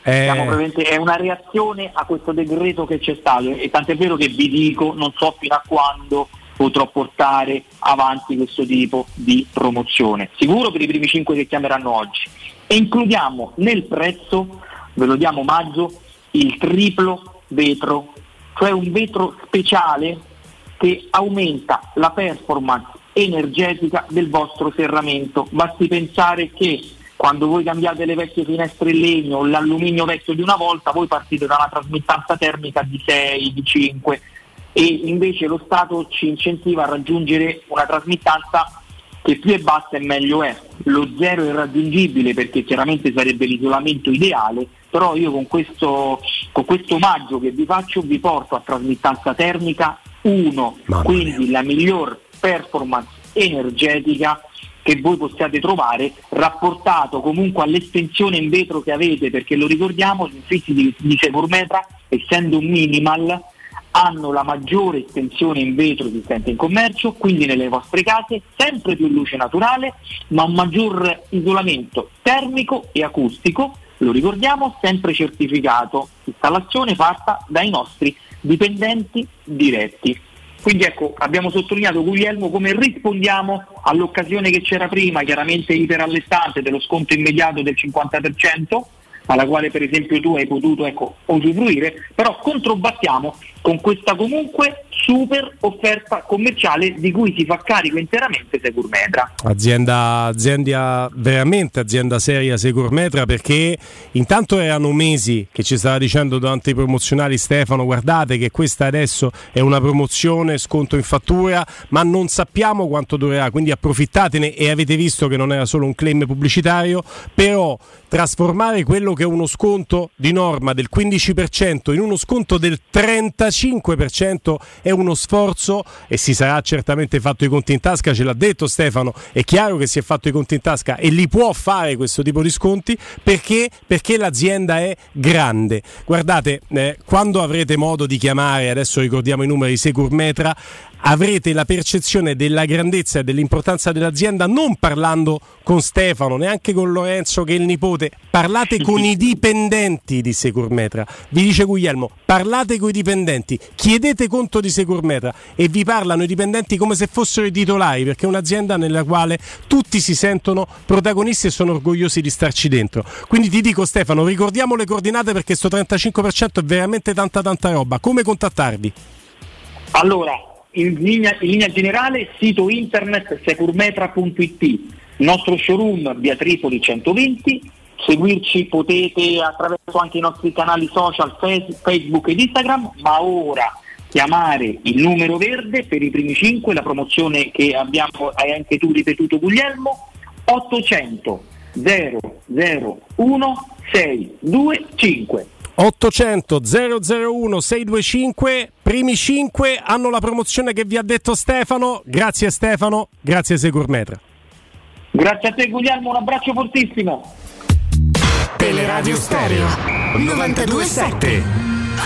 È una reazione a questo decreto che c'è stato, e tant'è vero che vi dico, non so fino a quando potrò portare avanti questo tipo di promozione. Sicuro per i primi 5 che chiameranno oggi. E includiamo nel prezzo, ve lo diamo omaggio, il triplo vetro, cioè un vetro speciale che aumenta la performance energetica del vostro serramento. Basti pensare che quando voi cambiate le vecchie finestre in legno o l'alluminio vecchio di una volta, voi partite da una trasmittanza termica di 6, di 5, e invece lo Stato ci incentiva a raggiungere una trasmittanza che più è bassa e meglio è. Lo 0 è irraggiungibile, perché chiaramente sarebbe l'isolamento ideale, però io con questo omaggio che vi faccio vi porto a trasmittanza termica 1, quindi la miglior performance energetica che voi possiate trovare, rapportato comunque all'estensione in vetro che avete, perché lo ricordiamo, gli infissi di Securmetra, essendo un minimal, hanno la maggiore estensione in vetro esistente in commercio, quindi nelle vostre case sempre più luce naturale, ma un maggior isolamento termico e acustico, lo ricordiamo, sempre certificato, installazione fatta dai nostri dipendenti diretti. Quindi ecco, abbiamo sottolineato, Guglielmo, come rispondiamo all'occasione che c'era prima, chiaramente iperallettante, dello sconto immediato del 50%, alla quale per esempio tu hai potuto usufruire, però controbattiamo con questa comunque super offerta commerciale di cui si fa carico interamente Securmetra. Azienda seria Securmetra, perché intanto erano mesi che ci stava dicendo durante i promozionali Stefano: guardate che questa adesso è una promozione, sconto in fattura, ma non sappiamo quanto durerà, quindi approfittatene. E avete visto che non era solo un claim pubblicitario, però trasformare quello che è uno sconto di norma del 15% in uno sconto del 35% è uno sforzo, e si sarà certamente fatto i conti in tasca, ce l'ha detto Stefano, è chiaro che si è fatto i conti in tasca e li può fare questo tipo di sconti perché l'azienda è grande. Guardate, quando avrete modo di chiamare, adesso ricordiamo i numeri, Securmetra, avrete la percezione della grandezza e dell'importanza dell'azienda, non parlando con Stefano, neanche con Lorenzo che è il nipote, parlate con i dipendenti di Securmetra. Vi dice Guglielmo, parlate con i dipendenti, chiedete conto di Securmetra e vi parlano i dipendenti come se fossero i titolari, perché è un'azienda nella quale tutti si sentono protagonisti e sono orgogliosi di starci dentro. Quindi ti dico, Stefano, ricordiamo le coordinate, perché sto 35% è veramente tanta roba. Come contattarvi? Allora, in linea generale, sito internet securmetra.it, nostro showroom via Tripoli 120, seguirci potete attraverso anche i nostri canali social Facebook ed Instagram, ma ora chiamare il numero verde per i primi 5, la promozione che abbiamo, hai anche tu ripetuto Guglielmo, 800 001 625. 800 001 625, primi 5 hanno la promozione che vi ha detto Stefano. Grazie Stefano, grazie Securmetra. Grazie a te Guglielmo, un abbraccio fortissimo. Teleradio Stereo 92.7.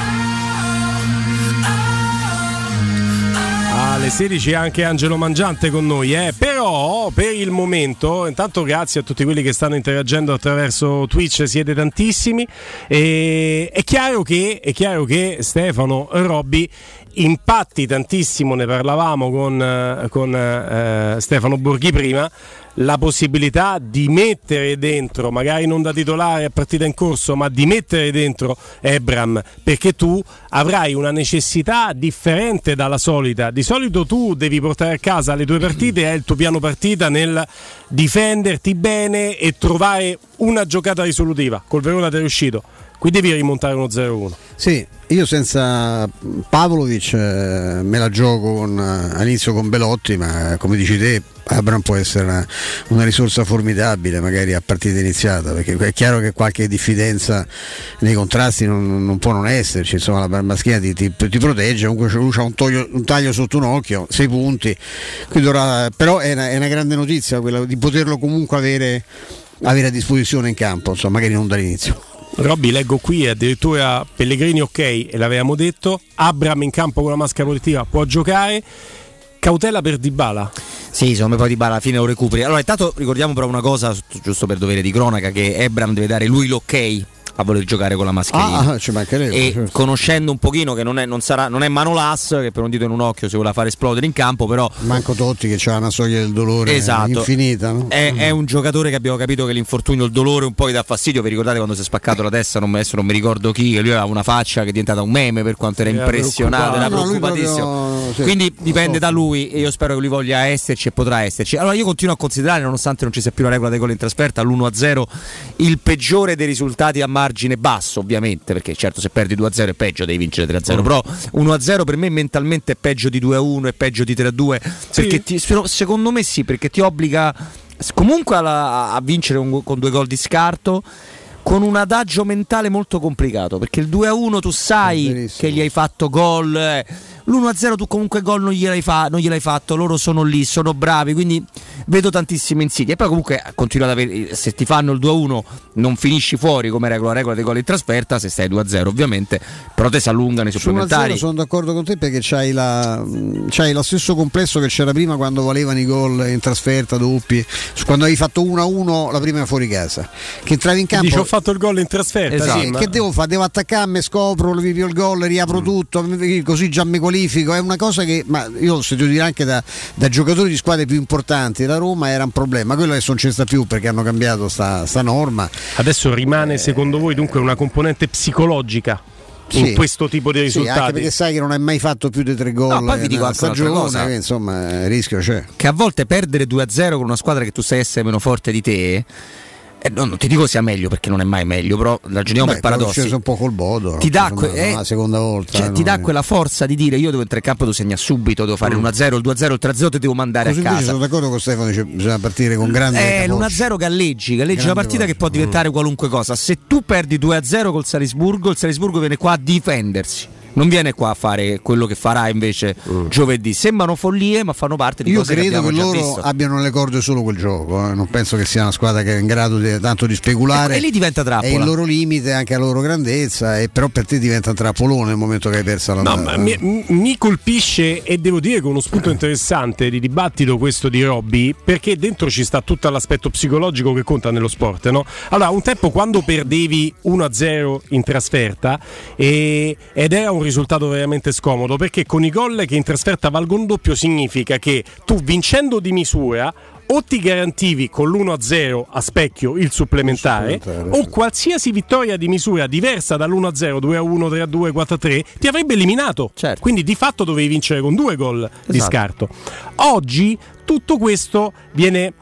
Alle 16 anche Angelo Mangiante con noi, però per il momento, intanto grazie a tutti quelli che stanno interagendo attraverso Twitch, siete tantissimi, e è chiaro che Stefano Robby impatti tantissimo, ne parlavamo con Stefano Borghi prima, la possibilità di mettere dentro, magari non da titolare a partita in corso, ma di mettere dentro Ebram, perché tu avrai una necessità differente dalla solita. Di solito tu devi portare a casa le tue partite, è il tuo piano partita nel difenderti bene e trovare una giocata risolutiva. Col Verona ti è riuscito, qui devi rimontare uno 0-1. Sì, io senza Pavlovic me la gioco all'inizio con Belotti, ma come dici te Abraham può essere una risorsa formidabile magari a partita iniziata, perché è chiaro che qualche diffidenza nei contrasti non può non esserci, insomma la Barbaschina ti protegge, comunque lui c'ha un taglio sotto un occhio, 6 punti, però è una grande notizia quella di poterlo comunque avere a disposizione in campo, insomma magari non dall'inizio. Robby, leggo qui addirittura Pellegrini ok, e l'avevamo detto, Abraham in campo con la maschera protettiva può giocare, cautela per Dybala. Sì, secondo me poi Dybala alla fine lo recuperi. Allora intanto ricordiamo però una cosa, giusto per dovere di cronaca, che Abraham deve dare lui l'ok a voler giocare con la mascherina. Ci mancherebbe, e certo. Conoscendo un pochino che non è Manolas, che per un dito in un occhio si vuole fare esplodere in campo, però manco Totti che c'ha una soglia del dolore infinita, no? È un giocatore che abbiamo capito che l'infortunio, il dolore un po' gli dà fastidio. Vi ricordate quando si è spaccato la testa, adesso non mi ricordo chi, che lui aveva una faccia che è diventata un meme per quanto era impressionato, era preoccupatissimo. Sì. Quindi dipende da lui, e io spero che lui voglia esserci e potrà esserci. Allora io continuo a considerare, nonostante non ci sia più la regola dei gol in trasferta, l'1-0 il peggiore dei risultati a margine basso, ovviamente, perché certo se perdi 2-0 è peggio, devi vincere 3-0, però 1-0 per me mentalmente è peggio di 2-1, è peggio di 3-2, perché secondo me sì, perché ti obbliga comunque a vincere con 2 gol di scarto, con un adagio mentale molto complicato, perché il 2-1 tu sai che gli hai fatto gol, l'1-0 tu comunque gol non gliel'hai fatto, loro sono lì, sono bravi, quindi vedo tantissime insidie. E poi comunque continua ad avere, se ti fanno il 2-1 non finisci fuori come regola dei gol in trasferta, se stai 2-0 ovviamente, però te si allungano i supplementari. Sono d'accordo con te, perché c'hai lo stesso complesso che c'era prima quando valevano i gol in trasferta doppi, quando avevi fatto 1-1 la prima fuori casa, che entravi in campo dici ho fatto il gol in trasferta, esatto. Sì, che devo fare? Devo attaccarmi, scopro, rivio il gol, riapro tutto, così già mi qualifico. È una cosa che, ma io ho sentito dire anche da giocatori di squadre più importanti, la Roma era un problema, quello adesso non ci sta più perché hanno cambiato sta norma. Adesso rimane secondo voi dunque una componente psicologica in questo tipo di risultati? Sì, anche perché sai che non hai mai fatto più di 3 gol nella stagione, che insomma il rischio c'è. Che a volte perdere 2-0 con una squadra che tu sai essere meno forte di te, non ti dico sia meglio, perché non è mai meglio, però ragioniamo per paradossi. Sceso un po' col Bodo, ti dà la seconda volta, ti dà quella forza di dire io devo entrare in campo, devo segnare subito, devo fare l'1-0, il 2-0, il 3-0, ti devo mandare così a casa. Sono d'accordo con Stefano, bisogna partire con grande l'1-0 galleggi una partita che può diventare qualunque cosa. Se tu perdi 2-0 col Salisburgo, il Salisburgo viene qua a difendersi, non viene qua a fare quello che farà invece giovedì. Sembrano follie, ma fanno parte di cose che abbiamo già visto. Io credo che loro abbiano le corde solo quel gioco, non penso che sia una squadra che è in grado tanto di speculare, e lì diventa trappola. È il loro limite, anche la loro grandezza, e però per te diventa un trappolone nel momento che hai perso la ma mi colpisce, e devo dire che è uno spunto interessante di dibattito questo di Robby, perché dentro ci sta tutto l'aspetto psicologico che conta nello sport, no? Allora, un tempo quando perdevi 1-0 in trasferta ed era un risultato veramente scomodo, perché con i gol che in trasferta valgono doppio significa che tu, vincendo di misura, o ti garantivi con l'1-0 a specchio il supplementare, o qualsiasi vittoria di misura diversa dall'1-0, 2-1, 3-2, 4-3 ti avrebbe eliminato. Certo. Quindi di fatto dovevi vincere con 2 gol di scarto. Oggi tutto questo viene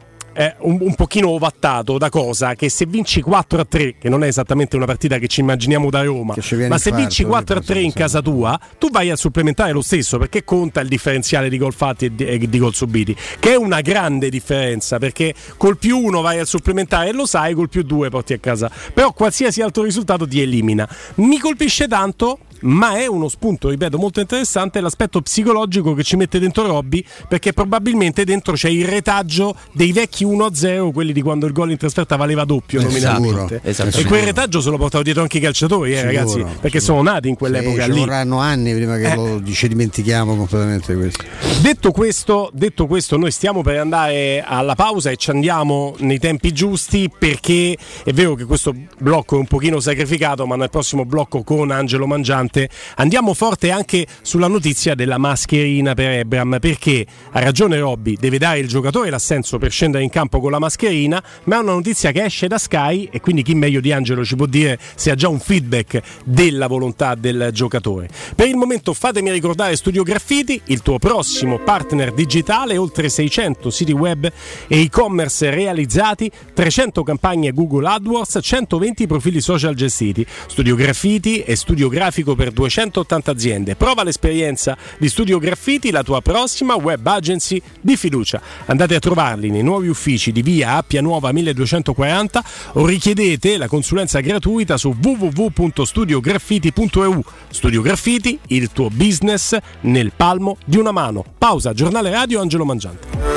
un pochino ovattato da cosa? Che se vinci 4-3, che non è esattamente una partita che ci immaginiamo da Roma, ma se vinci 4-3 in casa tua, tu vai al supplementare lo stesso, perché conta il differenziale di gol fatti e di gol subiti, che è una grande differenza, perché col +1 vai al supplementare e lo sai, col +2 porti a casa, però qualsiasi altro risultato ti elimina. Mi colpisce tanto, ma è uno spunto, ripeto, molto interessante, l'aspetto psicologico che ci mette dentro Robby, perché probabilmente dentro c'è il retaggio dei vecchi 1-0, quelli di quando il gol in trasferta valeva doppio nominalmente, e quel retaggio se lo portano dietro anche i calciatori, ragazzi, perché sono nati in quell'epoca lì. Ci vorranno anni prima che ci dimentichiamo completamente questo. Detto questo, noi stiamo per andare alla pausa e ci andiamo nei tempi giusti, perché è vero che questo blocco è un pochino sacrificato, ma nel prossimo blocco con Angelo Mangiante importante. Andiamo forte anche sulla notizia della mascherina per Ebram, perché ha ragione Robby, deve dare il giocatore l'assenso per scendere in campo con la mascherina, ma è una notizia che esce da Sky e quindi chi meglio di Angelo ci può dire se ha già un feedback della volontà del giocatore. Per il momento fatemi ricordare Studio Graffiti, il tuo prossimo partner digitale, oltre 600 siti web e e-commerce realizzati, 300 campagne Google AdWords, 120 profili social gestiti. Studio Graffiti è studio grafico per 280 aziende. Prova l'esperienza di Studio Graffiti, la tua prossima web agency di fiducia. Andate a trovarli nei nuovi uffici di via Appia Nuova 1240 o richiedete la consulenza gratuita su www.studiograffiti.eu. Studio Graffiti, il tuo business nel palmo di una mano. Pausa, giornale radio, Angelo Mangiante.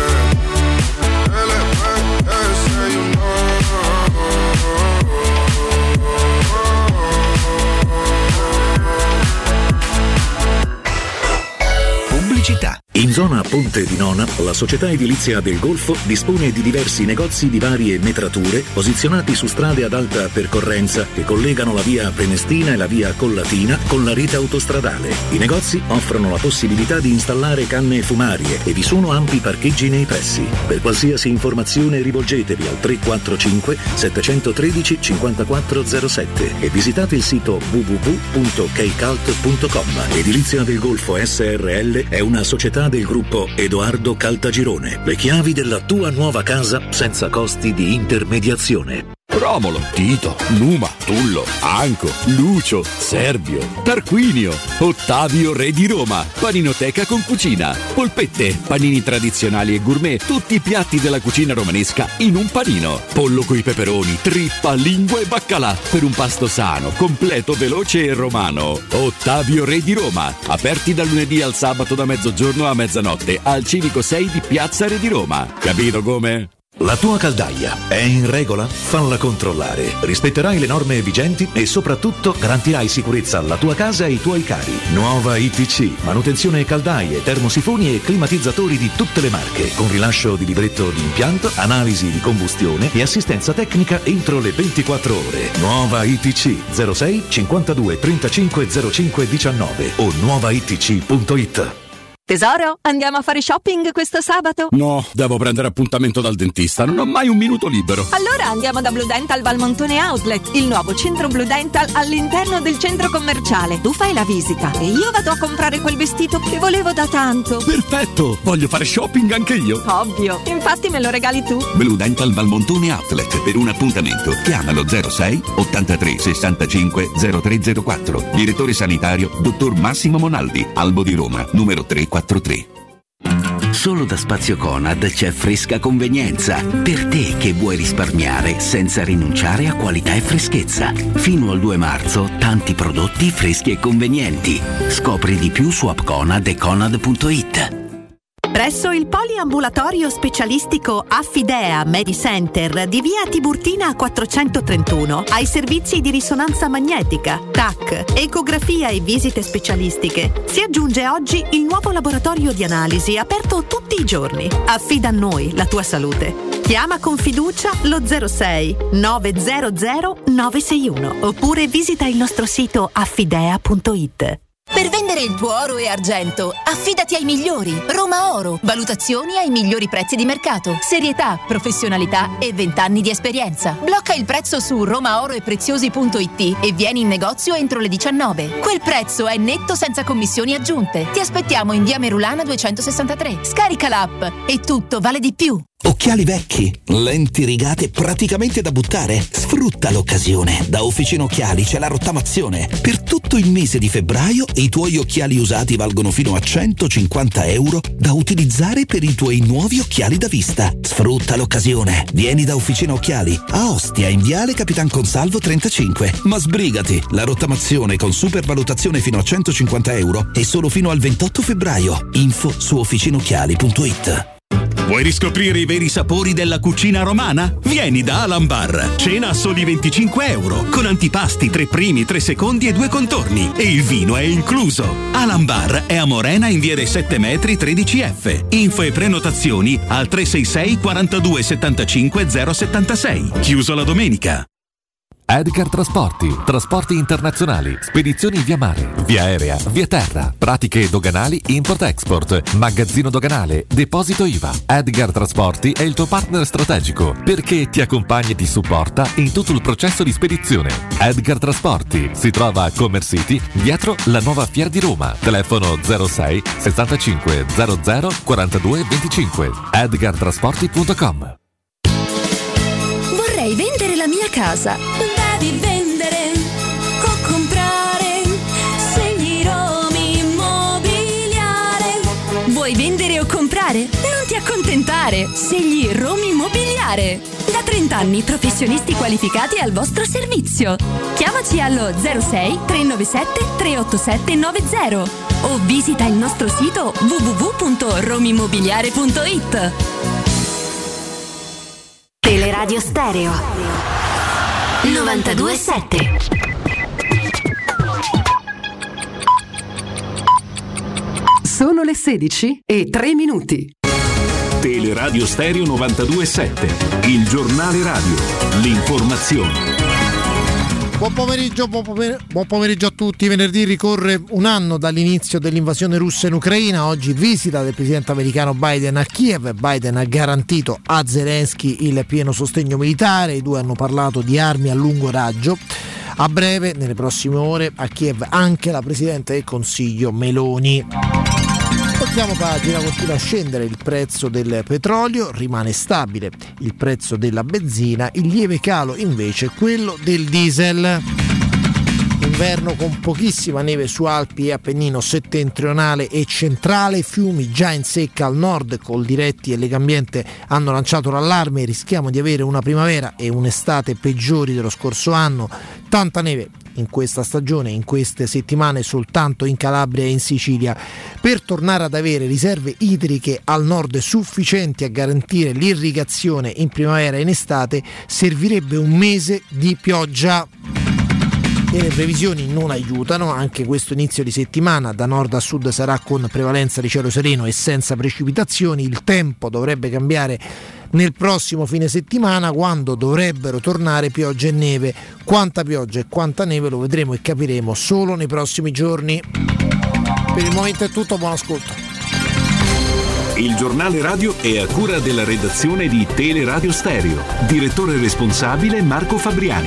In zona Ponte di Nona, la società edilizia del Golfo dispone di diversi negozi di varie metrature posizionati su strade ad alta percorrenza che collegano la via Prenestina e la via Collatina con la rete autostradale. I negozi offrono la possibilità di installare canne fumarie e vi sono ampi parcheggi nei pressi. Per qualsiasi informazione rivolgetevi al 345 713 5407 e visitate il sito www.keicalt.com. Edilizia del Golfo SRL è una società del gruppo Edoardo Caltagirone. Le chiavi della tua nuova casa senza costi di intermediazione. Romolo, Tito, Numa, Tullo, Anco, Lucio, Servio, Tarquinio, Ottavio Re di Roma, paninoteca con cucina, polpette, panini tradizionali e gourmet, tutti i piatti della cucina romanesca in un panino, pollo coi peperoni, trippa, lingua e baccalà per un pasto sano, completo, veloce e romano. Ottavio Re di Roma, aperti dal lunedì al sabato da mezzogiorno a mezzanotte al Civico 6 di Piazza Re di Roma. Capito come? La tua caldaia è in regola? Falla controllare. Rispetterai le norme vigenti e soprattutto garantirai sicurezza alla tua casa e ai tuoi cari. Nuova ITC, manutenzione caldaie, termosifoni e climatizzatori di tutte le marche, con rilascio di libretto di impianto, analisi di combustione e assistenza tecnica entro le 24 ore. Nuova ITC 06 52 35 05 19 o nuovaitc.it. Tesoro, andiamo a fare shopping questo sabato? No, devo prendere appuntamento dal dentista, non ho mai un minuto libero. Allora andiamo da Blue Dental Valmontone Outlet, il nuovo centro Blue Dental all'interno del centro commerciale. Tu fai la visita e io vado a comprare quel vestito che volevo da tanto. Perfetto, voglio fare shopping anche io. Ovvio, infatti me lo regali tu. Blue Dental Valmontone Outlet, per un appuntamento chiamalo 06 83 65 0304. Direttore sanitario dottor Massimo Monaldi, Albo di Roma, numero 343. Solo da Spazio Conad c'è fresca convenienza per te che vuoi risparmiare senza rinunciare a qualità e freschezza. Fino al 2 marzo tanti prodotti freschi e convenienti. Scopri di più su appconad e conad.it. Presso il poliambulatorio specialistico Affidea Medicenter di via Tiburtina 431 hai servizi di risonanza magnetica, TAC, ecografia e visite specialistiche. Si aggiunge oggi il nuovo laboratorio di analisi aperto tutti i giorni. Affida a noi la tua salute. Chiama con fiducia lo 06 900 961 oppure visita il nostro sito affidea.it. Per vendere il tuo oro e argento, affidati ai migliori. Roma Oro. Valutazioni ai migliori prezzi di mercato. Serietà, professionalità e 20 anni di esperienza. Blocca il prezzo su romaoroepreziosi.it e vieni in negozio entro le 19. Quel prezzo è netto senza commissioni aggiunte. Ti aspettiamo in via Merulana 263. Scarica l'app e tutto vale di più. Occhiali vecchi, lenti rigate praticamente da buttare? Sfrutta l'occasione. Da Officina Occhiali c'è la rottamazione. Per tutto il mese di febbraio i tuoi occhiali usati valgono fino a €150 da utilizzare per i tuoi nuovi occhiali da vista. Sfrutta l'occasione. Vieni da Officina Occhiali a Ostia in Viale Capitan Consalvo 35. Ma sbrigati, la rottamazione con supervalutazione fino a €150 è solo fino al 28 febbraio. Info su officinocchiali.it. Vuoi riscoprire i veri sapori della cucina romana? Vieni da Alan Bar. Cena a soli €25, con antipasti, 3 primi, 3 secondi e 2 contorni. E il vino è incluso. Alan Bar è a Morena in via dei 7 metri 13F. Info e prenotazioni al 366 42 75 076. Chiuso la domenica. Edgar Trasporti, trasporti internazionali, spedizioni via mare, via aerea, via terra, pratiche doganali import-export, magazzino doganale, deposito IVA. Edgar Trasporti è il tuo partner strategico perché ti accompagna e ti supporta in tutto il processo di spedizione. Edgar Trasporti si trova a Commerce City, dietro la nuova Fiera di Roma. Telefono 06 65 00 42 25. edgartrasporti.com. Vorrei vendere la mia casa. Devi vendere o comprare. Scegli Romi Immobiliare. Vuoi vendere o comprare? Non ti accontentare. Scegli Romi Immobiliare. Da 30 anni professionisti qualificati al vostro servizio. Chiamaci allo 06 397 387 90 o visita il nostro sito www.romimmobiliare.it. Teleradio Stereo 92.7. Sono le 16:03. Teleradio Stereo 92.7, il giornale radio, l'informazione. Buon pomeriggio a tutti. Venerdì ricorre un anno dall'inizio dell'invasione russa in Ucraina. Oggi visita del presidente americano Biden a Kiev. Biden ha garantito a Zelensky il pieno sostegno militare. I due hanno parlato di armi a lungo raggio. A breve, nelle prossime ore, a Kiev anche la Presidente del Consiglio Meloni. Voltiamo pagina, continua a scendere il prezzo del petrolio, rimane stabile il prezzo della benzina, il lieve calo invece quello del diesel. Inverno con pochissima neve su Alpi e Appennino settentrionale e centrale, fiumi già in secca al nord. Coldiretti e Legambiente hanno lanciato l'allarme: rischiamo di avere una primavera e un'estate peggiori dello scorso anno. Tanta neve in questa stagione, in queste settimane, soltanto in Calabria e in Sicilia. Per tornare ad avere riserve idriche al nord sufficienti a garantire l'irrigazione in primavera e in estate servirebbe un mese di pioggia. E le previsioni non aiutano, anche questo inizio di settimana da nord a sud sarà con prevalenza di cielo sereno e senza precipitazioni. Il tempo dovrebbe cambiare nel prossimo fine settimana, quando dovrebbero tornare pioggia e neve. Quanta pioggia e quanta neve lo vedremo e capiremo solo nei prossimi giorni. Per il momento è tutto, buon ascolto. Il giornale radio è a cura della redazione di Teleradio Stereo. Direttore responsabile Marco Fabriani.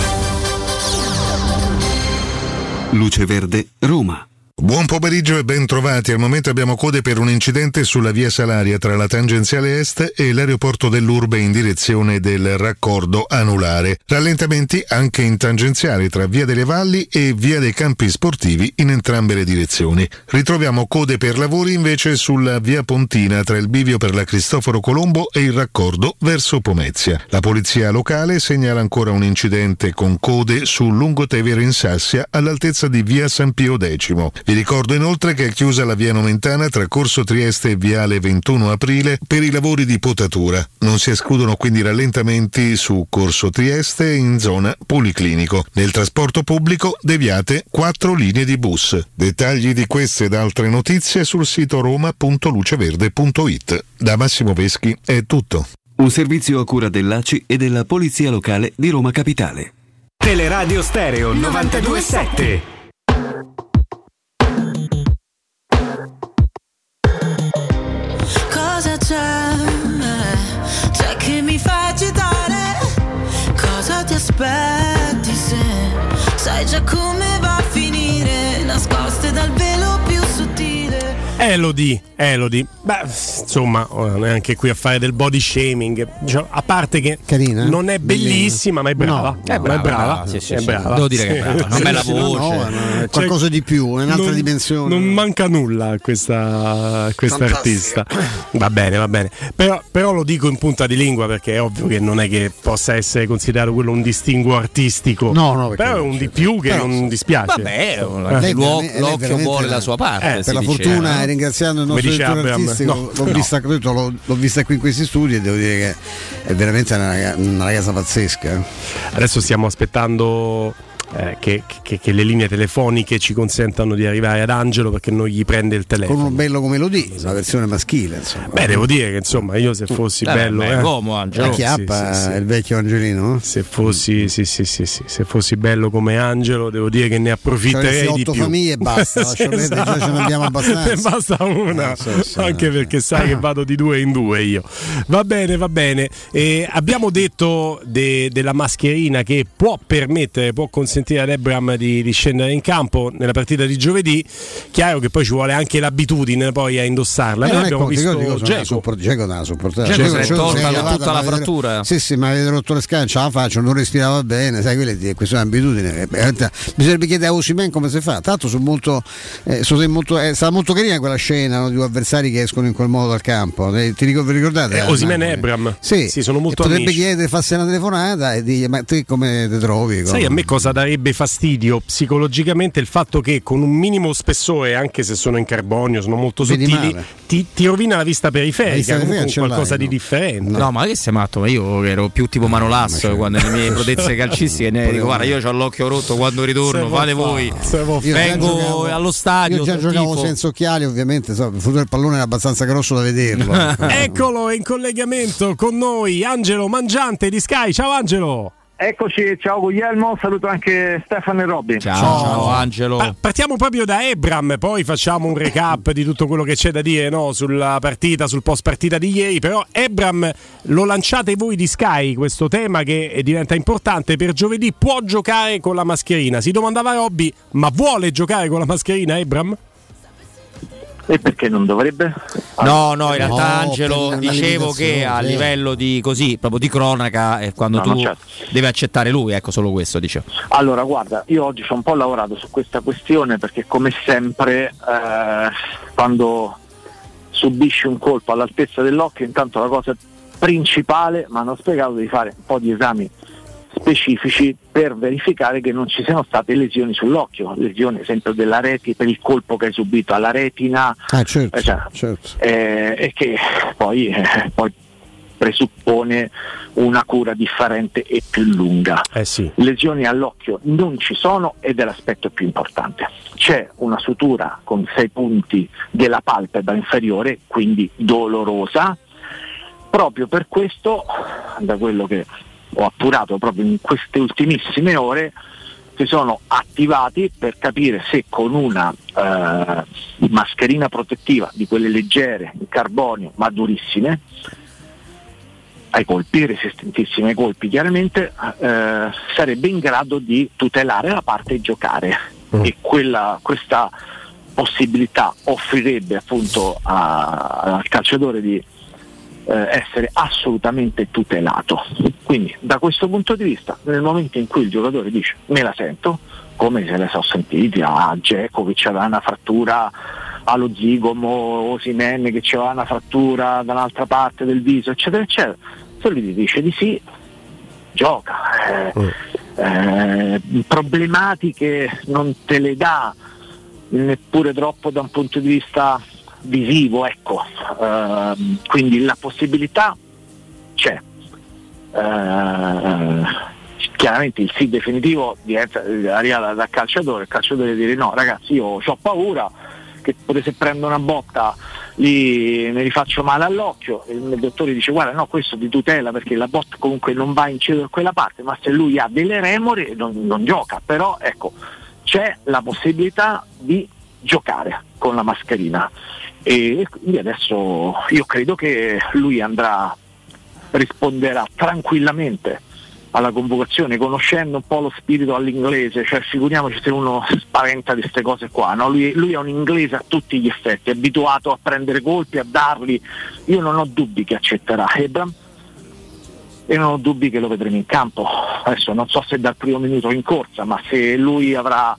Luce Verde, Roma. Buon pomeriggio e ben trovati. Al momento abbiamo code per un incidente sulla via Salaria tra la tangenziale est e l'aeroporto dell'Urbe in direzione del raccordo anulare. Rallentamenti anche in tangenziale tra via delle Valli e via dei Campi Sportivi in entrambe le direzioni. Ritroviamo code per lavori invece sulla via Pontina tra il bivio per la Cristoforo Colombo e il raccordo verso Pomezia. La polizia locale segnala ancora un incidente con code sul Lungotevere in Sassia all'altezza di via San Pio X. Vi ricordo inoltre che è chiusa la via Nomentana tra Corso Trieste e viale 21 aprile per i lavori di potatura. Non si escludono quindi rallentamenti su Corso Trieste in zona Policlinico. Nel trasporto pubblico deviate 4 linee di bus. Dettagli di queste ed altre notizie sul sito roma.luceverde.it. Da Massimo Veschi è tutto. Un servizio a cura dell'ACI e della Polizia Locale di Roma Capitale. Teleradio Stereo 92.7. C'è che mi fa agitare. Cosa ti aspetti se sai già come va a finire, nascoste dal velo più sottile. Elodie. Beh, insomma, neanche qui a fare del body shaming. Cioè, a parte che carina, non è bellissima, ma è brava. No, è brava. Sì, è brava. Devo dire che è brava. Una bella voce. È qualcosa di più, è un'altra dimensione. Non manca nulla a questa artista. Va bene. Però lo dico in punta di lingua perché è ovvio che non è che possa essere considerato quello un distinguo artistico. No, però è un di più che non dispiace. Vabbè, l'occhio vuole la sua parte. Per la fortuna, ringraziando il nostro direttore artistico, l'ho vista qui in questi studi e devo dire che è veramente una ragazza pazzesca. Adesso stiamo aspettando che le linee telefoniche ci consentano di arrivare ad Angelo, perché non gli prende il telefono. Con un bello come lo di, la versione maschile, insomma. Beh, devo dire che insomma io se fossi bello, l'uomo Angelo, la chiappa, il vecchio Angelino. Se fossi se fossi bello come Angelo, devo dire che ne approfitterei di più. 8 famiglie e basta, già ce ne abbiamo abbastanza. Ne basta una, anche perché sai che vado di 2 in 2 io. Va bene. Abbiamo detto della mascherina che può consentire ad Ebram di scendere in campo nella partita di giovedì. Chiaro che poi ci vuole anche l'abitudine poi a indossarla. Noi abbiamo visto Dzeko da sopportare. Dzeko si è tolta tutta la frattura. Sì, ma avete rotto le scale, ce la faccio, non respirava bene, sai, questa è un'abitudine. Bisognerebbe chiedere a Osimhen come si fa. Tanto è stata molto carina quella scena, no, di due avversari che escono in quel modo dal campo. Vi ricordate? Osimhen e Ebram. Sì, sono molto potrebbe amici. chiedere, farsi una telefonata e dire: ma te come ti trovi? Sai a me cosa darebbe fastidio psicologicamente? Il fatto che con un minimo spessore, anche se sono in carbonio, sono molto sottili, ti rovina la vista periferica, con qualcosa di differente. No, ma che sei matto? Ma io ero più tipo Manolas quando le mie prodezze calcistiche dico: guarda, io ho l'occhio rotto quando ritorno, fate voi. Vengo allo stadio. Io già giocavo senza occhiali, ovviamente, il futuro del pallone è abbastanza grosso da vederlo. Eccolo, è in collegamento con noi Angelo Mangiante di Sky. Ciao Angelo. Eccoci, ciao Guglielmo, saluto anche Stefano e Robby. Ciao Angelo. Partiamo proprio da Ebram, poi facciamo un recap di tutto quello che c'è da dire, no, sulla partita, sul post partita di ieri. Però Ebram, lo lanciate voi di Sky questo tema che diventa importante per giovedì. Può giocare con la mascherina? Si domandava Robby, ma vuole giocare con la mascherina Ebram? E perché non dovrebbe? No, in realtà Angelo, dicevo che a livello di così, proprio di cronaca, è quando devi accettare lui, ecco, solo questo dicevo. Allora, guarda, io oggi ci ho un po' lavorato su questa questione, perché come sempre quando subisci un colpo all'altezza dell'occhio, intanto la cosa principale, mi hanno spiegato, devi fare un po' di esami specifici per verificare che non ci siano state lesioni sull'occhio, lesioni ad esempio della retina, per il colpo che hai subito alla retina, certo. E che poi presuppone una cura differente e più lunga. Sì. Lesioni all'occhio non ci sono, ed è l'aspetto più importante. C'è una sutura con 6 punti della palpebra inferiore, quindi dolorosa. Proprio per questo, da quello che ho appurato proprio in queste ultimissime ore, si sono attivati per capire se con una mascherina protettiva di quelle leggere, in carbonio ma durissime, ai colpi, resistentissime ai colpi chiaramente, sarebbe in grado di tutelare la parte giocare. E questa possibilità offrirebbe appunto al calciatore di essere assolutamente tutelato. Quindi da questo punto di vista, nel momento in cui il giocatore dice me la sento, come se le so sentiti a Dzeko che aveva una frattura allo zigomo, Osimhen che aveva una frattura dall'altra parte del viso, eccetera eccetera, se lui ti dice di sì, gioca. Problematiche non te le dà neppure troppo da un punto di vista visivo, ecco. Quindi la possibilità c'è. Chiaramente il sì definitivo arriva dal calciatore, il calciatore deve dire no ragazzi, io ho paura che pure se prendo una botta lì mi rifaccio male all'occhio, e il dottore dice guarda no, questo ti tutela perché la botta comunque non va a incidere quella parte, ma se lui ha delle remore non gioca. Però ecco, c'è la possibilità di giocare con la mascherina, e quindi adesso io credo che lui risponderà tranquillamente alla convocazione, conoscendo un po' lo spirito all'inglese, cioè figuriamoci se uno spaventa di queste cose qua, no? Lui è un inglese a tutti gli effetti, è abituato a prendere colpi, a darli. Io non ho dubbi che accetterà Ebram e non ho dubbi che lo vedremo in campo. Adesso non so se dal primo minuto in corsa, ma se lui avrà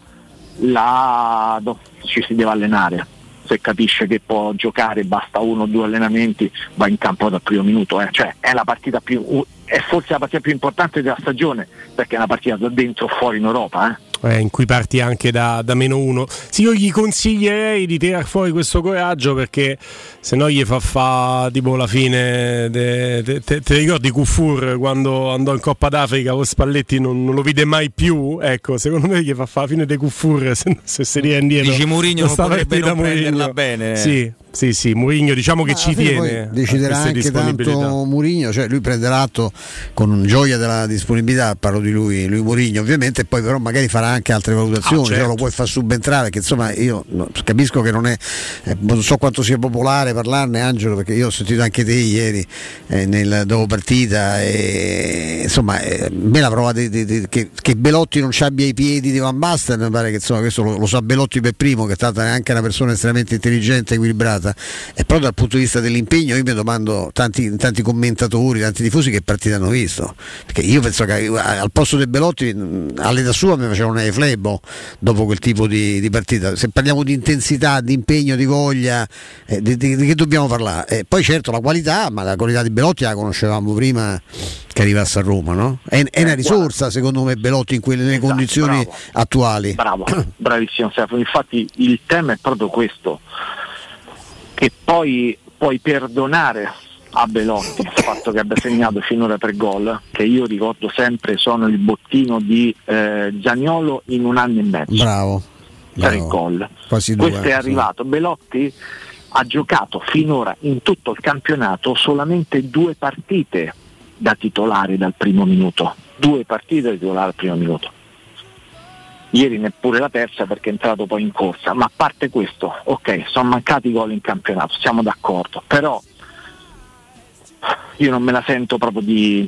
ci si deve allenare. Se capisce che può giocare, basta 1 o 2 allenamenti, va in campo dal primo minuto, cioè è forse la partita più importante della stagione, perché è una partita da dentro o fuori in Europa. in cui parti anche da -1. Sì, io gli consiglierei di tirar fuori questo coraggio, perché se no gli fa tipo la fine. Te ricordi Kufur quando andò in Coppa d'Africa con Spalletti, non lo vide mai più? Ecco, secondo me gli fa la fine di Kufur se si ria indietro. Dici Mourinho non potrebbe non prenderla bene. Sì, Mourinho diciamo che ci tiene. Deciderà anche tanto Mourinho, cioè lui prenderà atto con gioia della disponibilità, parlo di lui Mourinho ovviamente, poi però magari farà anche altre valutazioni, certo. Cioè lo puoi far subentrare, che insomma io capisco che non è, non so quanto sia popolare parlarne, Angelo, perché io ho sentito anche te ieri nel dopo partita, e insomma me la prova che Belotti non ci abbia i piedi di Van Basten, mi pare che insomma questo lo sa Belotti per primo, che è stata anche una persona estremamente intelligente, equilibrata. E però dal punto di vista dell'impegno io mi domando tanti commentatori, tanti tifosi che partita hanno visto, perché io penso che al posto del Belotti all'età sua mi faceva un flebo dopo quel tipo di partita. Se parliamo di intensità, di impegno, di voglia, di che dobbiamo parlare? Poi certo la qualità, ma la qualità di Belotti la conoscevamo prima che arrivasse a Roma, no? È una risorsa secondo me Belotti nelle condizioni attuali. Bravissimo Stefano, infatti il tema è proprio questo, che poi puoi perdonare a Belotti il fatto che abbia segnato finora 3 gol, che io ricordo sempre sono il bottino di Zaniolo in 1 anno e mezzo. Bravo. 3 gol. Questo è arrivato. Belotti ha giocato finora in tutto il campionato solamente 2 partite da titolare dal primo minuto. 2 partite da titolare al primo minuto. Ieri neppure la terza, perché è entrato poi in corsa, ma a parte questo, ok, sono mancati gol in campionato, siamo d'accordo, però io non me la sento proprio di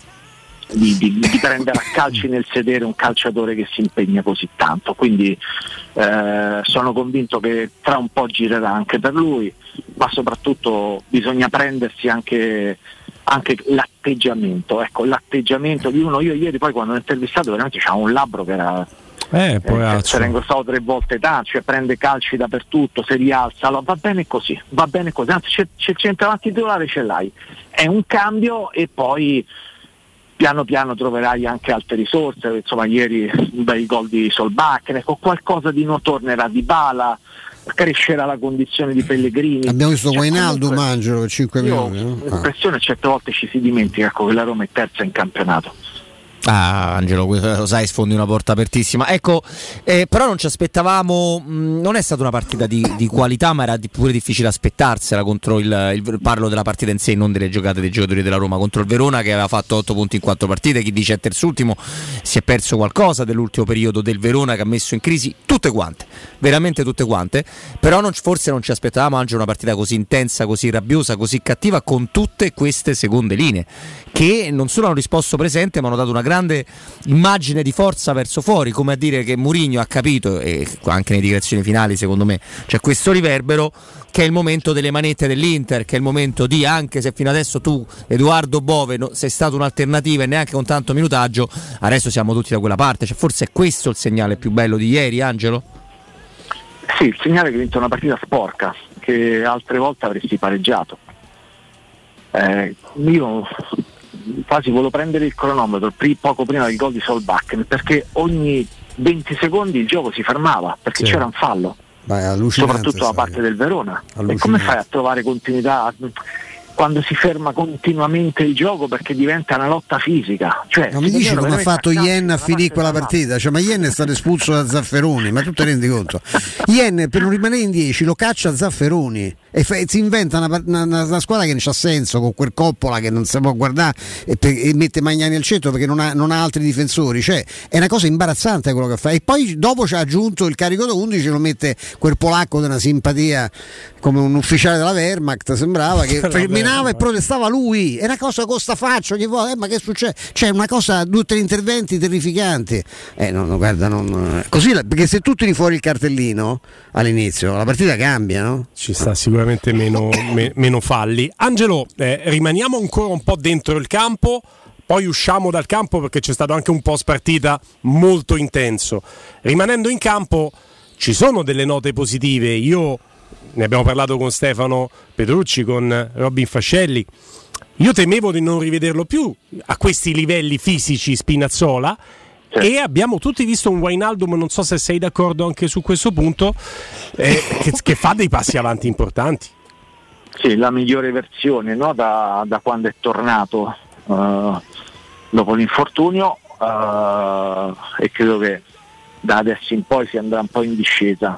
prendere a calci nel sedere un calciatore che si impegna così tanto, quindi sono convinto che tra un po' girerà anche per lui, ma soprattutto bisogna prendersi anche l'atteggiamento, ecco, l'atteggiamento di uno. Io ieri poi quando ho intervistato veramente c'era un labbro che era c'era ingossato 3 volte tanto, cioè prende calci dappertutto, si rialza, allora, va bene così, anzi c'è il centravanti titolare, ce l'hai, è un cambio e poi piano piano troverai anche altre risorse, insomma ieri un bel gol di Solbakken, ecco, qualcosa di nuovo tornerà, Dybala, crescerà la condizione di Pellegrini. Abbiamo visto Wijnaldum, Angelo, 5 minuti. Ho l'impressione certe volte ci si dimentica, ecco, che la Roma è terza in campionato. Angelo, lo sai, sfondi una porta apertissima. Ecco, però non ci aspettavamo, non è stata una partita di qualità, ma era pure difficile aspettarsela contro parlo della partita in sé, non delle giocate dei giocatori della Roma, contro il Verona che aveva fatto 8 punti in 4 partite. Chi dice è terzultimo si è perso qualcosa dell'ultimo periodo del Verona, che ha messo in crisi tutte quante, veramente tutte quante. Però forse non ci aspettavamo anche una partita così intensa, così rabbiosa, così cattiva, con tutte queste seconde linee che non solo hanno risposto presente, ma hanno dato una grande immagine di forza verso fuori, come a dire che Mourinho ha capito, e anche nelle dichiarazioni finali secondo me c'è questo riverbero, che è il momento delle manette dell'Inter, che è il momento di, anche se fino adesso tu, Edoardo Bove, sei stato un'alternativa e neanche con tanto minutaggio, adesso siamo tutti da quella parte. Cioè, forse è questo il segnale più bello di ieri, Angelo? Sì, il segnale che hai vinto una partita sporca, che altre volte avresti pareggiato. Io quasi volevo prendere il cronometro poco prima del gol di Solbakken, perché ogni 20 secondi il gioco si fermava, perché c'era un fallo, soprattutto da parte del Verona. E come fai a trovare continuità quando si ferma continuamente il gioco, perché diventa una lotta fisica? Cioè, non mi dici come ha fatto Jen a finire quella partita? Cioè, ma Jen è stato espulso da Zafferoni, ma tu te rendi conto? Jen per non rimanere in 10 lo caccia Zafferoni e si inventa una squadra che non c'ha senso, con quel Coppola che non si può guardare e mette Magnani al centro perché non ha altri difensori. Cioè, è una cosa imbarazzante quello che fa. E poi dopo ci ha aggiunto il carico da 11, lo mette quel polacco di una simpatia, come un ufficiale della Wehrmacht sembrava, che menava e protestava lui. È una cosa con sta faccia ogni volta, ma che succede? C'è una cosa, 2 o 3 interventi terrificanti. Così, perché se tu tiri fuori il cartellino all'inizio la partita cambia, no? Ci sta sicuramente meno falli. Angelo, rimaniamo ancora un po' dentro il campo, poi usciamo dal campo perché c'è stato anche un post partita molto intenso. Rimanendo in campo ci sono delle note positive. Ne abbiamo parlato con Stefano Petrucci, con Robin Fascelli. Io temevo di non rivederlo più a questi livelli fisici Spinazzola, E abbiamo tutti visto un Wijnaldum, non so se sei d'accordo anche su questo punto, che fa dei passi avanti importanti. Sì, la migliore versione, no? da quando è tornato dopo l'infortunio, e credo che da adesso in poi si andrà un po' in discesa.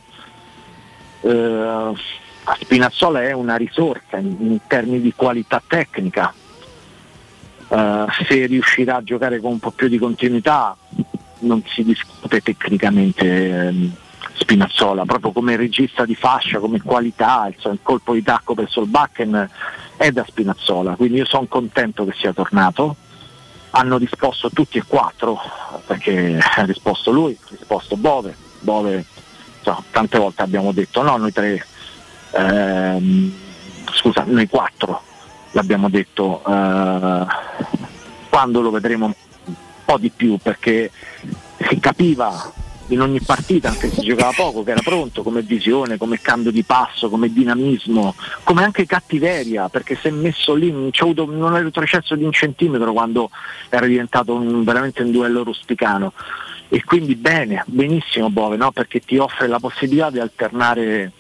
Spinazzola è una risorsa in termini di qualità tecnica, se riuscirà a giocare con un po' più di continuità non si discute tecnicamente Spinazzola, proprio come regista di fascia, come qualità, il colpo di tacco per Solbakken è da Spinazzola, quindi io sono contento che sia tornato. Hanno risposto tutti e quattro, perché ha risposto lui, ha risposto Bove, tante volte abbiamo detto no, noi tre, noi quattro l'abbiamo detto, quando lo vedremo un po' di più, perché si capiva in ogni partita, anche se giocava poco, che era pronto come visione, come cambio di passo, come dinamismo, come anche cattiveria, perché si è messo lì, non è retrocesso di un centimetro quando era diventato veramente un duello rusticano. E quindi benissimo Bove, no? Perché ti offre la possibilità di alternare,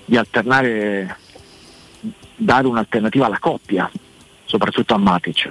dare un'alternativa alla coppia, soprattutto a Matic.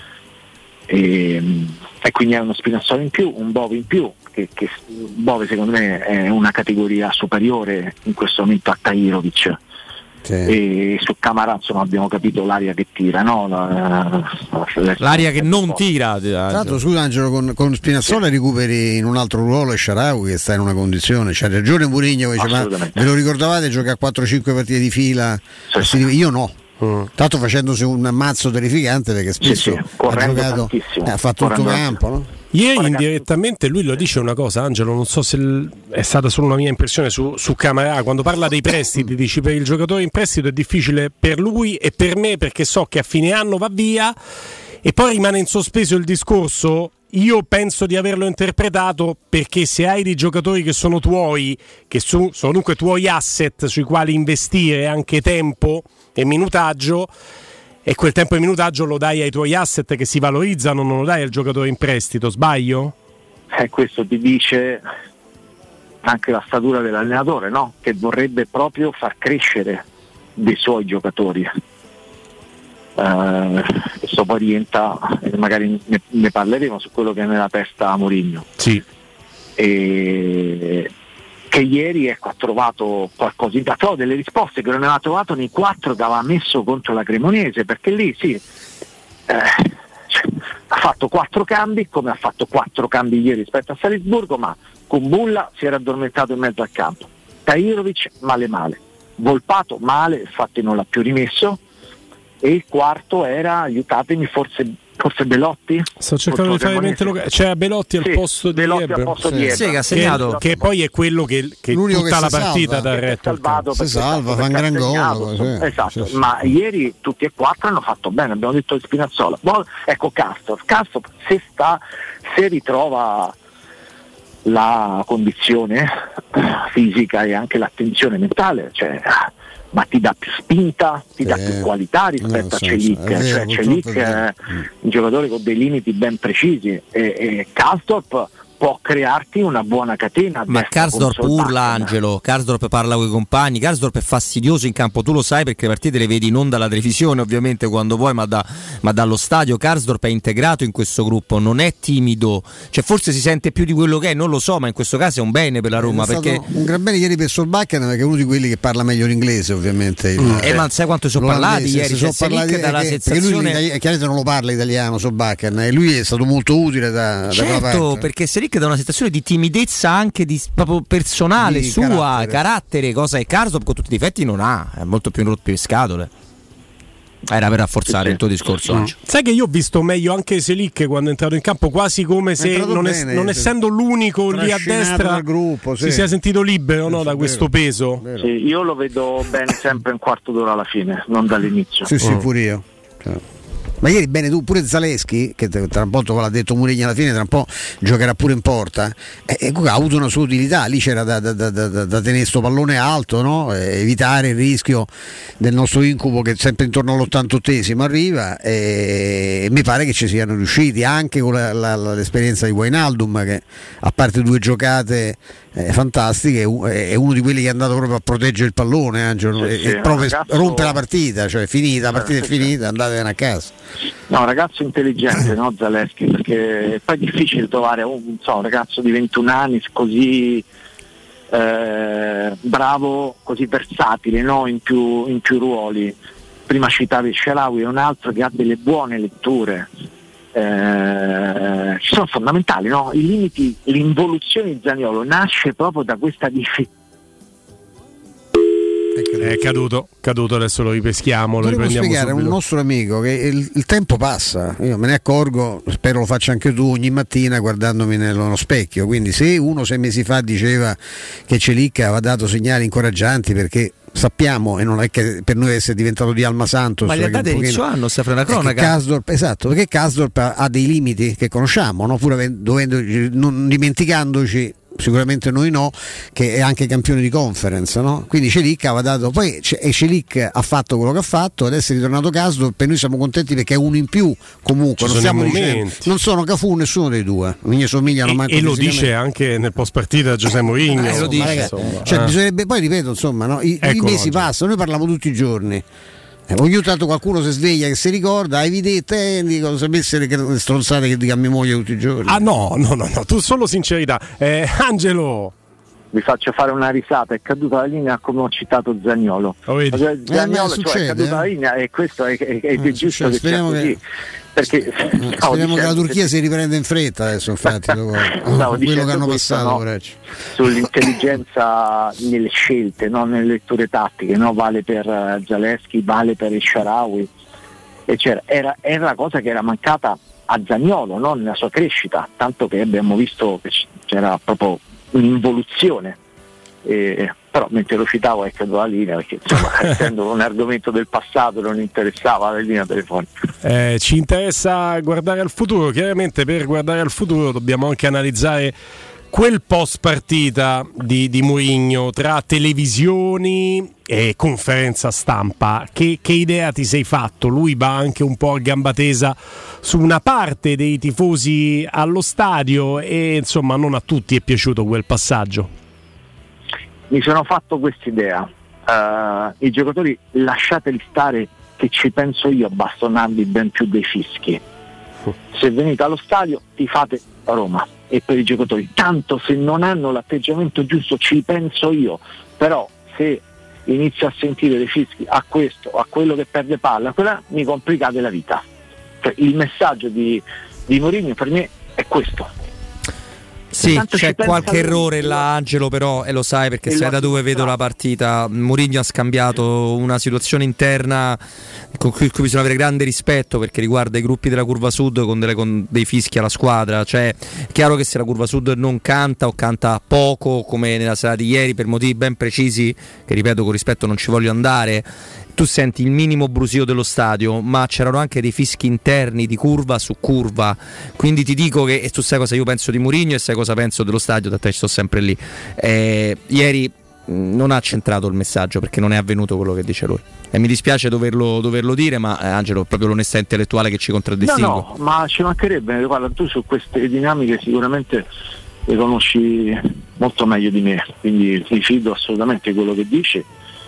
E quindi è uno Spinazzola in più, un Bove in più, che Bove secondo me è una categoria superiore in questo momento a Tahirovic. Sì. E su Camarà insomma abbiamo capito l'aria che tira, no? L'aria che non tira. Tra l'altro scusa Angelo, con Spinazzola recuperi in un altro ruolo Shaarawy, che sta in una condizione, c'ha ragione Mourinho, ma ve lo ricordavate, gioca a 4-5 partite di fila? Sì. Io no. Tanto facendosi un ammazzo terrificante, perché spesso ha giocato, ha fatto tutto campo, no? Ieri indirettamente lui lo dice una cosa, Angelo, non so se è stata solo una mia impressione su Camarà, quando parla dei prestiti, dici per il giocatore in prestito è difficile per lui e per me, perché so che a fine anno va via, e poi rimane in sospeso il discorso. Io penso di averlo interpretato, perché se hai dei giocatori che sono tuoi, che sono dunque tuoi asset sui quali investire anche tempo e minutaggio, e quel tempo e minutaggio lo dai ai tuoi asset che si valorizzano, non lo dai al giocatore in prestito, sbaglio? Questo ti dice anche la statura dell'allenatore, no? Che vorrebbe proprio far crescere dei suoi giocatori. Questo poi rientra, magari ne parleremo, su quello che è nella testa a Mourinho. Sì. E che ieri ha trovato qualcosa, però delle risposte che non aveva trovato nei 4 che aveva messo contro la Cremonese, perché lì ha fatto 4 cambi, come ha fatto 4 cambi ieri rispetto a Salisburgo, ma con Bulla si era addormentato in mezzo al campo, Tahirovic male, Volpato male, infatti non l'ha più rimesso, e il quarto era, aiutatemi, forse Belotti? Sto cercando di fare mente locale. C'era Belotti al posto di Ebra. Sì, che ha segnato. Che poi è quello che tutta la partita dà retto. Si salva, fa un gran gol. Esatto, ma ieri tutti e 4 hanno fatto bene, abbiamo detto di Spinazzola. Ecco Castor se ritrova la condizione fisica e anche l'attenzione mentale, ma ti dà più spinta, ti dà più qualità rispetto a Celik, Celik è un giocatore con dei limiti ben precisi, e Karsdorp può crearti una buona catena. Ma Karsdorp urla, Angelo, Karsdorp parla con i compagni, Karsdorp è fastidioso in campo, tu lo sai perché le partite le vedi non dalla televisione ovviamente quando vuoi, ma dallo stadio. Karsdorp è integrato in questo gruppo, non è timido, forse si sente più di quello che è, non lo so, ma in questo caso è un bene per la Roma, perché un gran bene ieri per Solbakken, perché è uno di quelli che parla meglio l'inglese ovviamente. Ma sai quanto sono parlati ieri? Dalla sensazione... Lui chiaramente non lo parla italiano Solbakken, e lui è stato molto utile da quella parte. Perché Selic da una sensazione di timidezza anche proprio personale, di sua, carattere, cosa che Karsdorp con tutti i difetti non ha, è molto più rotto le scatole. Era per rafforzare il tuo discorso. Sai che io ho visto meglio anche Selic quando è entrato in campo, quasi come se non essendo l'unico lì a destra gruppo, si sia sentito libero, da questo peso. Sì, io lo vedo bene sempre un quarto d'ora alla fine, non dall'inizio. Sì, pure io. Ma ieri bene tu, pure Zaleschi, che tra un po' l'ha detto Mourinho alla fine, tra un po' giocherà pure in porta, ha avuto una sua utilità, lì c'era da tenere sto pallone alto, no? Evitare il rischio del nostro incubo che sempre intorno all'88esimo arriva, e mi pare che ci siano riusciti anche con l'esperienza di Wijnaldum, che a parte 2 giocate fantastiche è uno di quelli che è andato proprio a proteggere il pallone, Angelo, e proprio ragazzo... rompe la partita, cioè finita, la partita è finita, andatevene a casa. No, un ragazzo intelligente, no, Zaleschi, perché poi è difficile trovare un ragazzo di 21 anni così bravo, così versatile, no, in più ruoli. Prima citavi Shaarawy, è un altro che ha delle buone letture. Ci sono fondamentali, no? I limiti, l'involuzione di Zaniolo nasce proprio da questa difficoltà. È caduto, adesso lo ripeschiamo. Volevo spiegare a un nostro amico che il tempo passa, io me ne accorgo, spero lo faccia anche tu ogni mattina guardandomi nello specchio, quindi se uno 6 mesi fa diceva che Celic aveva dato segnali incoraggianti, perché sappiamo, e non è che per noi essere diventato di Alma Santos, ma gli ha dati inizio anno, sta fra una cronaca. Esatto, perché Kasdorp ha dei limiti che conosciamo, no? Pur non dimenticandoci, sicuramente noi no, che è anche campione di conference, no? Quindi Celic aveva dato, poi Celic ha fatto quello che ha fatto, adesso è ritornato Kasdorp e noi siamo contenti perché è uno in più comunque, non stiamo dicendo, non sono Cafù nessuno dei due, mi somigliano manco e lo dice anche nel post partita José Mourinho, lo dice, cioè, bisognerebbe, poi ripeto, insomma, no? I mesi passano, noi parliamo tutti i giorni. Ogni tanto qualcuno si sveglia che si ricorda, hai vedete, dico, sapesse le stronzate che dica a mia moglie tutti i giorni. Ah no, tu solo sincerità. Angelo, vi faccio fare una risata, è caduta la linea come ho citato Zaniolo. Zaniolo, succede, è caduta la linea, e questo è giusto che sia così. Perché speriamo che la Turchia si riprenda in fretta adesso, infatti, dopo quello che hanno passato, no? Sull'intelligenza nelle scelte, no? Nelle letture tattiche, no? Vale per Zaleschi, vale per il Shaarawy, e era la cosa che era mancata a Zaniolo, no? Nella sua crescita, tanto che abbiamo visto che c'era proprio un'involuzione. Però mentre lo citavo è caduta la linea, perché insomma, essendo un argomento del passato non interessava la linea telefonica. Ci interessa guardare al futuro, chiaramente per guardare al futuro dobbiamo anche analizzare quel post partita di Mourinho, tra televisioni e conferenza stampa. Che idea ti sei fatto? Lui va anche un po' a gamba tesa su una parte dei tifosi allo stadio e insomma non a tutti è piaciuto quel passaggio. Mi sono fatto quest'idea, i giocatori lasciateli stare che ci penso io a bastonarli ben più dei fischi. Se venite allo stadio tifate Roma, e per i giocatori, tanto se non hanno l'atteggiamento giusto ci penso io, però se inizio a sentire dei fischi a questo, a quello che perde palla, quella mi complicate la vita. Cioè, il messaggio di Mourinho per me è questo. Sì, c'è qualche errore là, Angelo, però lo sai, perché sai da dove vedo la partita. Mourinho ha scambiato una situazione interna con cui bisogna avere grande rispetto, perché riguarda i gruppi della curva sud con dei fischi alla squadra. Cioè, è chiaro che se la curva sud non canta o canta poco, come nella serata di ieri, per motivi ben precisi, che ripeto con rispetto non ci voglio andare, tu senti il minimo brusio dello stadio, ma c'erano anche dei fischi interni di curva su curva. Quindi ti dico che, e tu sai cosa io penso di Mourinho e sai cosa penso dello stadio, da te ci sto sempre lì. Ieri non ha centrato il messaggio, perché non è avvenuto quello che dice lui, e mi dispiace doverlo dire, ma Angelo, proprio l'onestà intellettuale che ci contraddistingue. No, ma ci mancherebbe. Guarda, tu su queste dinamiche sicuramente le conosci molto meglio di me, quindi mi fido assolutamente di quello che dici.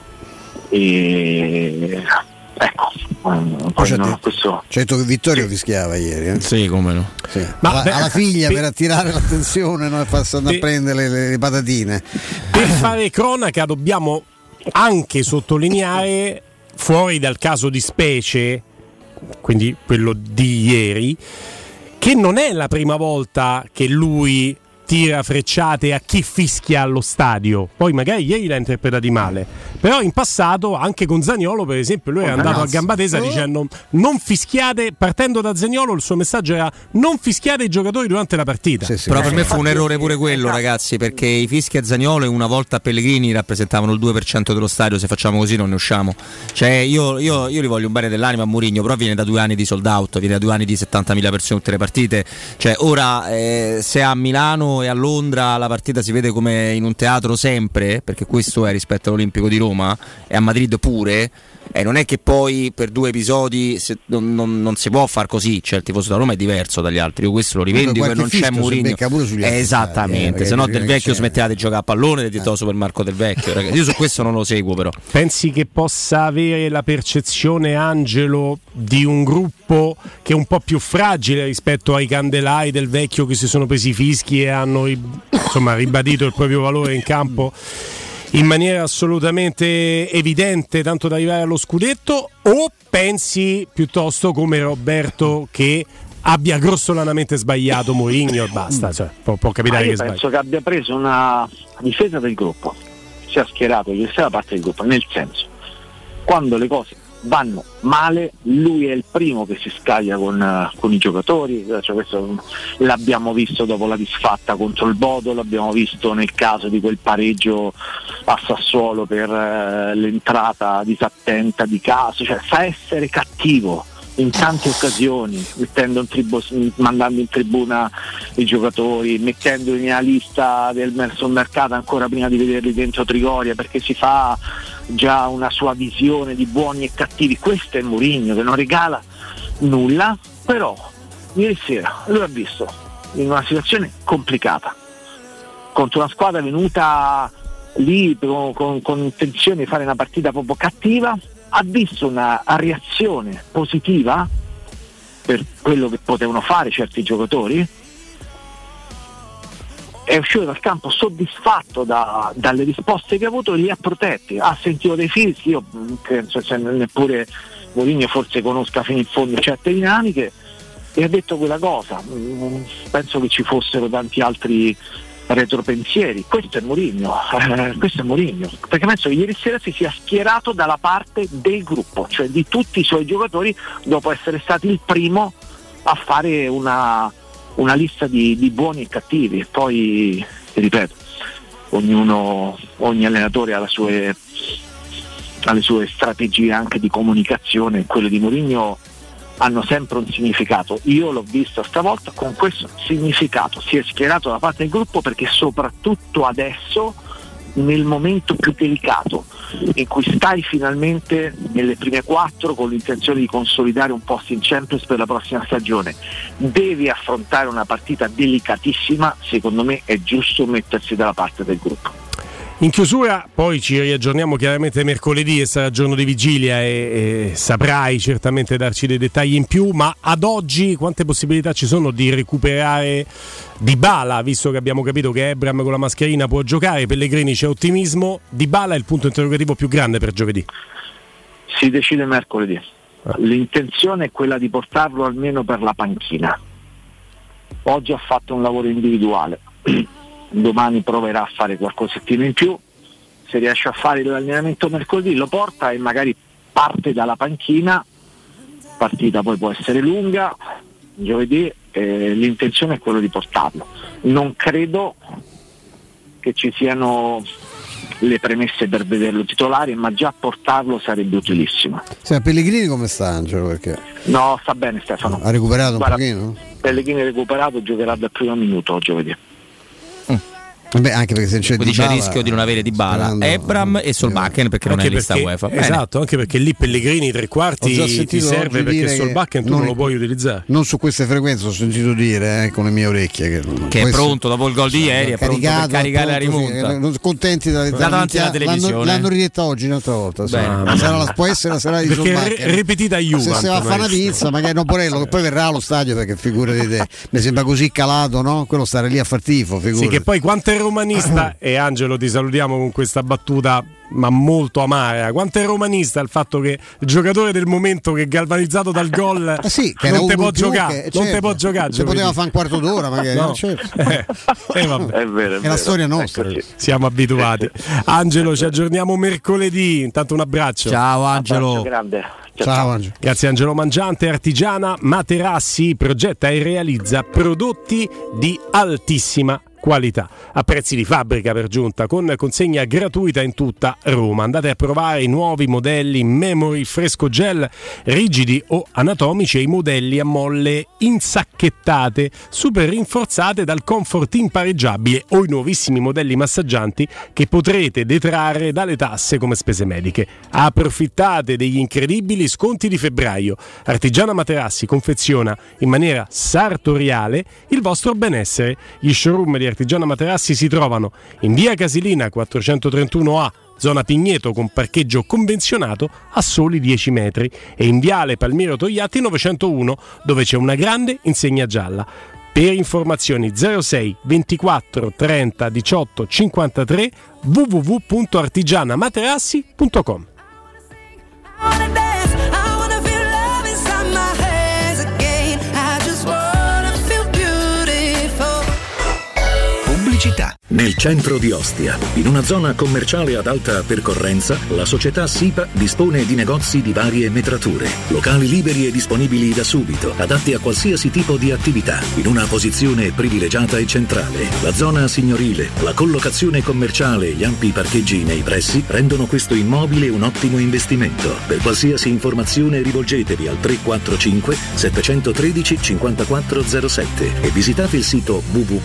E ecco, questo... Certo che Vittorio fischiava ieri, Sì, come no. Sì. Ma alla figlia per attirare l'attenzione, non passando a prendere le patatine. Per fare cronaca dobbiamo anche sottolineare, fuori dal caso di specie, quindi quello di ieri, che non è la prima volta che lui tira frecciate a chi fischia allo stadio. Poi magari ieri l'ha interpretati male, però in passato anche con Zaniolo per esempio lui era andato a gamba tesa dicendo non fischiate, partendo da Zaniolo il suo messaggio era non fischiate i giocatori durante la partita. Però per me fu un errore pure quello, ragazzi, perché i fischi a Zaniolo e una volta a Pellegrini rappresentavano il 2% dello stadio. Se facciamo così non ne usciamo. Cioè io li voglio un bene dell'anima a Mourinho, però viene da 2 anni di sold out, viene da 2 anni di 70.000 persone tutte le partite. Cioè ora se a Milano e a Londra la partita si vede come in un teatro sempre, perché questo è rispetto all'Olimpico di Roma, e a Madrid pure, non è che poi per 2 episodi non si può far così. Cioè il tifoso da Roma è diverso dagli altri, io questo lo rivendico e non c'è Mourinho. Esattamente, se no Del Vecchio smetteva di giocare a pallone del Super Marco Del Vecchio, ragazzi. Io su questo non lo seguo però. Pensi che possa avere la percezione, Angelo, di un gruppo che è un po' più fragile rispetto ai candelai Del Vecchio che si sono presi i fischi e hanno ribadito il proprio valore in campo in maniera assolutamente evidente, tanto da arrivare allo scudetto? O pensi piuttosto come Roberto che abbia grossolanamente sbagliato Mourinho e basta? Cioè, può capitare che sbagli. Penso che abbia preso una difesa del gruppo, si è schierato da parte del gruppo, nel senso, quando le cose vanno male lui è il primo che si scaglia con i giocatori. Cioè, questo l'abbiamo visto dopo la disfatta contro il Bodo, l'abbiamo visto nel caso di quel pareggio a Sassuolo per l'entrata disattenta di Caso. Cioè sa essere cattivo in tante occasioni, mandando in tribuna i giocatori, mettendoli nella lista del mercato ancora prima di vederli dentro Trigoria, perché si fa già una sua visione di buoni e cattivi. Questo è Mourinho che non regala nulla. Però ieri sera lui ha visto in una situazione complicata contro una squadra venuta lì con intenzione di fare una partita proprio cattiva, ha visto una reazione positiva per quello che potevano fare certi giocatori, è uscito dal campo soddisfatto dalle risposte che ha avuto e li ha protetti. Ha sentito dei fischi, io penso neppure Mourinho forse conosca fino in fondo certe dinamiche, e ha detto quella cosa. Penso che ci fossero tanti altri retropensieri. Questo è Mourinho, perché penso che ieri sera si sia schierato dalla parte del gruppo, cioè di tutti i suoi giocatori, dopo essere stati il primo a fare una lista di buoni e cattivi. Poi ripeto, ogni allenatore ha le sue strategie anche di comunicazione. Quelle di Mourinho hanno sempre un significato. Io l'ho visto stavolta con questo significato, si è schierato da parte del gruppo, perché soprattutto adesso, nel momento più delicato in cui stai finalmente nelle prime 4 con l'intenzione di consolidare un posto in Champions per la prossima stagione, devi affrontare una partita delicatissima. Secondo me è giusto mettersi dalla parte del gruppo. In chiusura poi ci riaggiorniamo chiaramente mercoledì, e sarà giorno di vigilia e saprai certamente darci dei dettagli in più, ma ad oggi quante possibilità ci sono di recuperare Dybala, visto che abbiamo capito che Ebram con la mascherina può giocare, Pellegrini c'è ottimismo, Dybala è il punto interrogativo più grande per giovedì? Si decide mercoledì. L'intenzione è quella di portarlo almeno per la panchina. Oggi ha fatto un lavoro individuale, domani proverà a fare qualcosettina in più. Se riesce a fare l'allenamento mercoledì lo porta e magari parte dalla panchina. Partita poi può essere lunga, giovedì l'intenzione è quella di portarlo. Non credo che ci siano le premesse per vederlo titolare, ma già portarlo sarebbe utilissimo. Pellegrini come sta, Angelo? Perché? No, sta bene Stefano. Ha recuperato un pochino? Pellegrini recuperato, giocherà dal primo minuto giovedì. Vabbè, anche perché se c'è il rischio di non avere Dybala, Ebram e Solbakken, perché non è in lista UEFA. Esatto, anche perché lì Pellegrini tre quarti ti serve, perché Solbakken tu non lo puoi utilizzare. Non su queste frequenze, ho sentito dire con le mie orecchie che è pronto dopo il gol di ieri, è pronto per caricare la rimonta. Contenti davanti alla televisione. L'hanno ridetta oggi un'altra volta. Può essere la serata di Solbakken ripetita a Juve. Se va a fare una pizza, magari non Porello, che poi verrà allo stadio, perché figurati te, mi sembra così calato, no? Quello stare lì a far tifo, sì, che poi quante romanista, e Angelo ti salutiamo con questa battuta ma molto amara, quanto è romanista il fatto che il giocatore del momento che galvanizzato dal gol non te può giocare, non te può giocare, se poteva fare un quarto d'ora magari, no. Certo. Vabbè. È vero, è la storia nostra, siamo abituati. Angelo, ci aggiorniamo mercoledì, intanto un abbraccio. Ciao Angelo. Grande. Ciao Angelo. Grazie Angelo Mangiante. Artigiana Materassi progetta e realizza prodotti di altissima qualità a prezzi di fabbrica per giunta, con consegna gratuita in tutta Roma. Andate a provare i nuovi modelli Memory Fresco Gel rigidi o anatomici e i modelli a molle insacchettate super rinforzate dal comfort impareggiabile o i nuovissimi modelli massaggianti che potrete detrarre dalle tasse come spese mediche. Approfittate degli incredibili sconti di febbraio. Artigiana Materassi confeziona in maniera sartoriale il vostro benessere. Gli showroom di Artigiana Materassi si trovano in via Casilina 431A, zona Pigneto, con parcheggio convenzionato a soli 10 metri, e in viale Palmiro Togliatti 901, dove c'è una grande insegna gialla. Per informazioni 06 24 30 18 53 www.artigianamaterassi.com. Nel centro di Ostia, in una zona commerciale ad alta percorrenza, la società SIPA dispone di negozi di varie metrature, locali liberi e disponibili da subito, adatti a qualsiasi tipo di attività, in una posizione privilegiata e centrale. La zona signorile, la collocazione commerciale e gli ampi parcheggi nei pressi rendono questo immobile un ottimo investimento. Per qualsiasi informazione rivolgetevi al 345 713 5407 e visitate il sito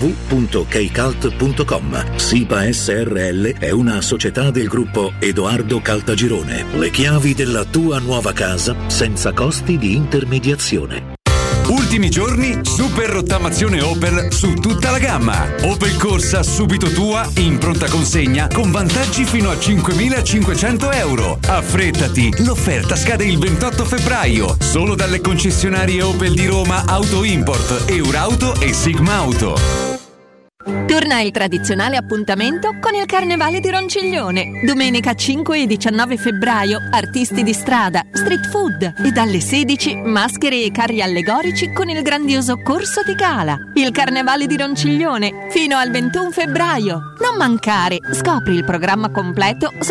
www.kcalt.com. SIPA SRL è una società del gruppo Edoardo Caltagirone. Le chiavi della tua nuova casa senza costi di intermediazione. Ultimi giorni, super rottamazione Opel su tutta la gamma. Opel Corsa subito tua, in pronta consegna, con vantaggi fino a 5.500 euro. Affrettati, l'offerta scade il 28 febbraio, solo dalle concessionarie Opel di Roma, Auto Import, Eurauto e Sigma Auto. Torna il tradizionale appuntamento con il Carnevale di Ronciglione. Domenica 5 e 19 febbraio, artisti di strada, street food e dalle 16 maschere e carri allegorici con il grandioso Corso di Cala. Il Carnevale di Ronciglione fino al 21 febbraio. Non mancare, scopri il programma completo su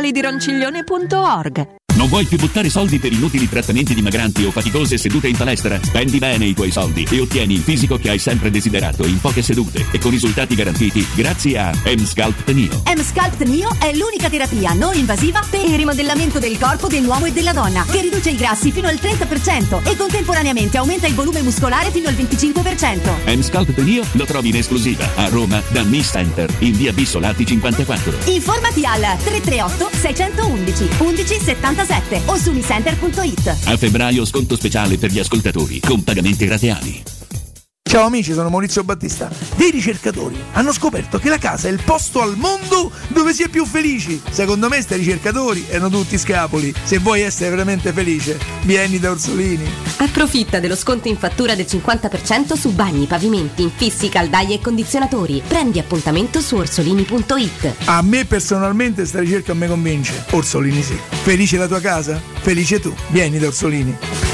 carnevaledironciglione.org. Non vuoi più buttare soldi per inutili trattamenti dimagranti o faticose sedute in palestra? Spendi bene i tuoi soldi e ottieni il fisico che hai sempre desiderato in poche sedute e con risultati garantiti grazie a M-Sculpt Neo. M-Sculpt Neo è l'unica terapia non invasiva per il rimodellamento del corpo dell'uomo e della donna, che riduce i grassi fino al 30% e contemporaneamente aumenta il volume muscolare fino al 25%. M-Sculpt Neo lo trovi in esclusiva a Roma da Miss Center in via Bissolati 54. Informati al 338 611 1177 o su miscenter.it. A febbraio sconto speciale per gli ascoltatori con pagamenti rateali. Ciao amici, sono Maurizio Battista. Dei ricercatori hanno scoperto che la casa è il posto al mondo dove si è più felici. Secondo me sti ricercatori erano tutti scapoli. Se vuoi essere veramente felice, vieni da Orsolini. Approfitta dello sconto in fattura del 50% su bagni, pavimenti, infissi, caldaie e condizionatori. Prendi appuntamento su orsolini.it. A me personalmente sta ricerca mi convince. Orsolini sì. Felice la tua casa? Felice tu. Vieni da Orsolini.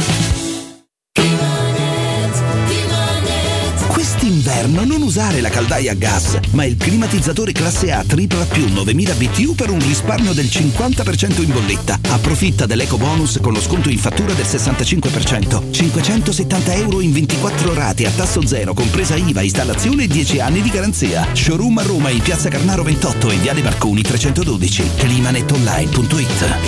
Quest'inverno non usare la caldaia a gas, ma il climatizzatore classe A tripla più 9000 BTU per un risparmio del 50% in bolletta. Approfitta dell'eco bonus con lo sconto in fattura del 65%. 570 euro in 24 rate a tasso zero, compresa IVA, installazione e 10 anni di garanzia. Showroom a Roma in piazza Carnaro 28 e viale Marconi 312. Climanetonline.it.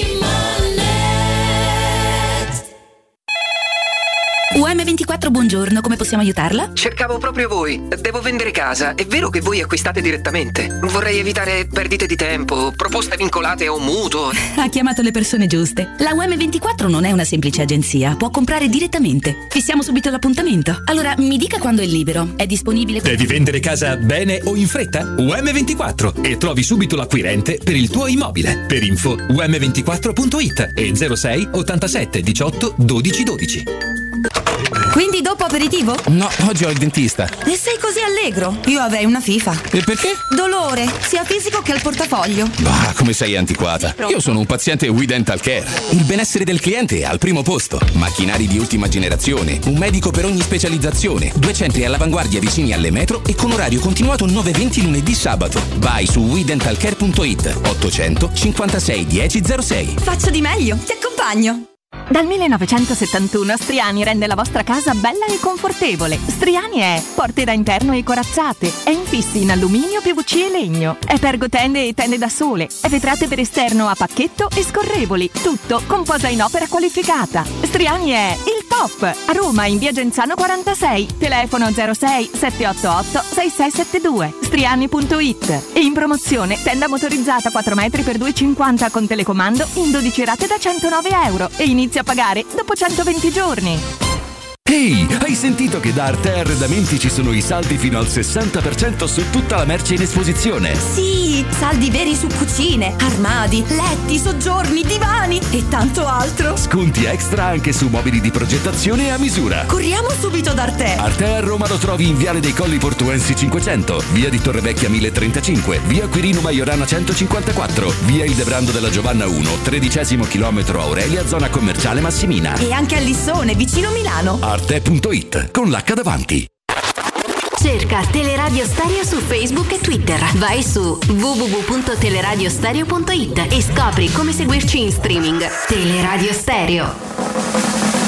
UM24, buongiorno, come possiamo aiutarla? Cercavo proprio voi. Devo vendere casa. È vero che voi acquistate direttamente? Vorrei evitare perdite di tempo, proposte vincolate a un mutuo. Ha chiamato le persone giuste. La UM24 non è una semplice agenzia, può comprare direttamente. Fissiamo subito l'appuntamento. Allora, mi dica quando è libero. È disponibile? Devi vendere casa bene o in fretta? UM24 e trovi subito l'acquirente per il tuo immobile. Per info um24.it e 06 87 18 12 12. Quindi dopo aperitivo? No, oggi ho il dentista. E sei così allegro? Io avrei una FIFA. E perché? Dolore, sia fisico che al portafoglio. Bah, come sei antiquata. Io sono un paziente We Dental Care. Il benessere del cliente è al primo posto. Macchinari di ultima generazione, un medico per ogni specializzazione, 2 centri all'avanguardia vicini alle metro e con orario continuato 9-20 lunedì sabato. Vai su wedentalcare.it 800 56 1006. Faccio di meglio, ti accompagno. Dal 1971 Striani rende la vostra casa bella e confortevole. Striani è porte da interno e corazzate, è infissi in alluminio, PVC e legno, è pergotende e tende da sole, è vetrate per esterno a pacchetto e scorrevoli, tutto con posa in opera qualificata. Striani è il top! A Roma in via Genzano 46, telefono 06 788 6672, striani.it. E in promozione tenda motorizzata 4 metri per 2,50 con telecomando in 12 rate da €109 e inizia a pagare dopo 120 giorni. Ehi, hai sentito che da Arte Arredamenti ci sono i saldi fino al 60% su tutta la merce in esposizione? Sì, saldi veri su cucine, armadi, letti, soggiorni, divani e tanto altro. Sconti extra anche su mobili di progettazione a misura. Corriamo subito da Arte. Arte a Roma lo trovi in Viale dei Colli Portuensi 500, via di Torrevecchia 1035, via Quirino Maiorana 154, via Il Debrando della Giovanna 1, 13° chilometro Aurelia, zona commerciale Massimina. E anche a Lissone, vicino Milano. Arte.it con l'H davanti. Cerca Teleradio Stereo su Facebook e Twitter. Vai su www.teleradiostereo.it e scopri come seguirci in streaming. Teleradio Stereo.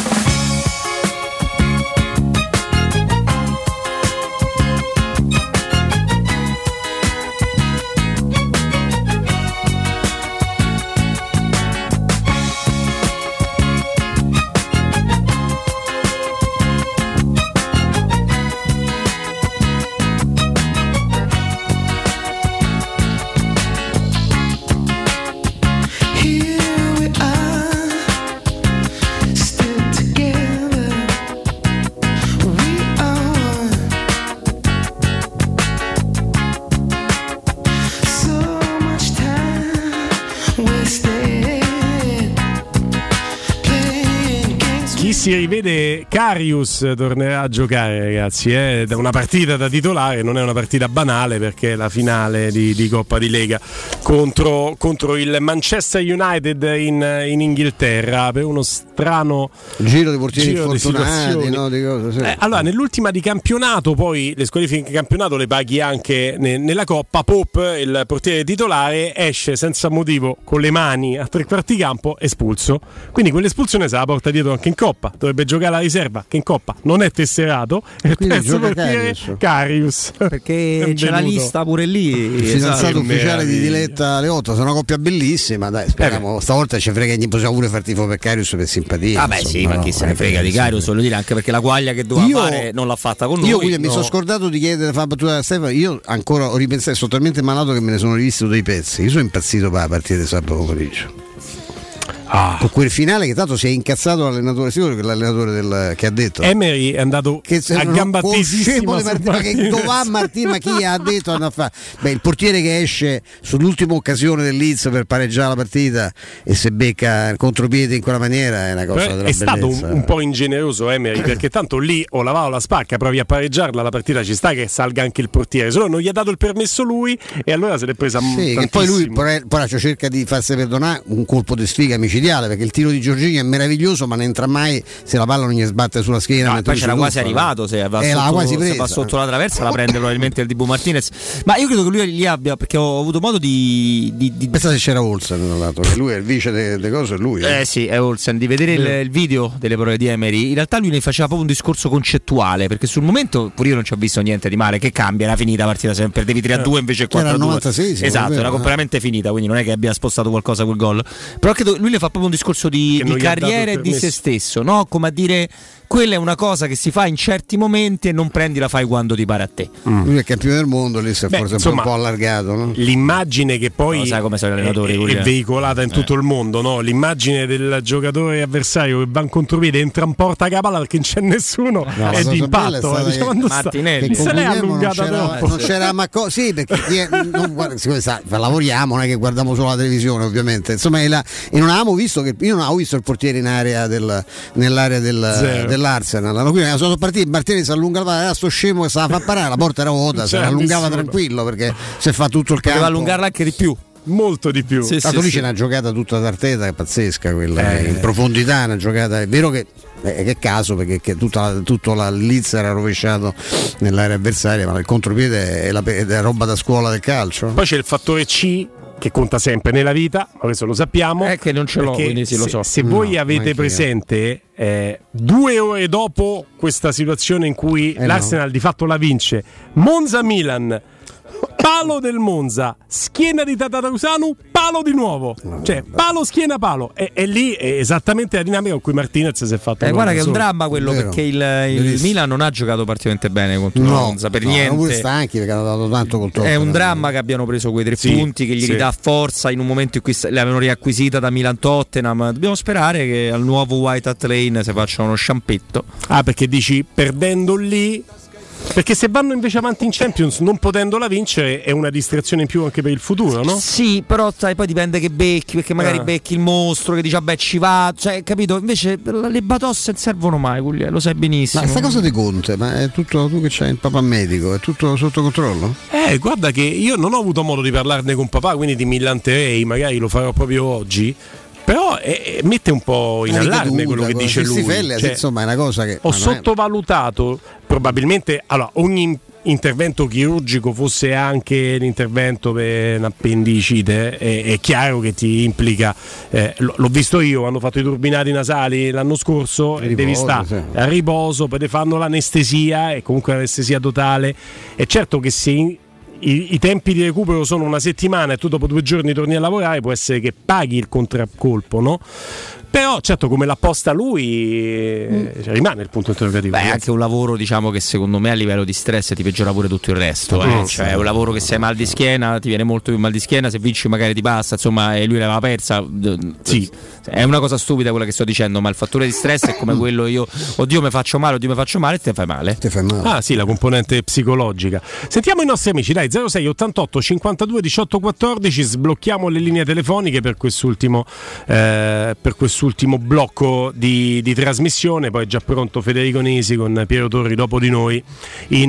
Si rivede Karius tornerà a giocare, ragazzi, da una partita da titolare, non è una partita banale perché è la finale di Coppa di Lega contro il Manchester United in Inghilterra per uno strano giro di portieri infortunati, no, di cose, sì. Allora nell'ultima di campionato, poi le squalifiche di campionato le paghi anche nella Coppa. Pope, il portiere titolare, esce senza motivo con le mani a 3 quarti campo, espulso, quindi quell'espulsione se la porta dietro anche in Coppa. Dovrebbe giocare la riserva che in Coppa non è tesserato, e il terzo portiere Karius, perché c'è la lista pure lì, il fidanzato ufficiale di Diletta Leotta. Sono una coppia bellissima, dai, speriamo stavolta ci frega, gli possiamo pure far tifo per Karius per simpatia. Vabbè, insomma, sì, ma chi se ne frega di Karius, voglio dire, anche perché la quaglia che doveva fare non l'ha fatta con noi. Io mi sono scordato di chiedere fa battuta a Stefano, io ancora ho ripensato, sono talmente malato che me ne sono rivisto dei pezzi. Io sono impazzito per la partita di sabato pomeriggio. Con quel finale che tanto si è incazzato l'allenatore, sicuro che l'allenatore che ha detto Emery è andato a gamba tesissima, ma che dov'ha Martino, ma chi ha detto a fare? Beh, il portiere che esce sull'ultima occasione del Leeds per pareggiare la partita e se becca il contropiede in quella maniera è una cosa della bellezza. Stato un po' ingeneroso Emery, perché tanto lì o la va o la spacca, provi a pareggiarla, la partita ci sta che salga anche il portiere, solo non gli ha dato il permesso lui e allora se l'è presa tantissimo. Che poi lui poraccio cerca di farsi perdonare un colpo di sfiga micidiale, perché il tiro di Giorginio è meraviglioso ma non entra mai se la palla non gli sbatte sulla schiena. No, poi c'era quasi arrivato, se va sotto la traversa la prende probabilmente il Dibu Martinez, ma io credo che lui li abbia, perché ho avuto modo di pensate se c'era Olsen dall'altro, che lui è il vice delle cose, è lui sì, è Olsen, di vedere il video delle prove di Emery. In realtà lui ne faceva proprio un discorso concettuale, perché sul momento pure io non ci ho visto niente di male, che cambia, era finita la partita, se perdevi 3-2 invece 4-2, esatto, era completamente finita, quindi non è che abbia spostato qualcosa quel gol, però credo lui ne fa proprio un discorso di carriera e di se stesso, no? Come a dire, quella è una cosa che si fa in certi momenti e non prendi la fai quando ti pare a te. Lui è campione del mondo, lì si è forse insomma, un po' allargato, no? L'immagine che poi sai come sono gli allenatori, è veicolata in tutto il mondo, no? L'immagine del giocatore avversario che va in contropiede, entra in porta capalla perché non c'è nessuno, è di impatto. Martinelli se l'è allungata troppo. Non c'era sì, perché lavoriamo, non è che guardiamo solo la televisione, ovviamente. Insomma, e non avevamo visto che io non avevo visto il portiere in area nell'area dell'Arsenal. Quindi sono partiti, Martinez si allunga la palla, sto scemo che stava a far parare, la porta era vuota, se la allungava tranquillo perché si fa tutto il campo. Poteva allungarla anche di più. Molto di più. Tanto lì c'è una giocata tutta d'Arteta che è pazzesca quella, in profondità, una giocata, è vero che caso perché tutto il Leeds era rovesciato nell'area avversaria, ma il contropiede è la roba da scuola del calcio. Poi c'è il fattore C che conta sempre nella vita, ma questo lo sappiamo. È che non ce l'ho, quindi sì, lo so. Se voi avete presente 2 ore dopo questa situazione in cui l'Arsenal di fatto la vince, Monza-Milan, palo del Monza, schiena di Tatarusanu, palo di nuovo, cioè palo, schiena, palo, e lì è esattamente la dinamica con cui Martinez si è fatto. Guarda che è un dramma quello, perché il Milan non ha giocato particolarmente bene contro il Monza, per niente. Sono pure stanchi perché hanno dato tanto controllo. È un dramma che abbiano preso quei 3 punti che gli ridà forza in un momento in cui l'avevano riacquisita da Milan-Tottenham. Dobbiamo sperare che al nuovo White Hart Lane si faccia uno sciampetto. Perché dici perdendo lì. Perché se vanno invece avanti in Champions non potendola vincere è una distrazione in più anche per il futuro, no? Sì, però sai, poi dipende che becchi, perché magari becchi il mostro che dice vabbè ci va, cioè capito? Invece le batosse non servono mai, lo sai benissimo. Ma sta cosa di Conte, ma è tutto, tu che c'hai il papà medico, è tutto sotto controllo? Guarda che io non ho avuto modo di parlarne con papà, quindi ti millanterei, magari lo farò proprio oggi. Però mette un po' in allarme quello che dice lui. Cioè, insomma, è una cosa che ho sottovalutato probabilmente. Allora, ogni intervento chirurgico fosse anche l'intervento per un'appendicite, è chiaro che ti implica. L'ho visto io, hanno fatto i turbinati nasali l'anno scorso, e devi stare a riposo, poi ti fanno l'anestesia, e comunque l'anestesia totale. È certo che se i tempi di recupero sono una settimana e tu dopo 2 giorni torni a lavorare, può essere che paghi il contraccolpo, no? Però certo, come l'ha posta lui, rimane il punto interrogativo. È anche un lavoro, diciamo, che secondo me a livello di stress ti peggiora pure tutto il resto. Cioè è un lavoro che se hai mal di schiena ti viene molto più mal di schiena, se vinci magari ti passa, insomma, e lui l'aveva persa. Sì, è una cosa stupida quella che sto dicendo, ma il fattore di stress è come quello oddio mi faccio male, e te fai male. Ah sì, la componente psicologica. Sentiamo i nostri amici, dai, 06 88 52 18 14, sblocchiamo le linee telefoniche per quest'ultimo blocco di trasmissione. Poi è già pronto Federico Nisi con Piero Torri dopo di noi in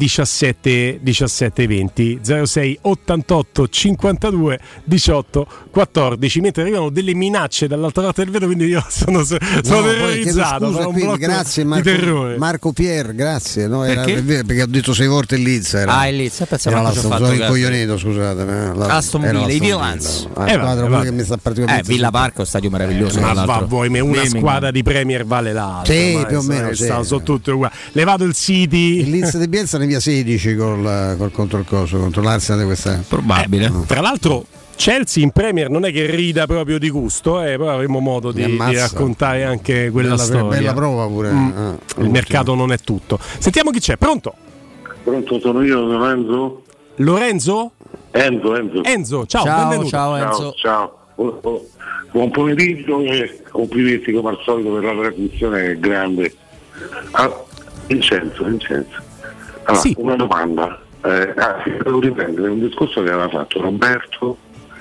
17:20. 06 88 52 18 14, mentre arrivano delle minacce dall'altra parte del vetro, quindi io sono terrorizzato. Quindi, grazie Marco Pier, grazie. No, perché ho detto 6 volte il Leeds. Il Leeds, sono incoglionito, scusate. Aston Villa, i Villans. Che mi sta particolarmente Villa Park è un stadio meraviglioso. Una squadra di Premier vale l'altra. Sì, più o meno. Sono tutte uguali. Levato il City. Il Leeds di Bielsa ne via 16 contro il coso, contro l'Arsenal. Questa probabile. Tra l'altro Chelsea in Premier non è che rida proprio di gusto, però avremo modo di raccontare anche quella storia. Bella prova pure. Il mercato non è tutto. Sentiamo chi c'è. Pronto, sono io, Lorenzo? Enzo, ciao, benvenuto. Ciao Enzo. Ciao. Buon pomeriggio e complimenti come al solito per la trasmissione grande. Vincenzo. Allora, sì. Una domanda. Devo riprendere un discorso che aveva fatto Roberto.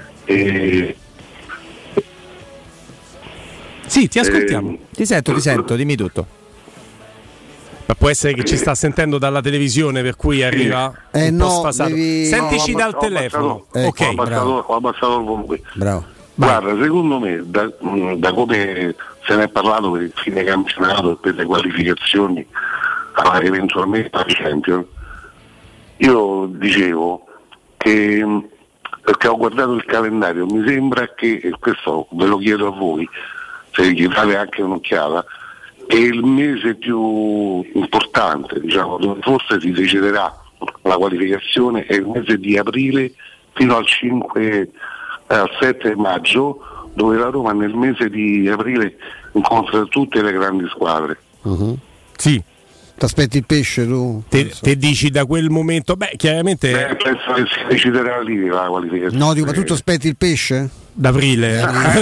Sì, ti ascoltiamo. Ti sento, dimmi tutto. Ma può essere che ci sta sentendo dalla televisione, per cui arriva un po' sfasato. Sentici dal telefono. Ok, ho abbassato il volume. Bravo. Guarda, secondo me, da come se ne è parlato per il fine campionato e per le qualificazioni eventualmente a Champions, io dicevo che, perché ho guardato il calendario, mi sembra che, e questo ve lo chiedo a voi, se gli date anche un'occhiata, è il mese più importante, diciamo, dove forse si deciderà la qualificazione, è il mese di aprile fino al 7 maggio, dove la Roma nel mese di aprile incontra tutte le grandi squadre. Sì. Ti aspetti il pesce tu? Te dici da quel momento? Beh, chiaramente penso che si deciderà lì la qualificazione. No, dico, ma tu ti aspetti il pesce? d'aprile.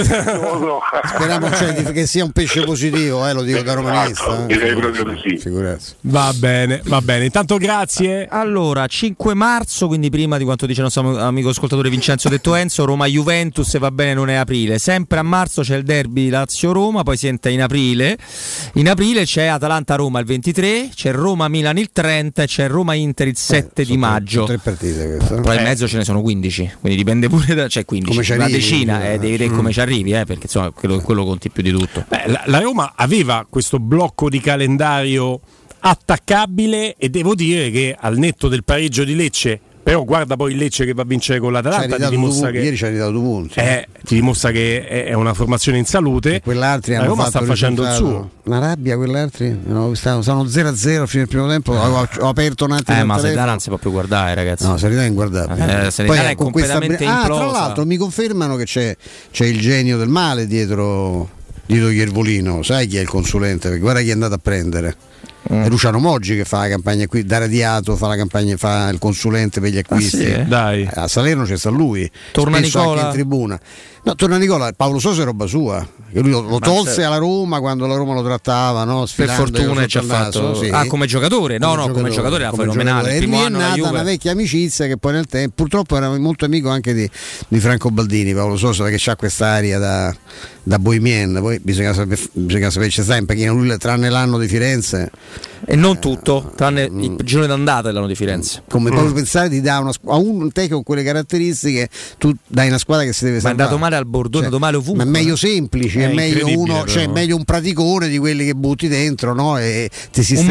Speriamo che sia un pesce positivo, lo dico da romanista. Direi proprio di sì. Figurarsi. Va bene. Intanto grazie. Allora, 5 marzo, quindi prima di quanto dice il nostro amico ascoltatore Vincenzo detto Enzo, Roma-Juventus, se va bene non è aprile. Sempre a marzo c'è il derby Lazio-Roma, poi si entra in aprile. In aprile c'è Atalanta-Roma il 23, c'è Roma-Milan il 30 e c'è Roma-Inter il 7 di maggio. 3 partite queste. Poi in mezzo ce ne sono 15, quindi dipende pure da... Cioè 15, una decina, devi vedere come ci arrivi, perché insomma quello conti più di tutto. La Roma aveva questo blocco di calendario attaccabile e devo dire che al netto del pareggio di Lecce, però guarda poi il Lecce che va a vincere con l'Atalanta, ti dimostra che ieri ci ha ridato 2 punti. Ti dimostra che è una formazione in salute. Quell'altri la Roma sta facendo il suo. Una rabbia quell'altri, stanno 0-0 fino al primo tempo. Ho aperto un attimo. Ma Serità non si può più guardare, ragazzi. No, Serità è inguardabile. Serità è completamente implosa. Tra l'altro mi confermano che c'è il genio del male dietro Iervolino. Sai chi è il consulente? Perché guarda chi è andato a prendere. È Luciano Moggi che fa la campagna qui da Radiato, fa il consulente per gli acquisti. Dai. A Salerno c'è sta lui. Torna Nicola anche in tribuna. No, torna Nicola, Paolo Sosa è roba sua. Che lui lo tolse alla Roma quando la Roma lo trattava, no? Per fortuna ci ha fatto. Sì. Come giocatore? Come giocatore era fenomenale. E lì è nata una vecchia amicizia che poi nel tempo, purtroppo era molto amico anche di Franco Baldini, Paolo Sosa, perché c'ha quest'aria da bohemien. Poi bisogna saperci sempre perché lui tranne l'anno di Firenze. E non tutto, tranne il girone d'andata dell'anno di Firenze. Come proprio pensare di dare a un tecnico con quelle caratteristiche, tu dai una squadra che si deve salvare. Ma è andato male al Bordeaux, è andato male ovunque. Ma è meglio semplici, è meglio uno, cioè meglio un praticone di quelli che butti dentro, no? E ti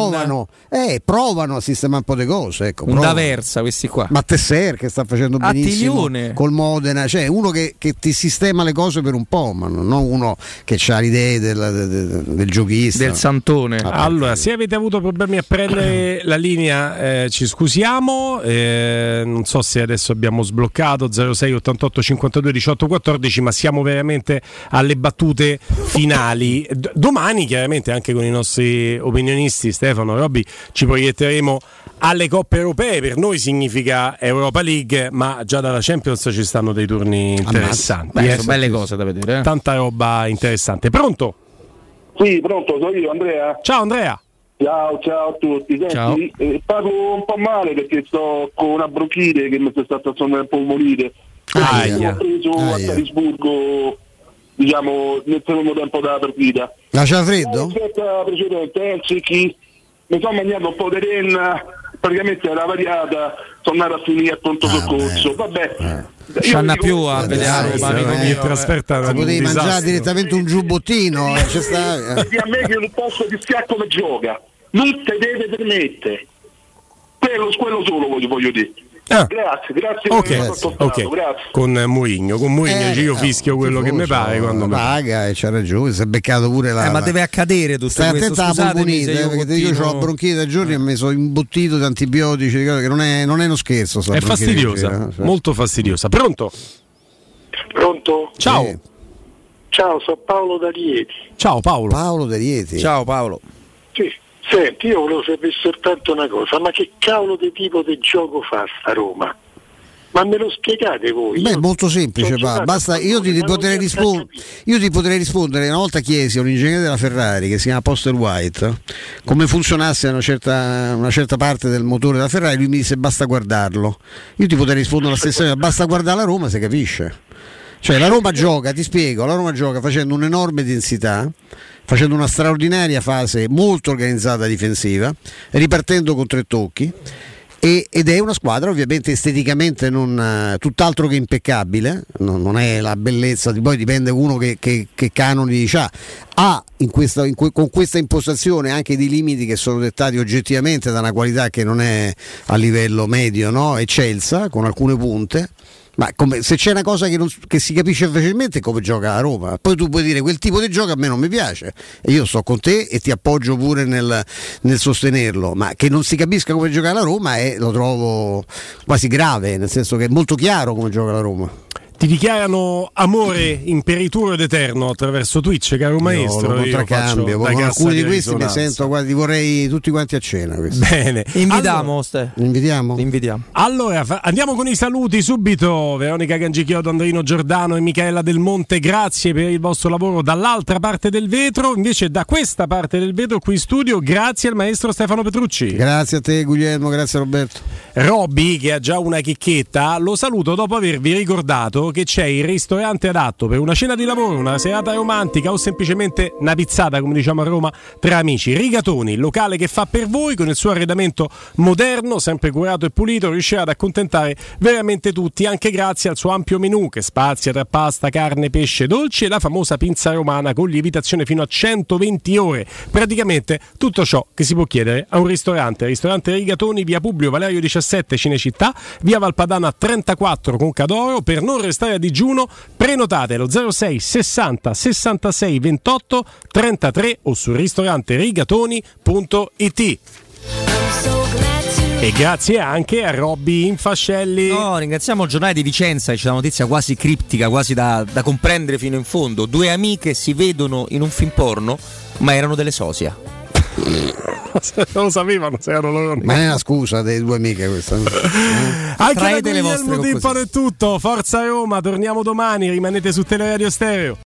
provano a sistemare un po' di cose, ecco. Un D'Aversa, questi qua. Ma Tesser che sta facendo benissimo col Modena, cioè uno che ti sistema le cose per un po', ma non uno che ha le idee del giochista, del santone. Allora, se avete avuto problemi a prendere la linea, ci scusiamo, non so se adesso abbiamo sbloccato 06 88 52 18 14, ma siamo veramente alle battute finali. Domani chiaramente anche con i nostri opinionisti Stefano e Robby ci proietteremo alle coppe europee. Per noi significa Europa League, ma già dalla Champions ci stanno dei turni interessanti. Sono belle cose da vedere. Tanta roba interessante. Pronto? Sì, pronto, sono io, Andrea. Ciao Andrea. Ciao a tutti. Senti, pago un po' male perché sto con una bronchite che mi sta stazzando il polmonite. Ho preso a Salisburgo, diciamo, nel secondo tempo della partita. Lascia freddo? Aspetta precedente, Helsinki, mi sono mangiato un po' di renna, praticamente era variata, sono andato a finire a pronto soccorso. Vabbè. C'hanna più a vedere potevi mangiare direttamente un giubbottino. C'è a me che non posso fischiare come gioca, non te deve permettere, quello solo voglio dire. Grazie. Ok. Con Mourinho io fischio quello che mi pare quando paga e c'ha ragione, si è beccato pure ma deve accadere tutto stai questo. Stai attento alla polmonite, perché io ho la bronchite da giorni e mi sono imbottito di antibiotici, che non è uno scherzo. È fastidiosa, molto fastidiosa. Pronto? Ciao. Ciao, sono Paolo da Rieti. Ciao Paolo. Paolo da Rieti. Ciao Paolo. Sì. Senti, io volevo sapere soltanto una cosa, ma che cavolo di tipo di gioco fa sta Roma? Ma me lo spiegate voi? Beh, molto semplice, basta, io ti potrei rispondere, una volta chiesi a un ingegnere della Ferrari che si chiama Poster White come funzionasse una certa parte del motore della Ferrari, lui mi disse basta guardarlo. Io ti potrei rispondere la stessa cosa, basta guardare la Roma, si capisce. Cioè la Roma gioca, ti spiego, la Roma gioca facendo un'enorme densità, facendo una straordinaria fase molto organizzata difensiva, ripartendo con 3 tocchi, ed è una squadra ovviamente esteticamente non tutt'altro che impeccabile, non è la bellezza, poi dipende uno che canoni ha con questa impostazione anche dei limiti che sono dettati oggettivamente da una qualità che non è a livello medio, no? Eccelsa, con alcune punte. Ma se c'è una cosa che si capisce facilmente è come gioca la Roma. Poi tu puoi dire quel tipo di gioco a me non mi piace e io sto con te e ti appoggio pure nel sostenerlo, ma che non si capisca come gioca la Roma lo trovo quasi grave, nel senso che è molto chiaro come gioca la Roma. Ti dichiarano amore imperituro ed eterno attraverso Twitch, caro maestro. Lo contraccambio, con alcuni di questi mi sento quasi, vorrei tutti quanti a cena. Bene, Invitiamo. Allora andiamo con i saluti subito. Veronica Gangichiodo, Andrino Giordano e Michaela Del Monte, grazie per il vostro lavoro dall'altra parte del vetro. Invece da questa parte del vetro qui in studio, grazie al maestro Stefano Petrucci. Grazie a te Guglielmo, grazie Roberto. Robby, che ha già una chicchetta, lo saluto dopo avervi ricordato che c'è il ristorante adatto per una cena di lavoro, una serata romantica o semplicemente una pizzata, come diciamo a Roma, tra amici. Rigatoni, il locale che fa per voi, con il suo arredamento moderno, sempre curato e pulito, riuscirà ad accontentare veramente tutti, anche grazie al suo ampio menù che spazia tra pasta, carne, pesce, dolci e la famosa pinza romana con lievitazione fino a 120 ore. Praticamente tutto ciò che si può chiedere a un ristorante. Ristorante Rigatoni, via Publio Valerio 17, Cinecittà, via Valpadana 34 con Cadoro. Per non restare a digiuno, prenotate lo 06 60 66 28 33 o su ristoranterigatoni.it. E grazie anche a Robby Infascelli. Ringraziamo il giornale di Vicenza che c'è una notizia quasi criptica, quasi da comprendere fino in fondo. 2 amiche si vedono in un film porno, ma erano delle sosia. Non lo sapevano se erano loro. Ma è una scusa delle 2 amiche questa. Anche da Guglielmo Timpano è tutto. Forza Roma, torniamo domani, rimanete su Teleradio Stereo.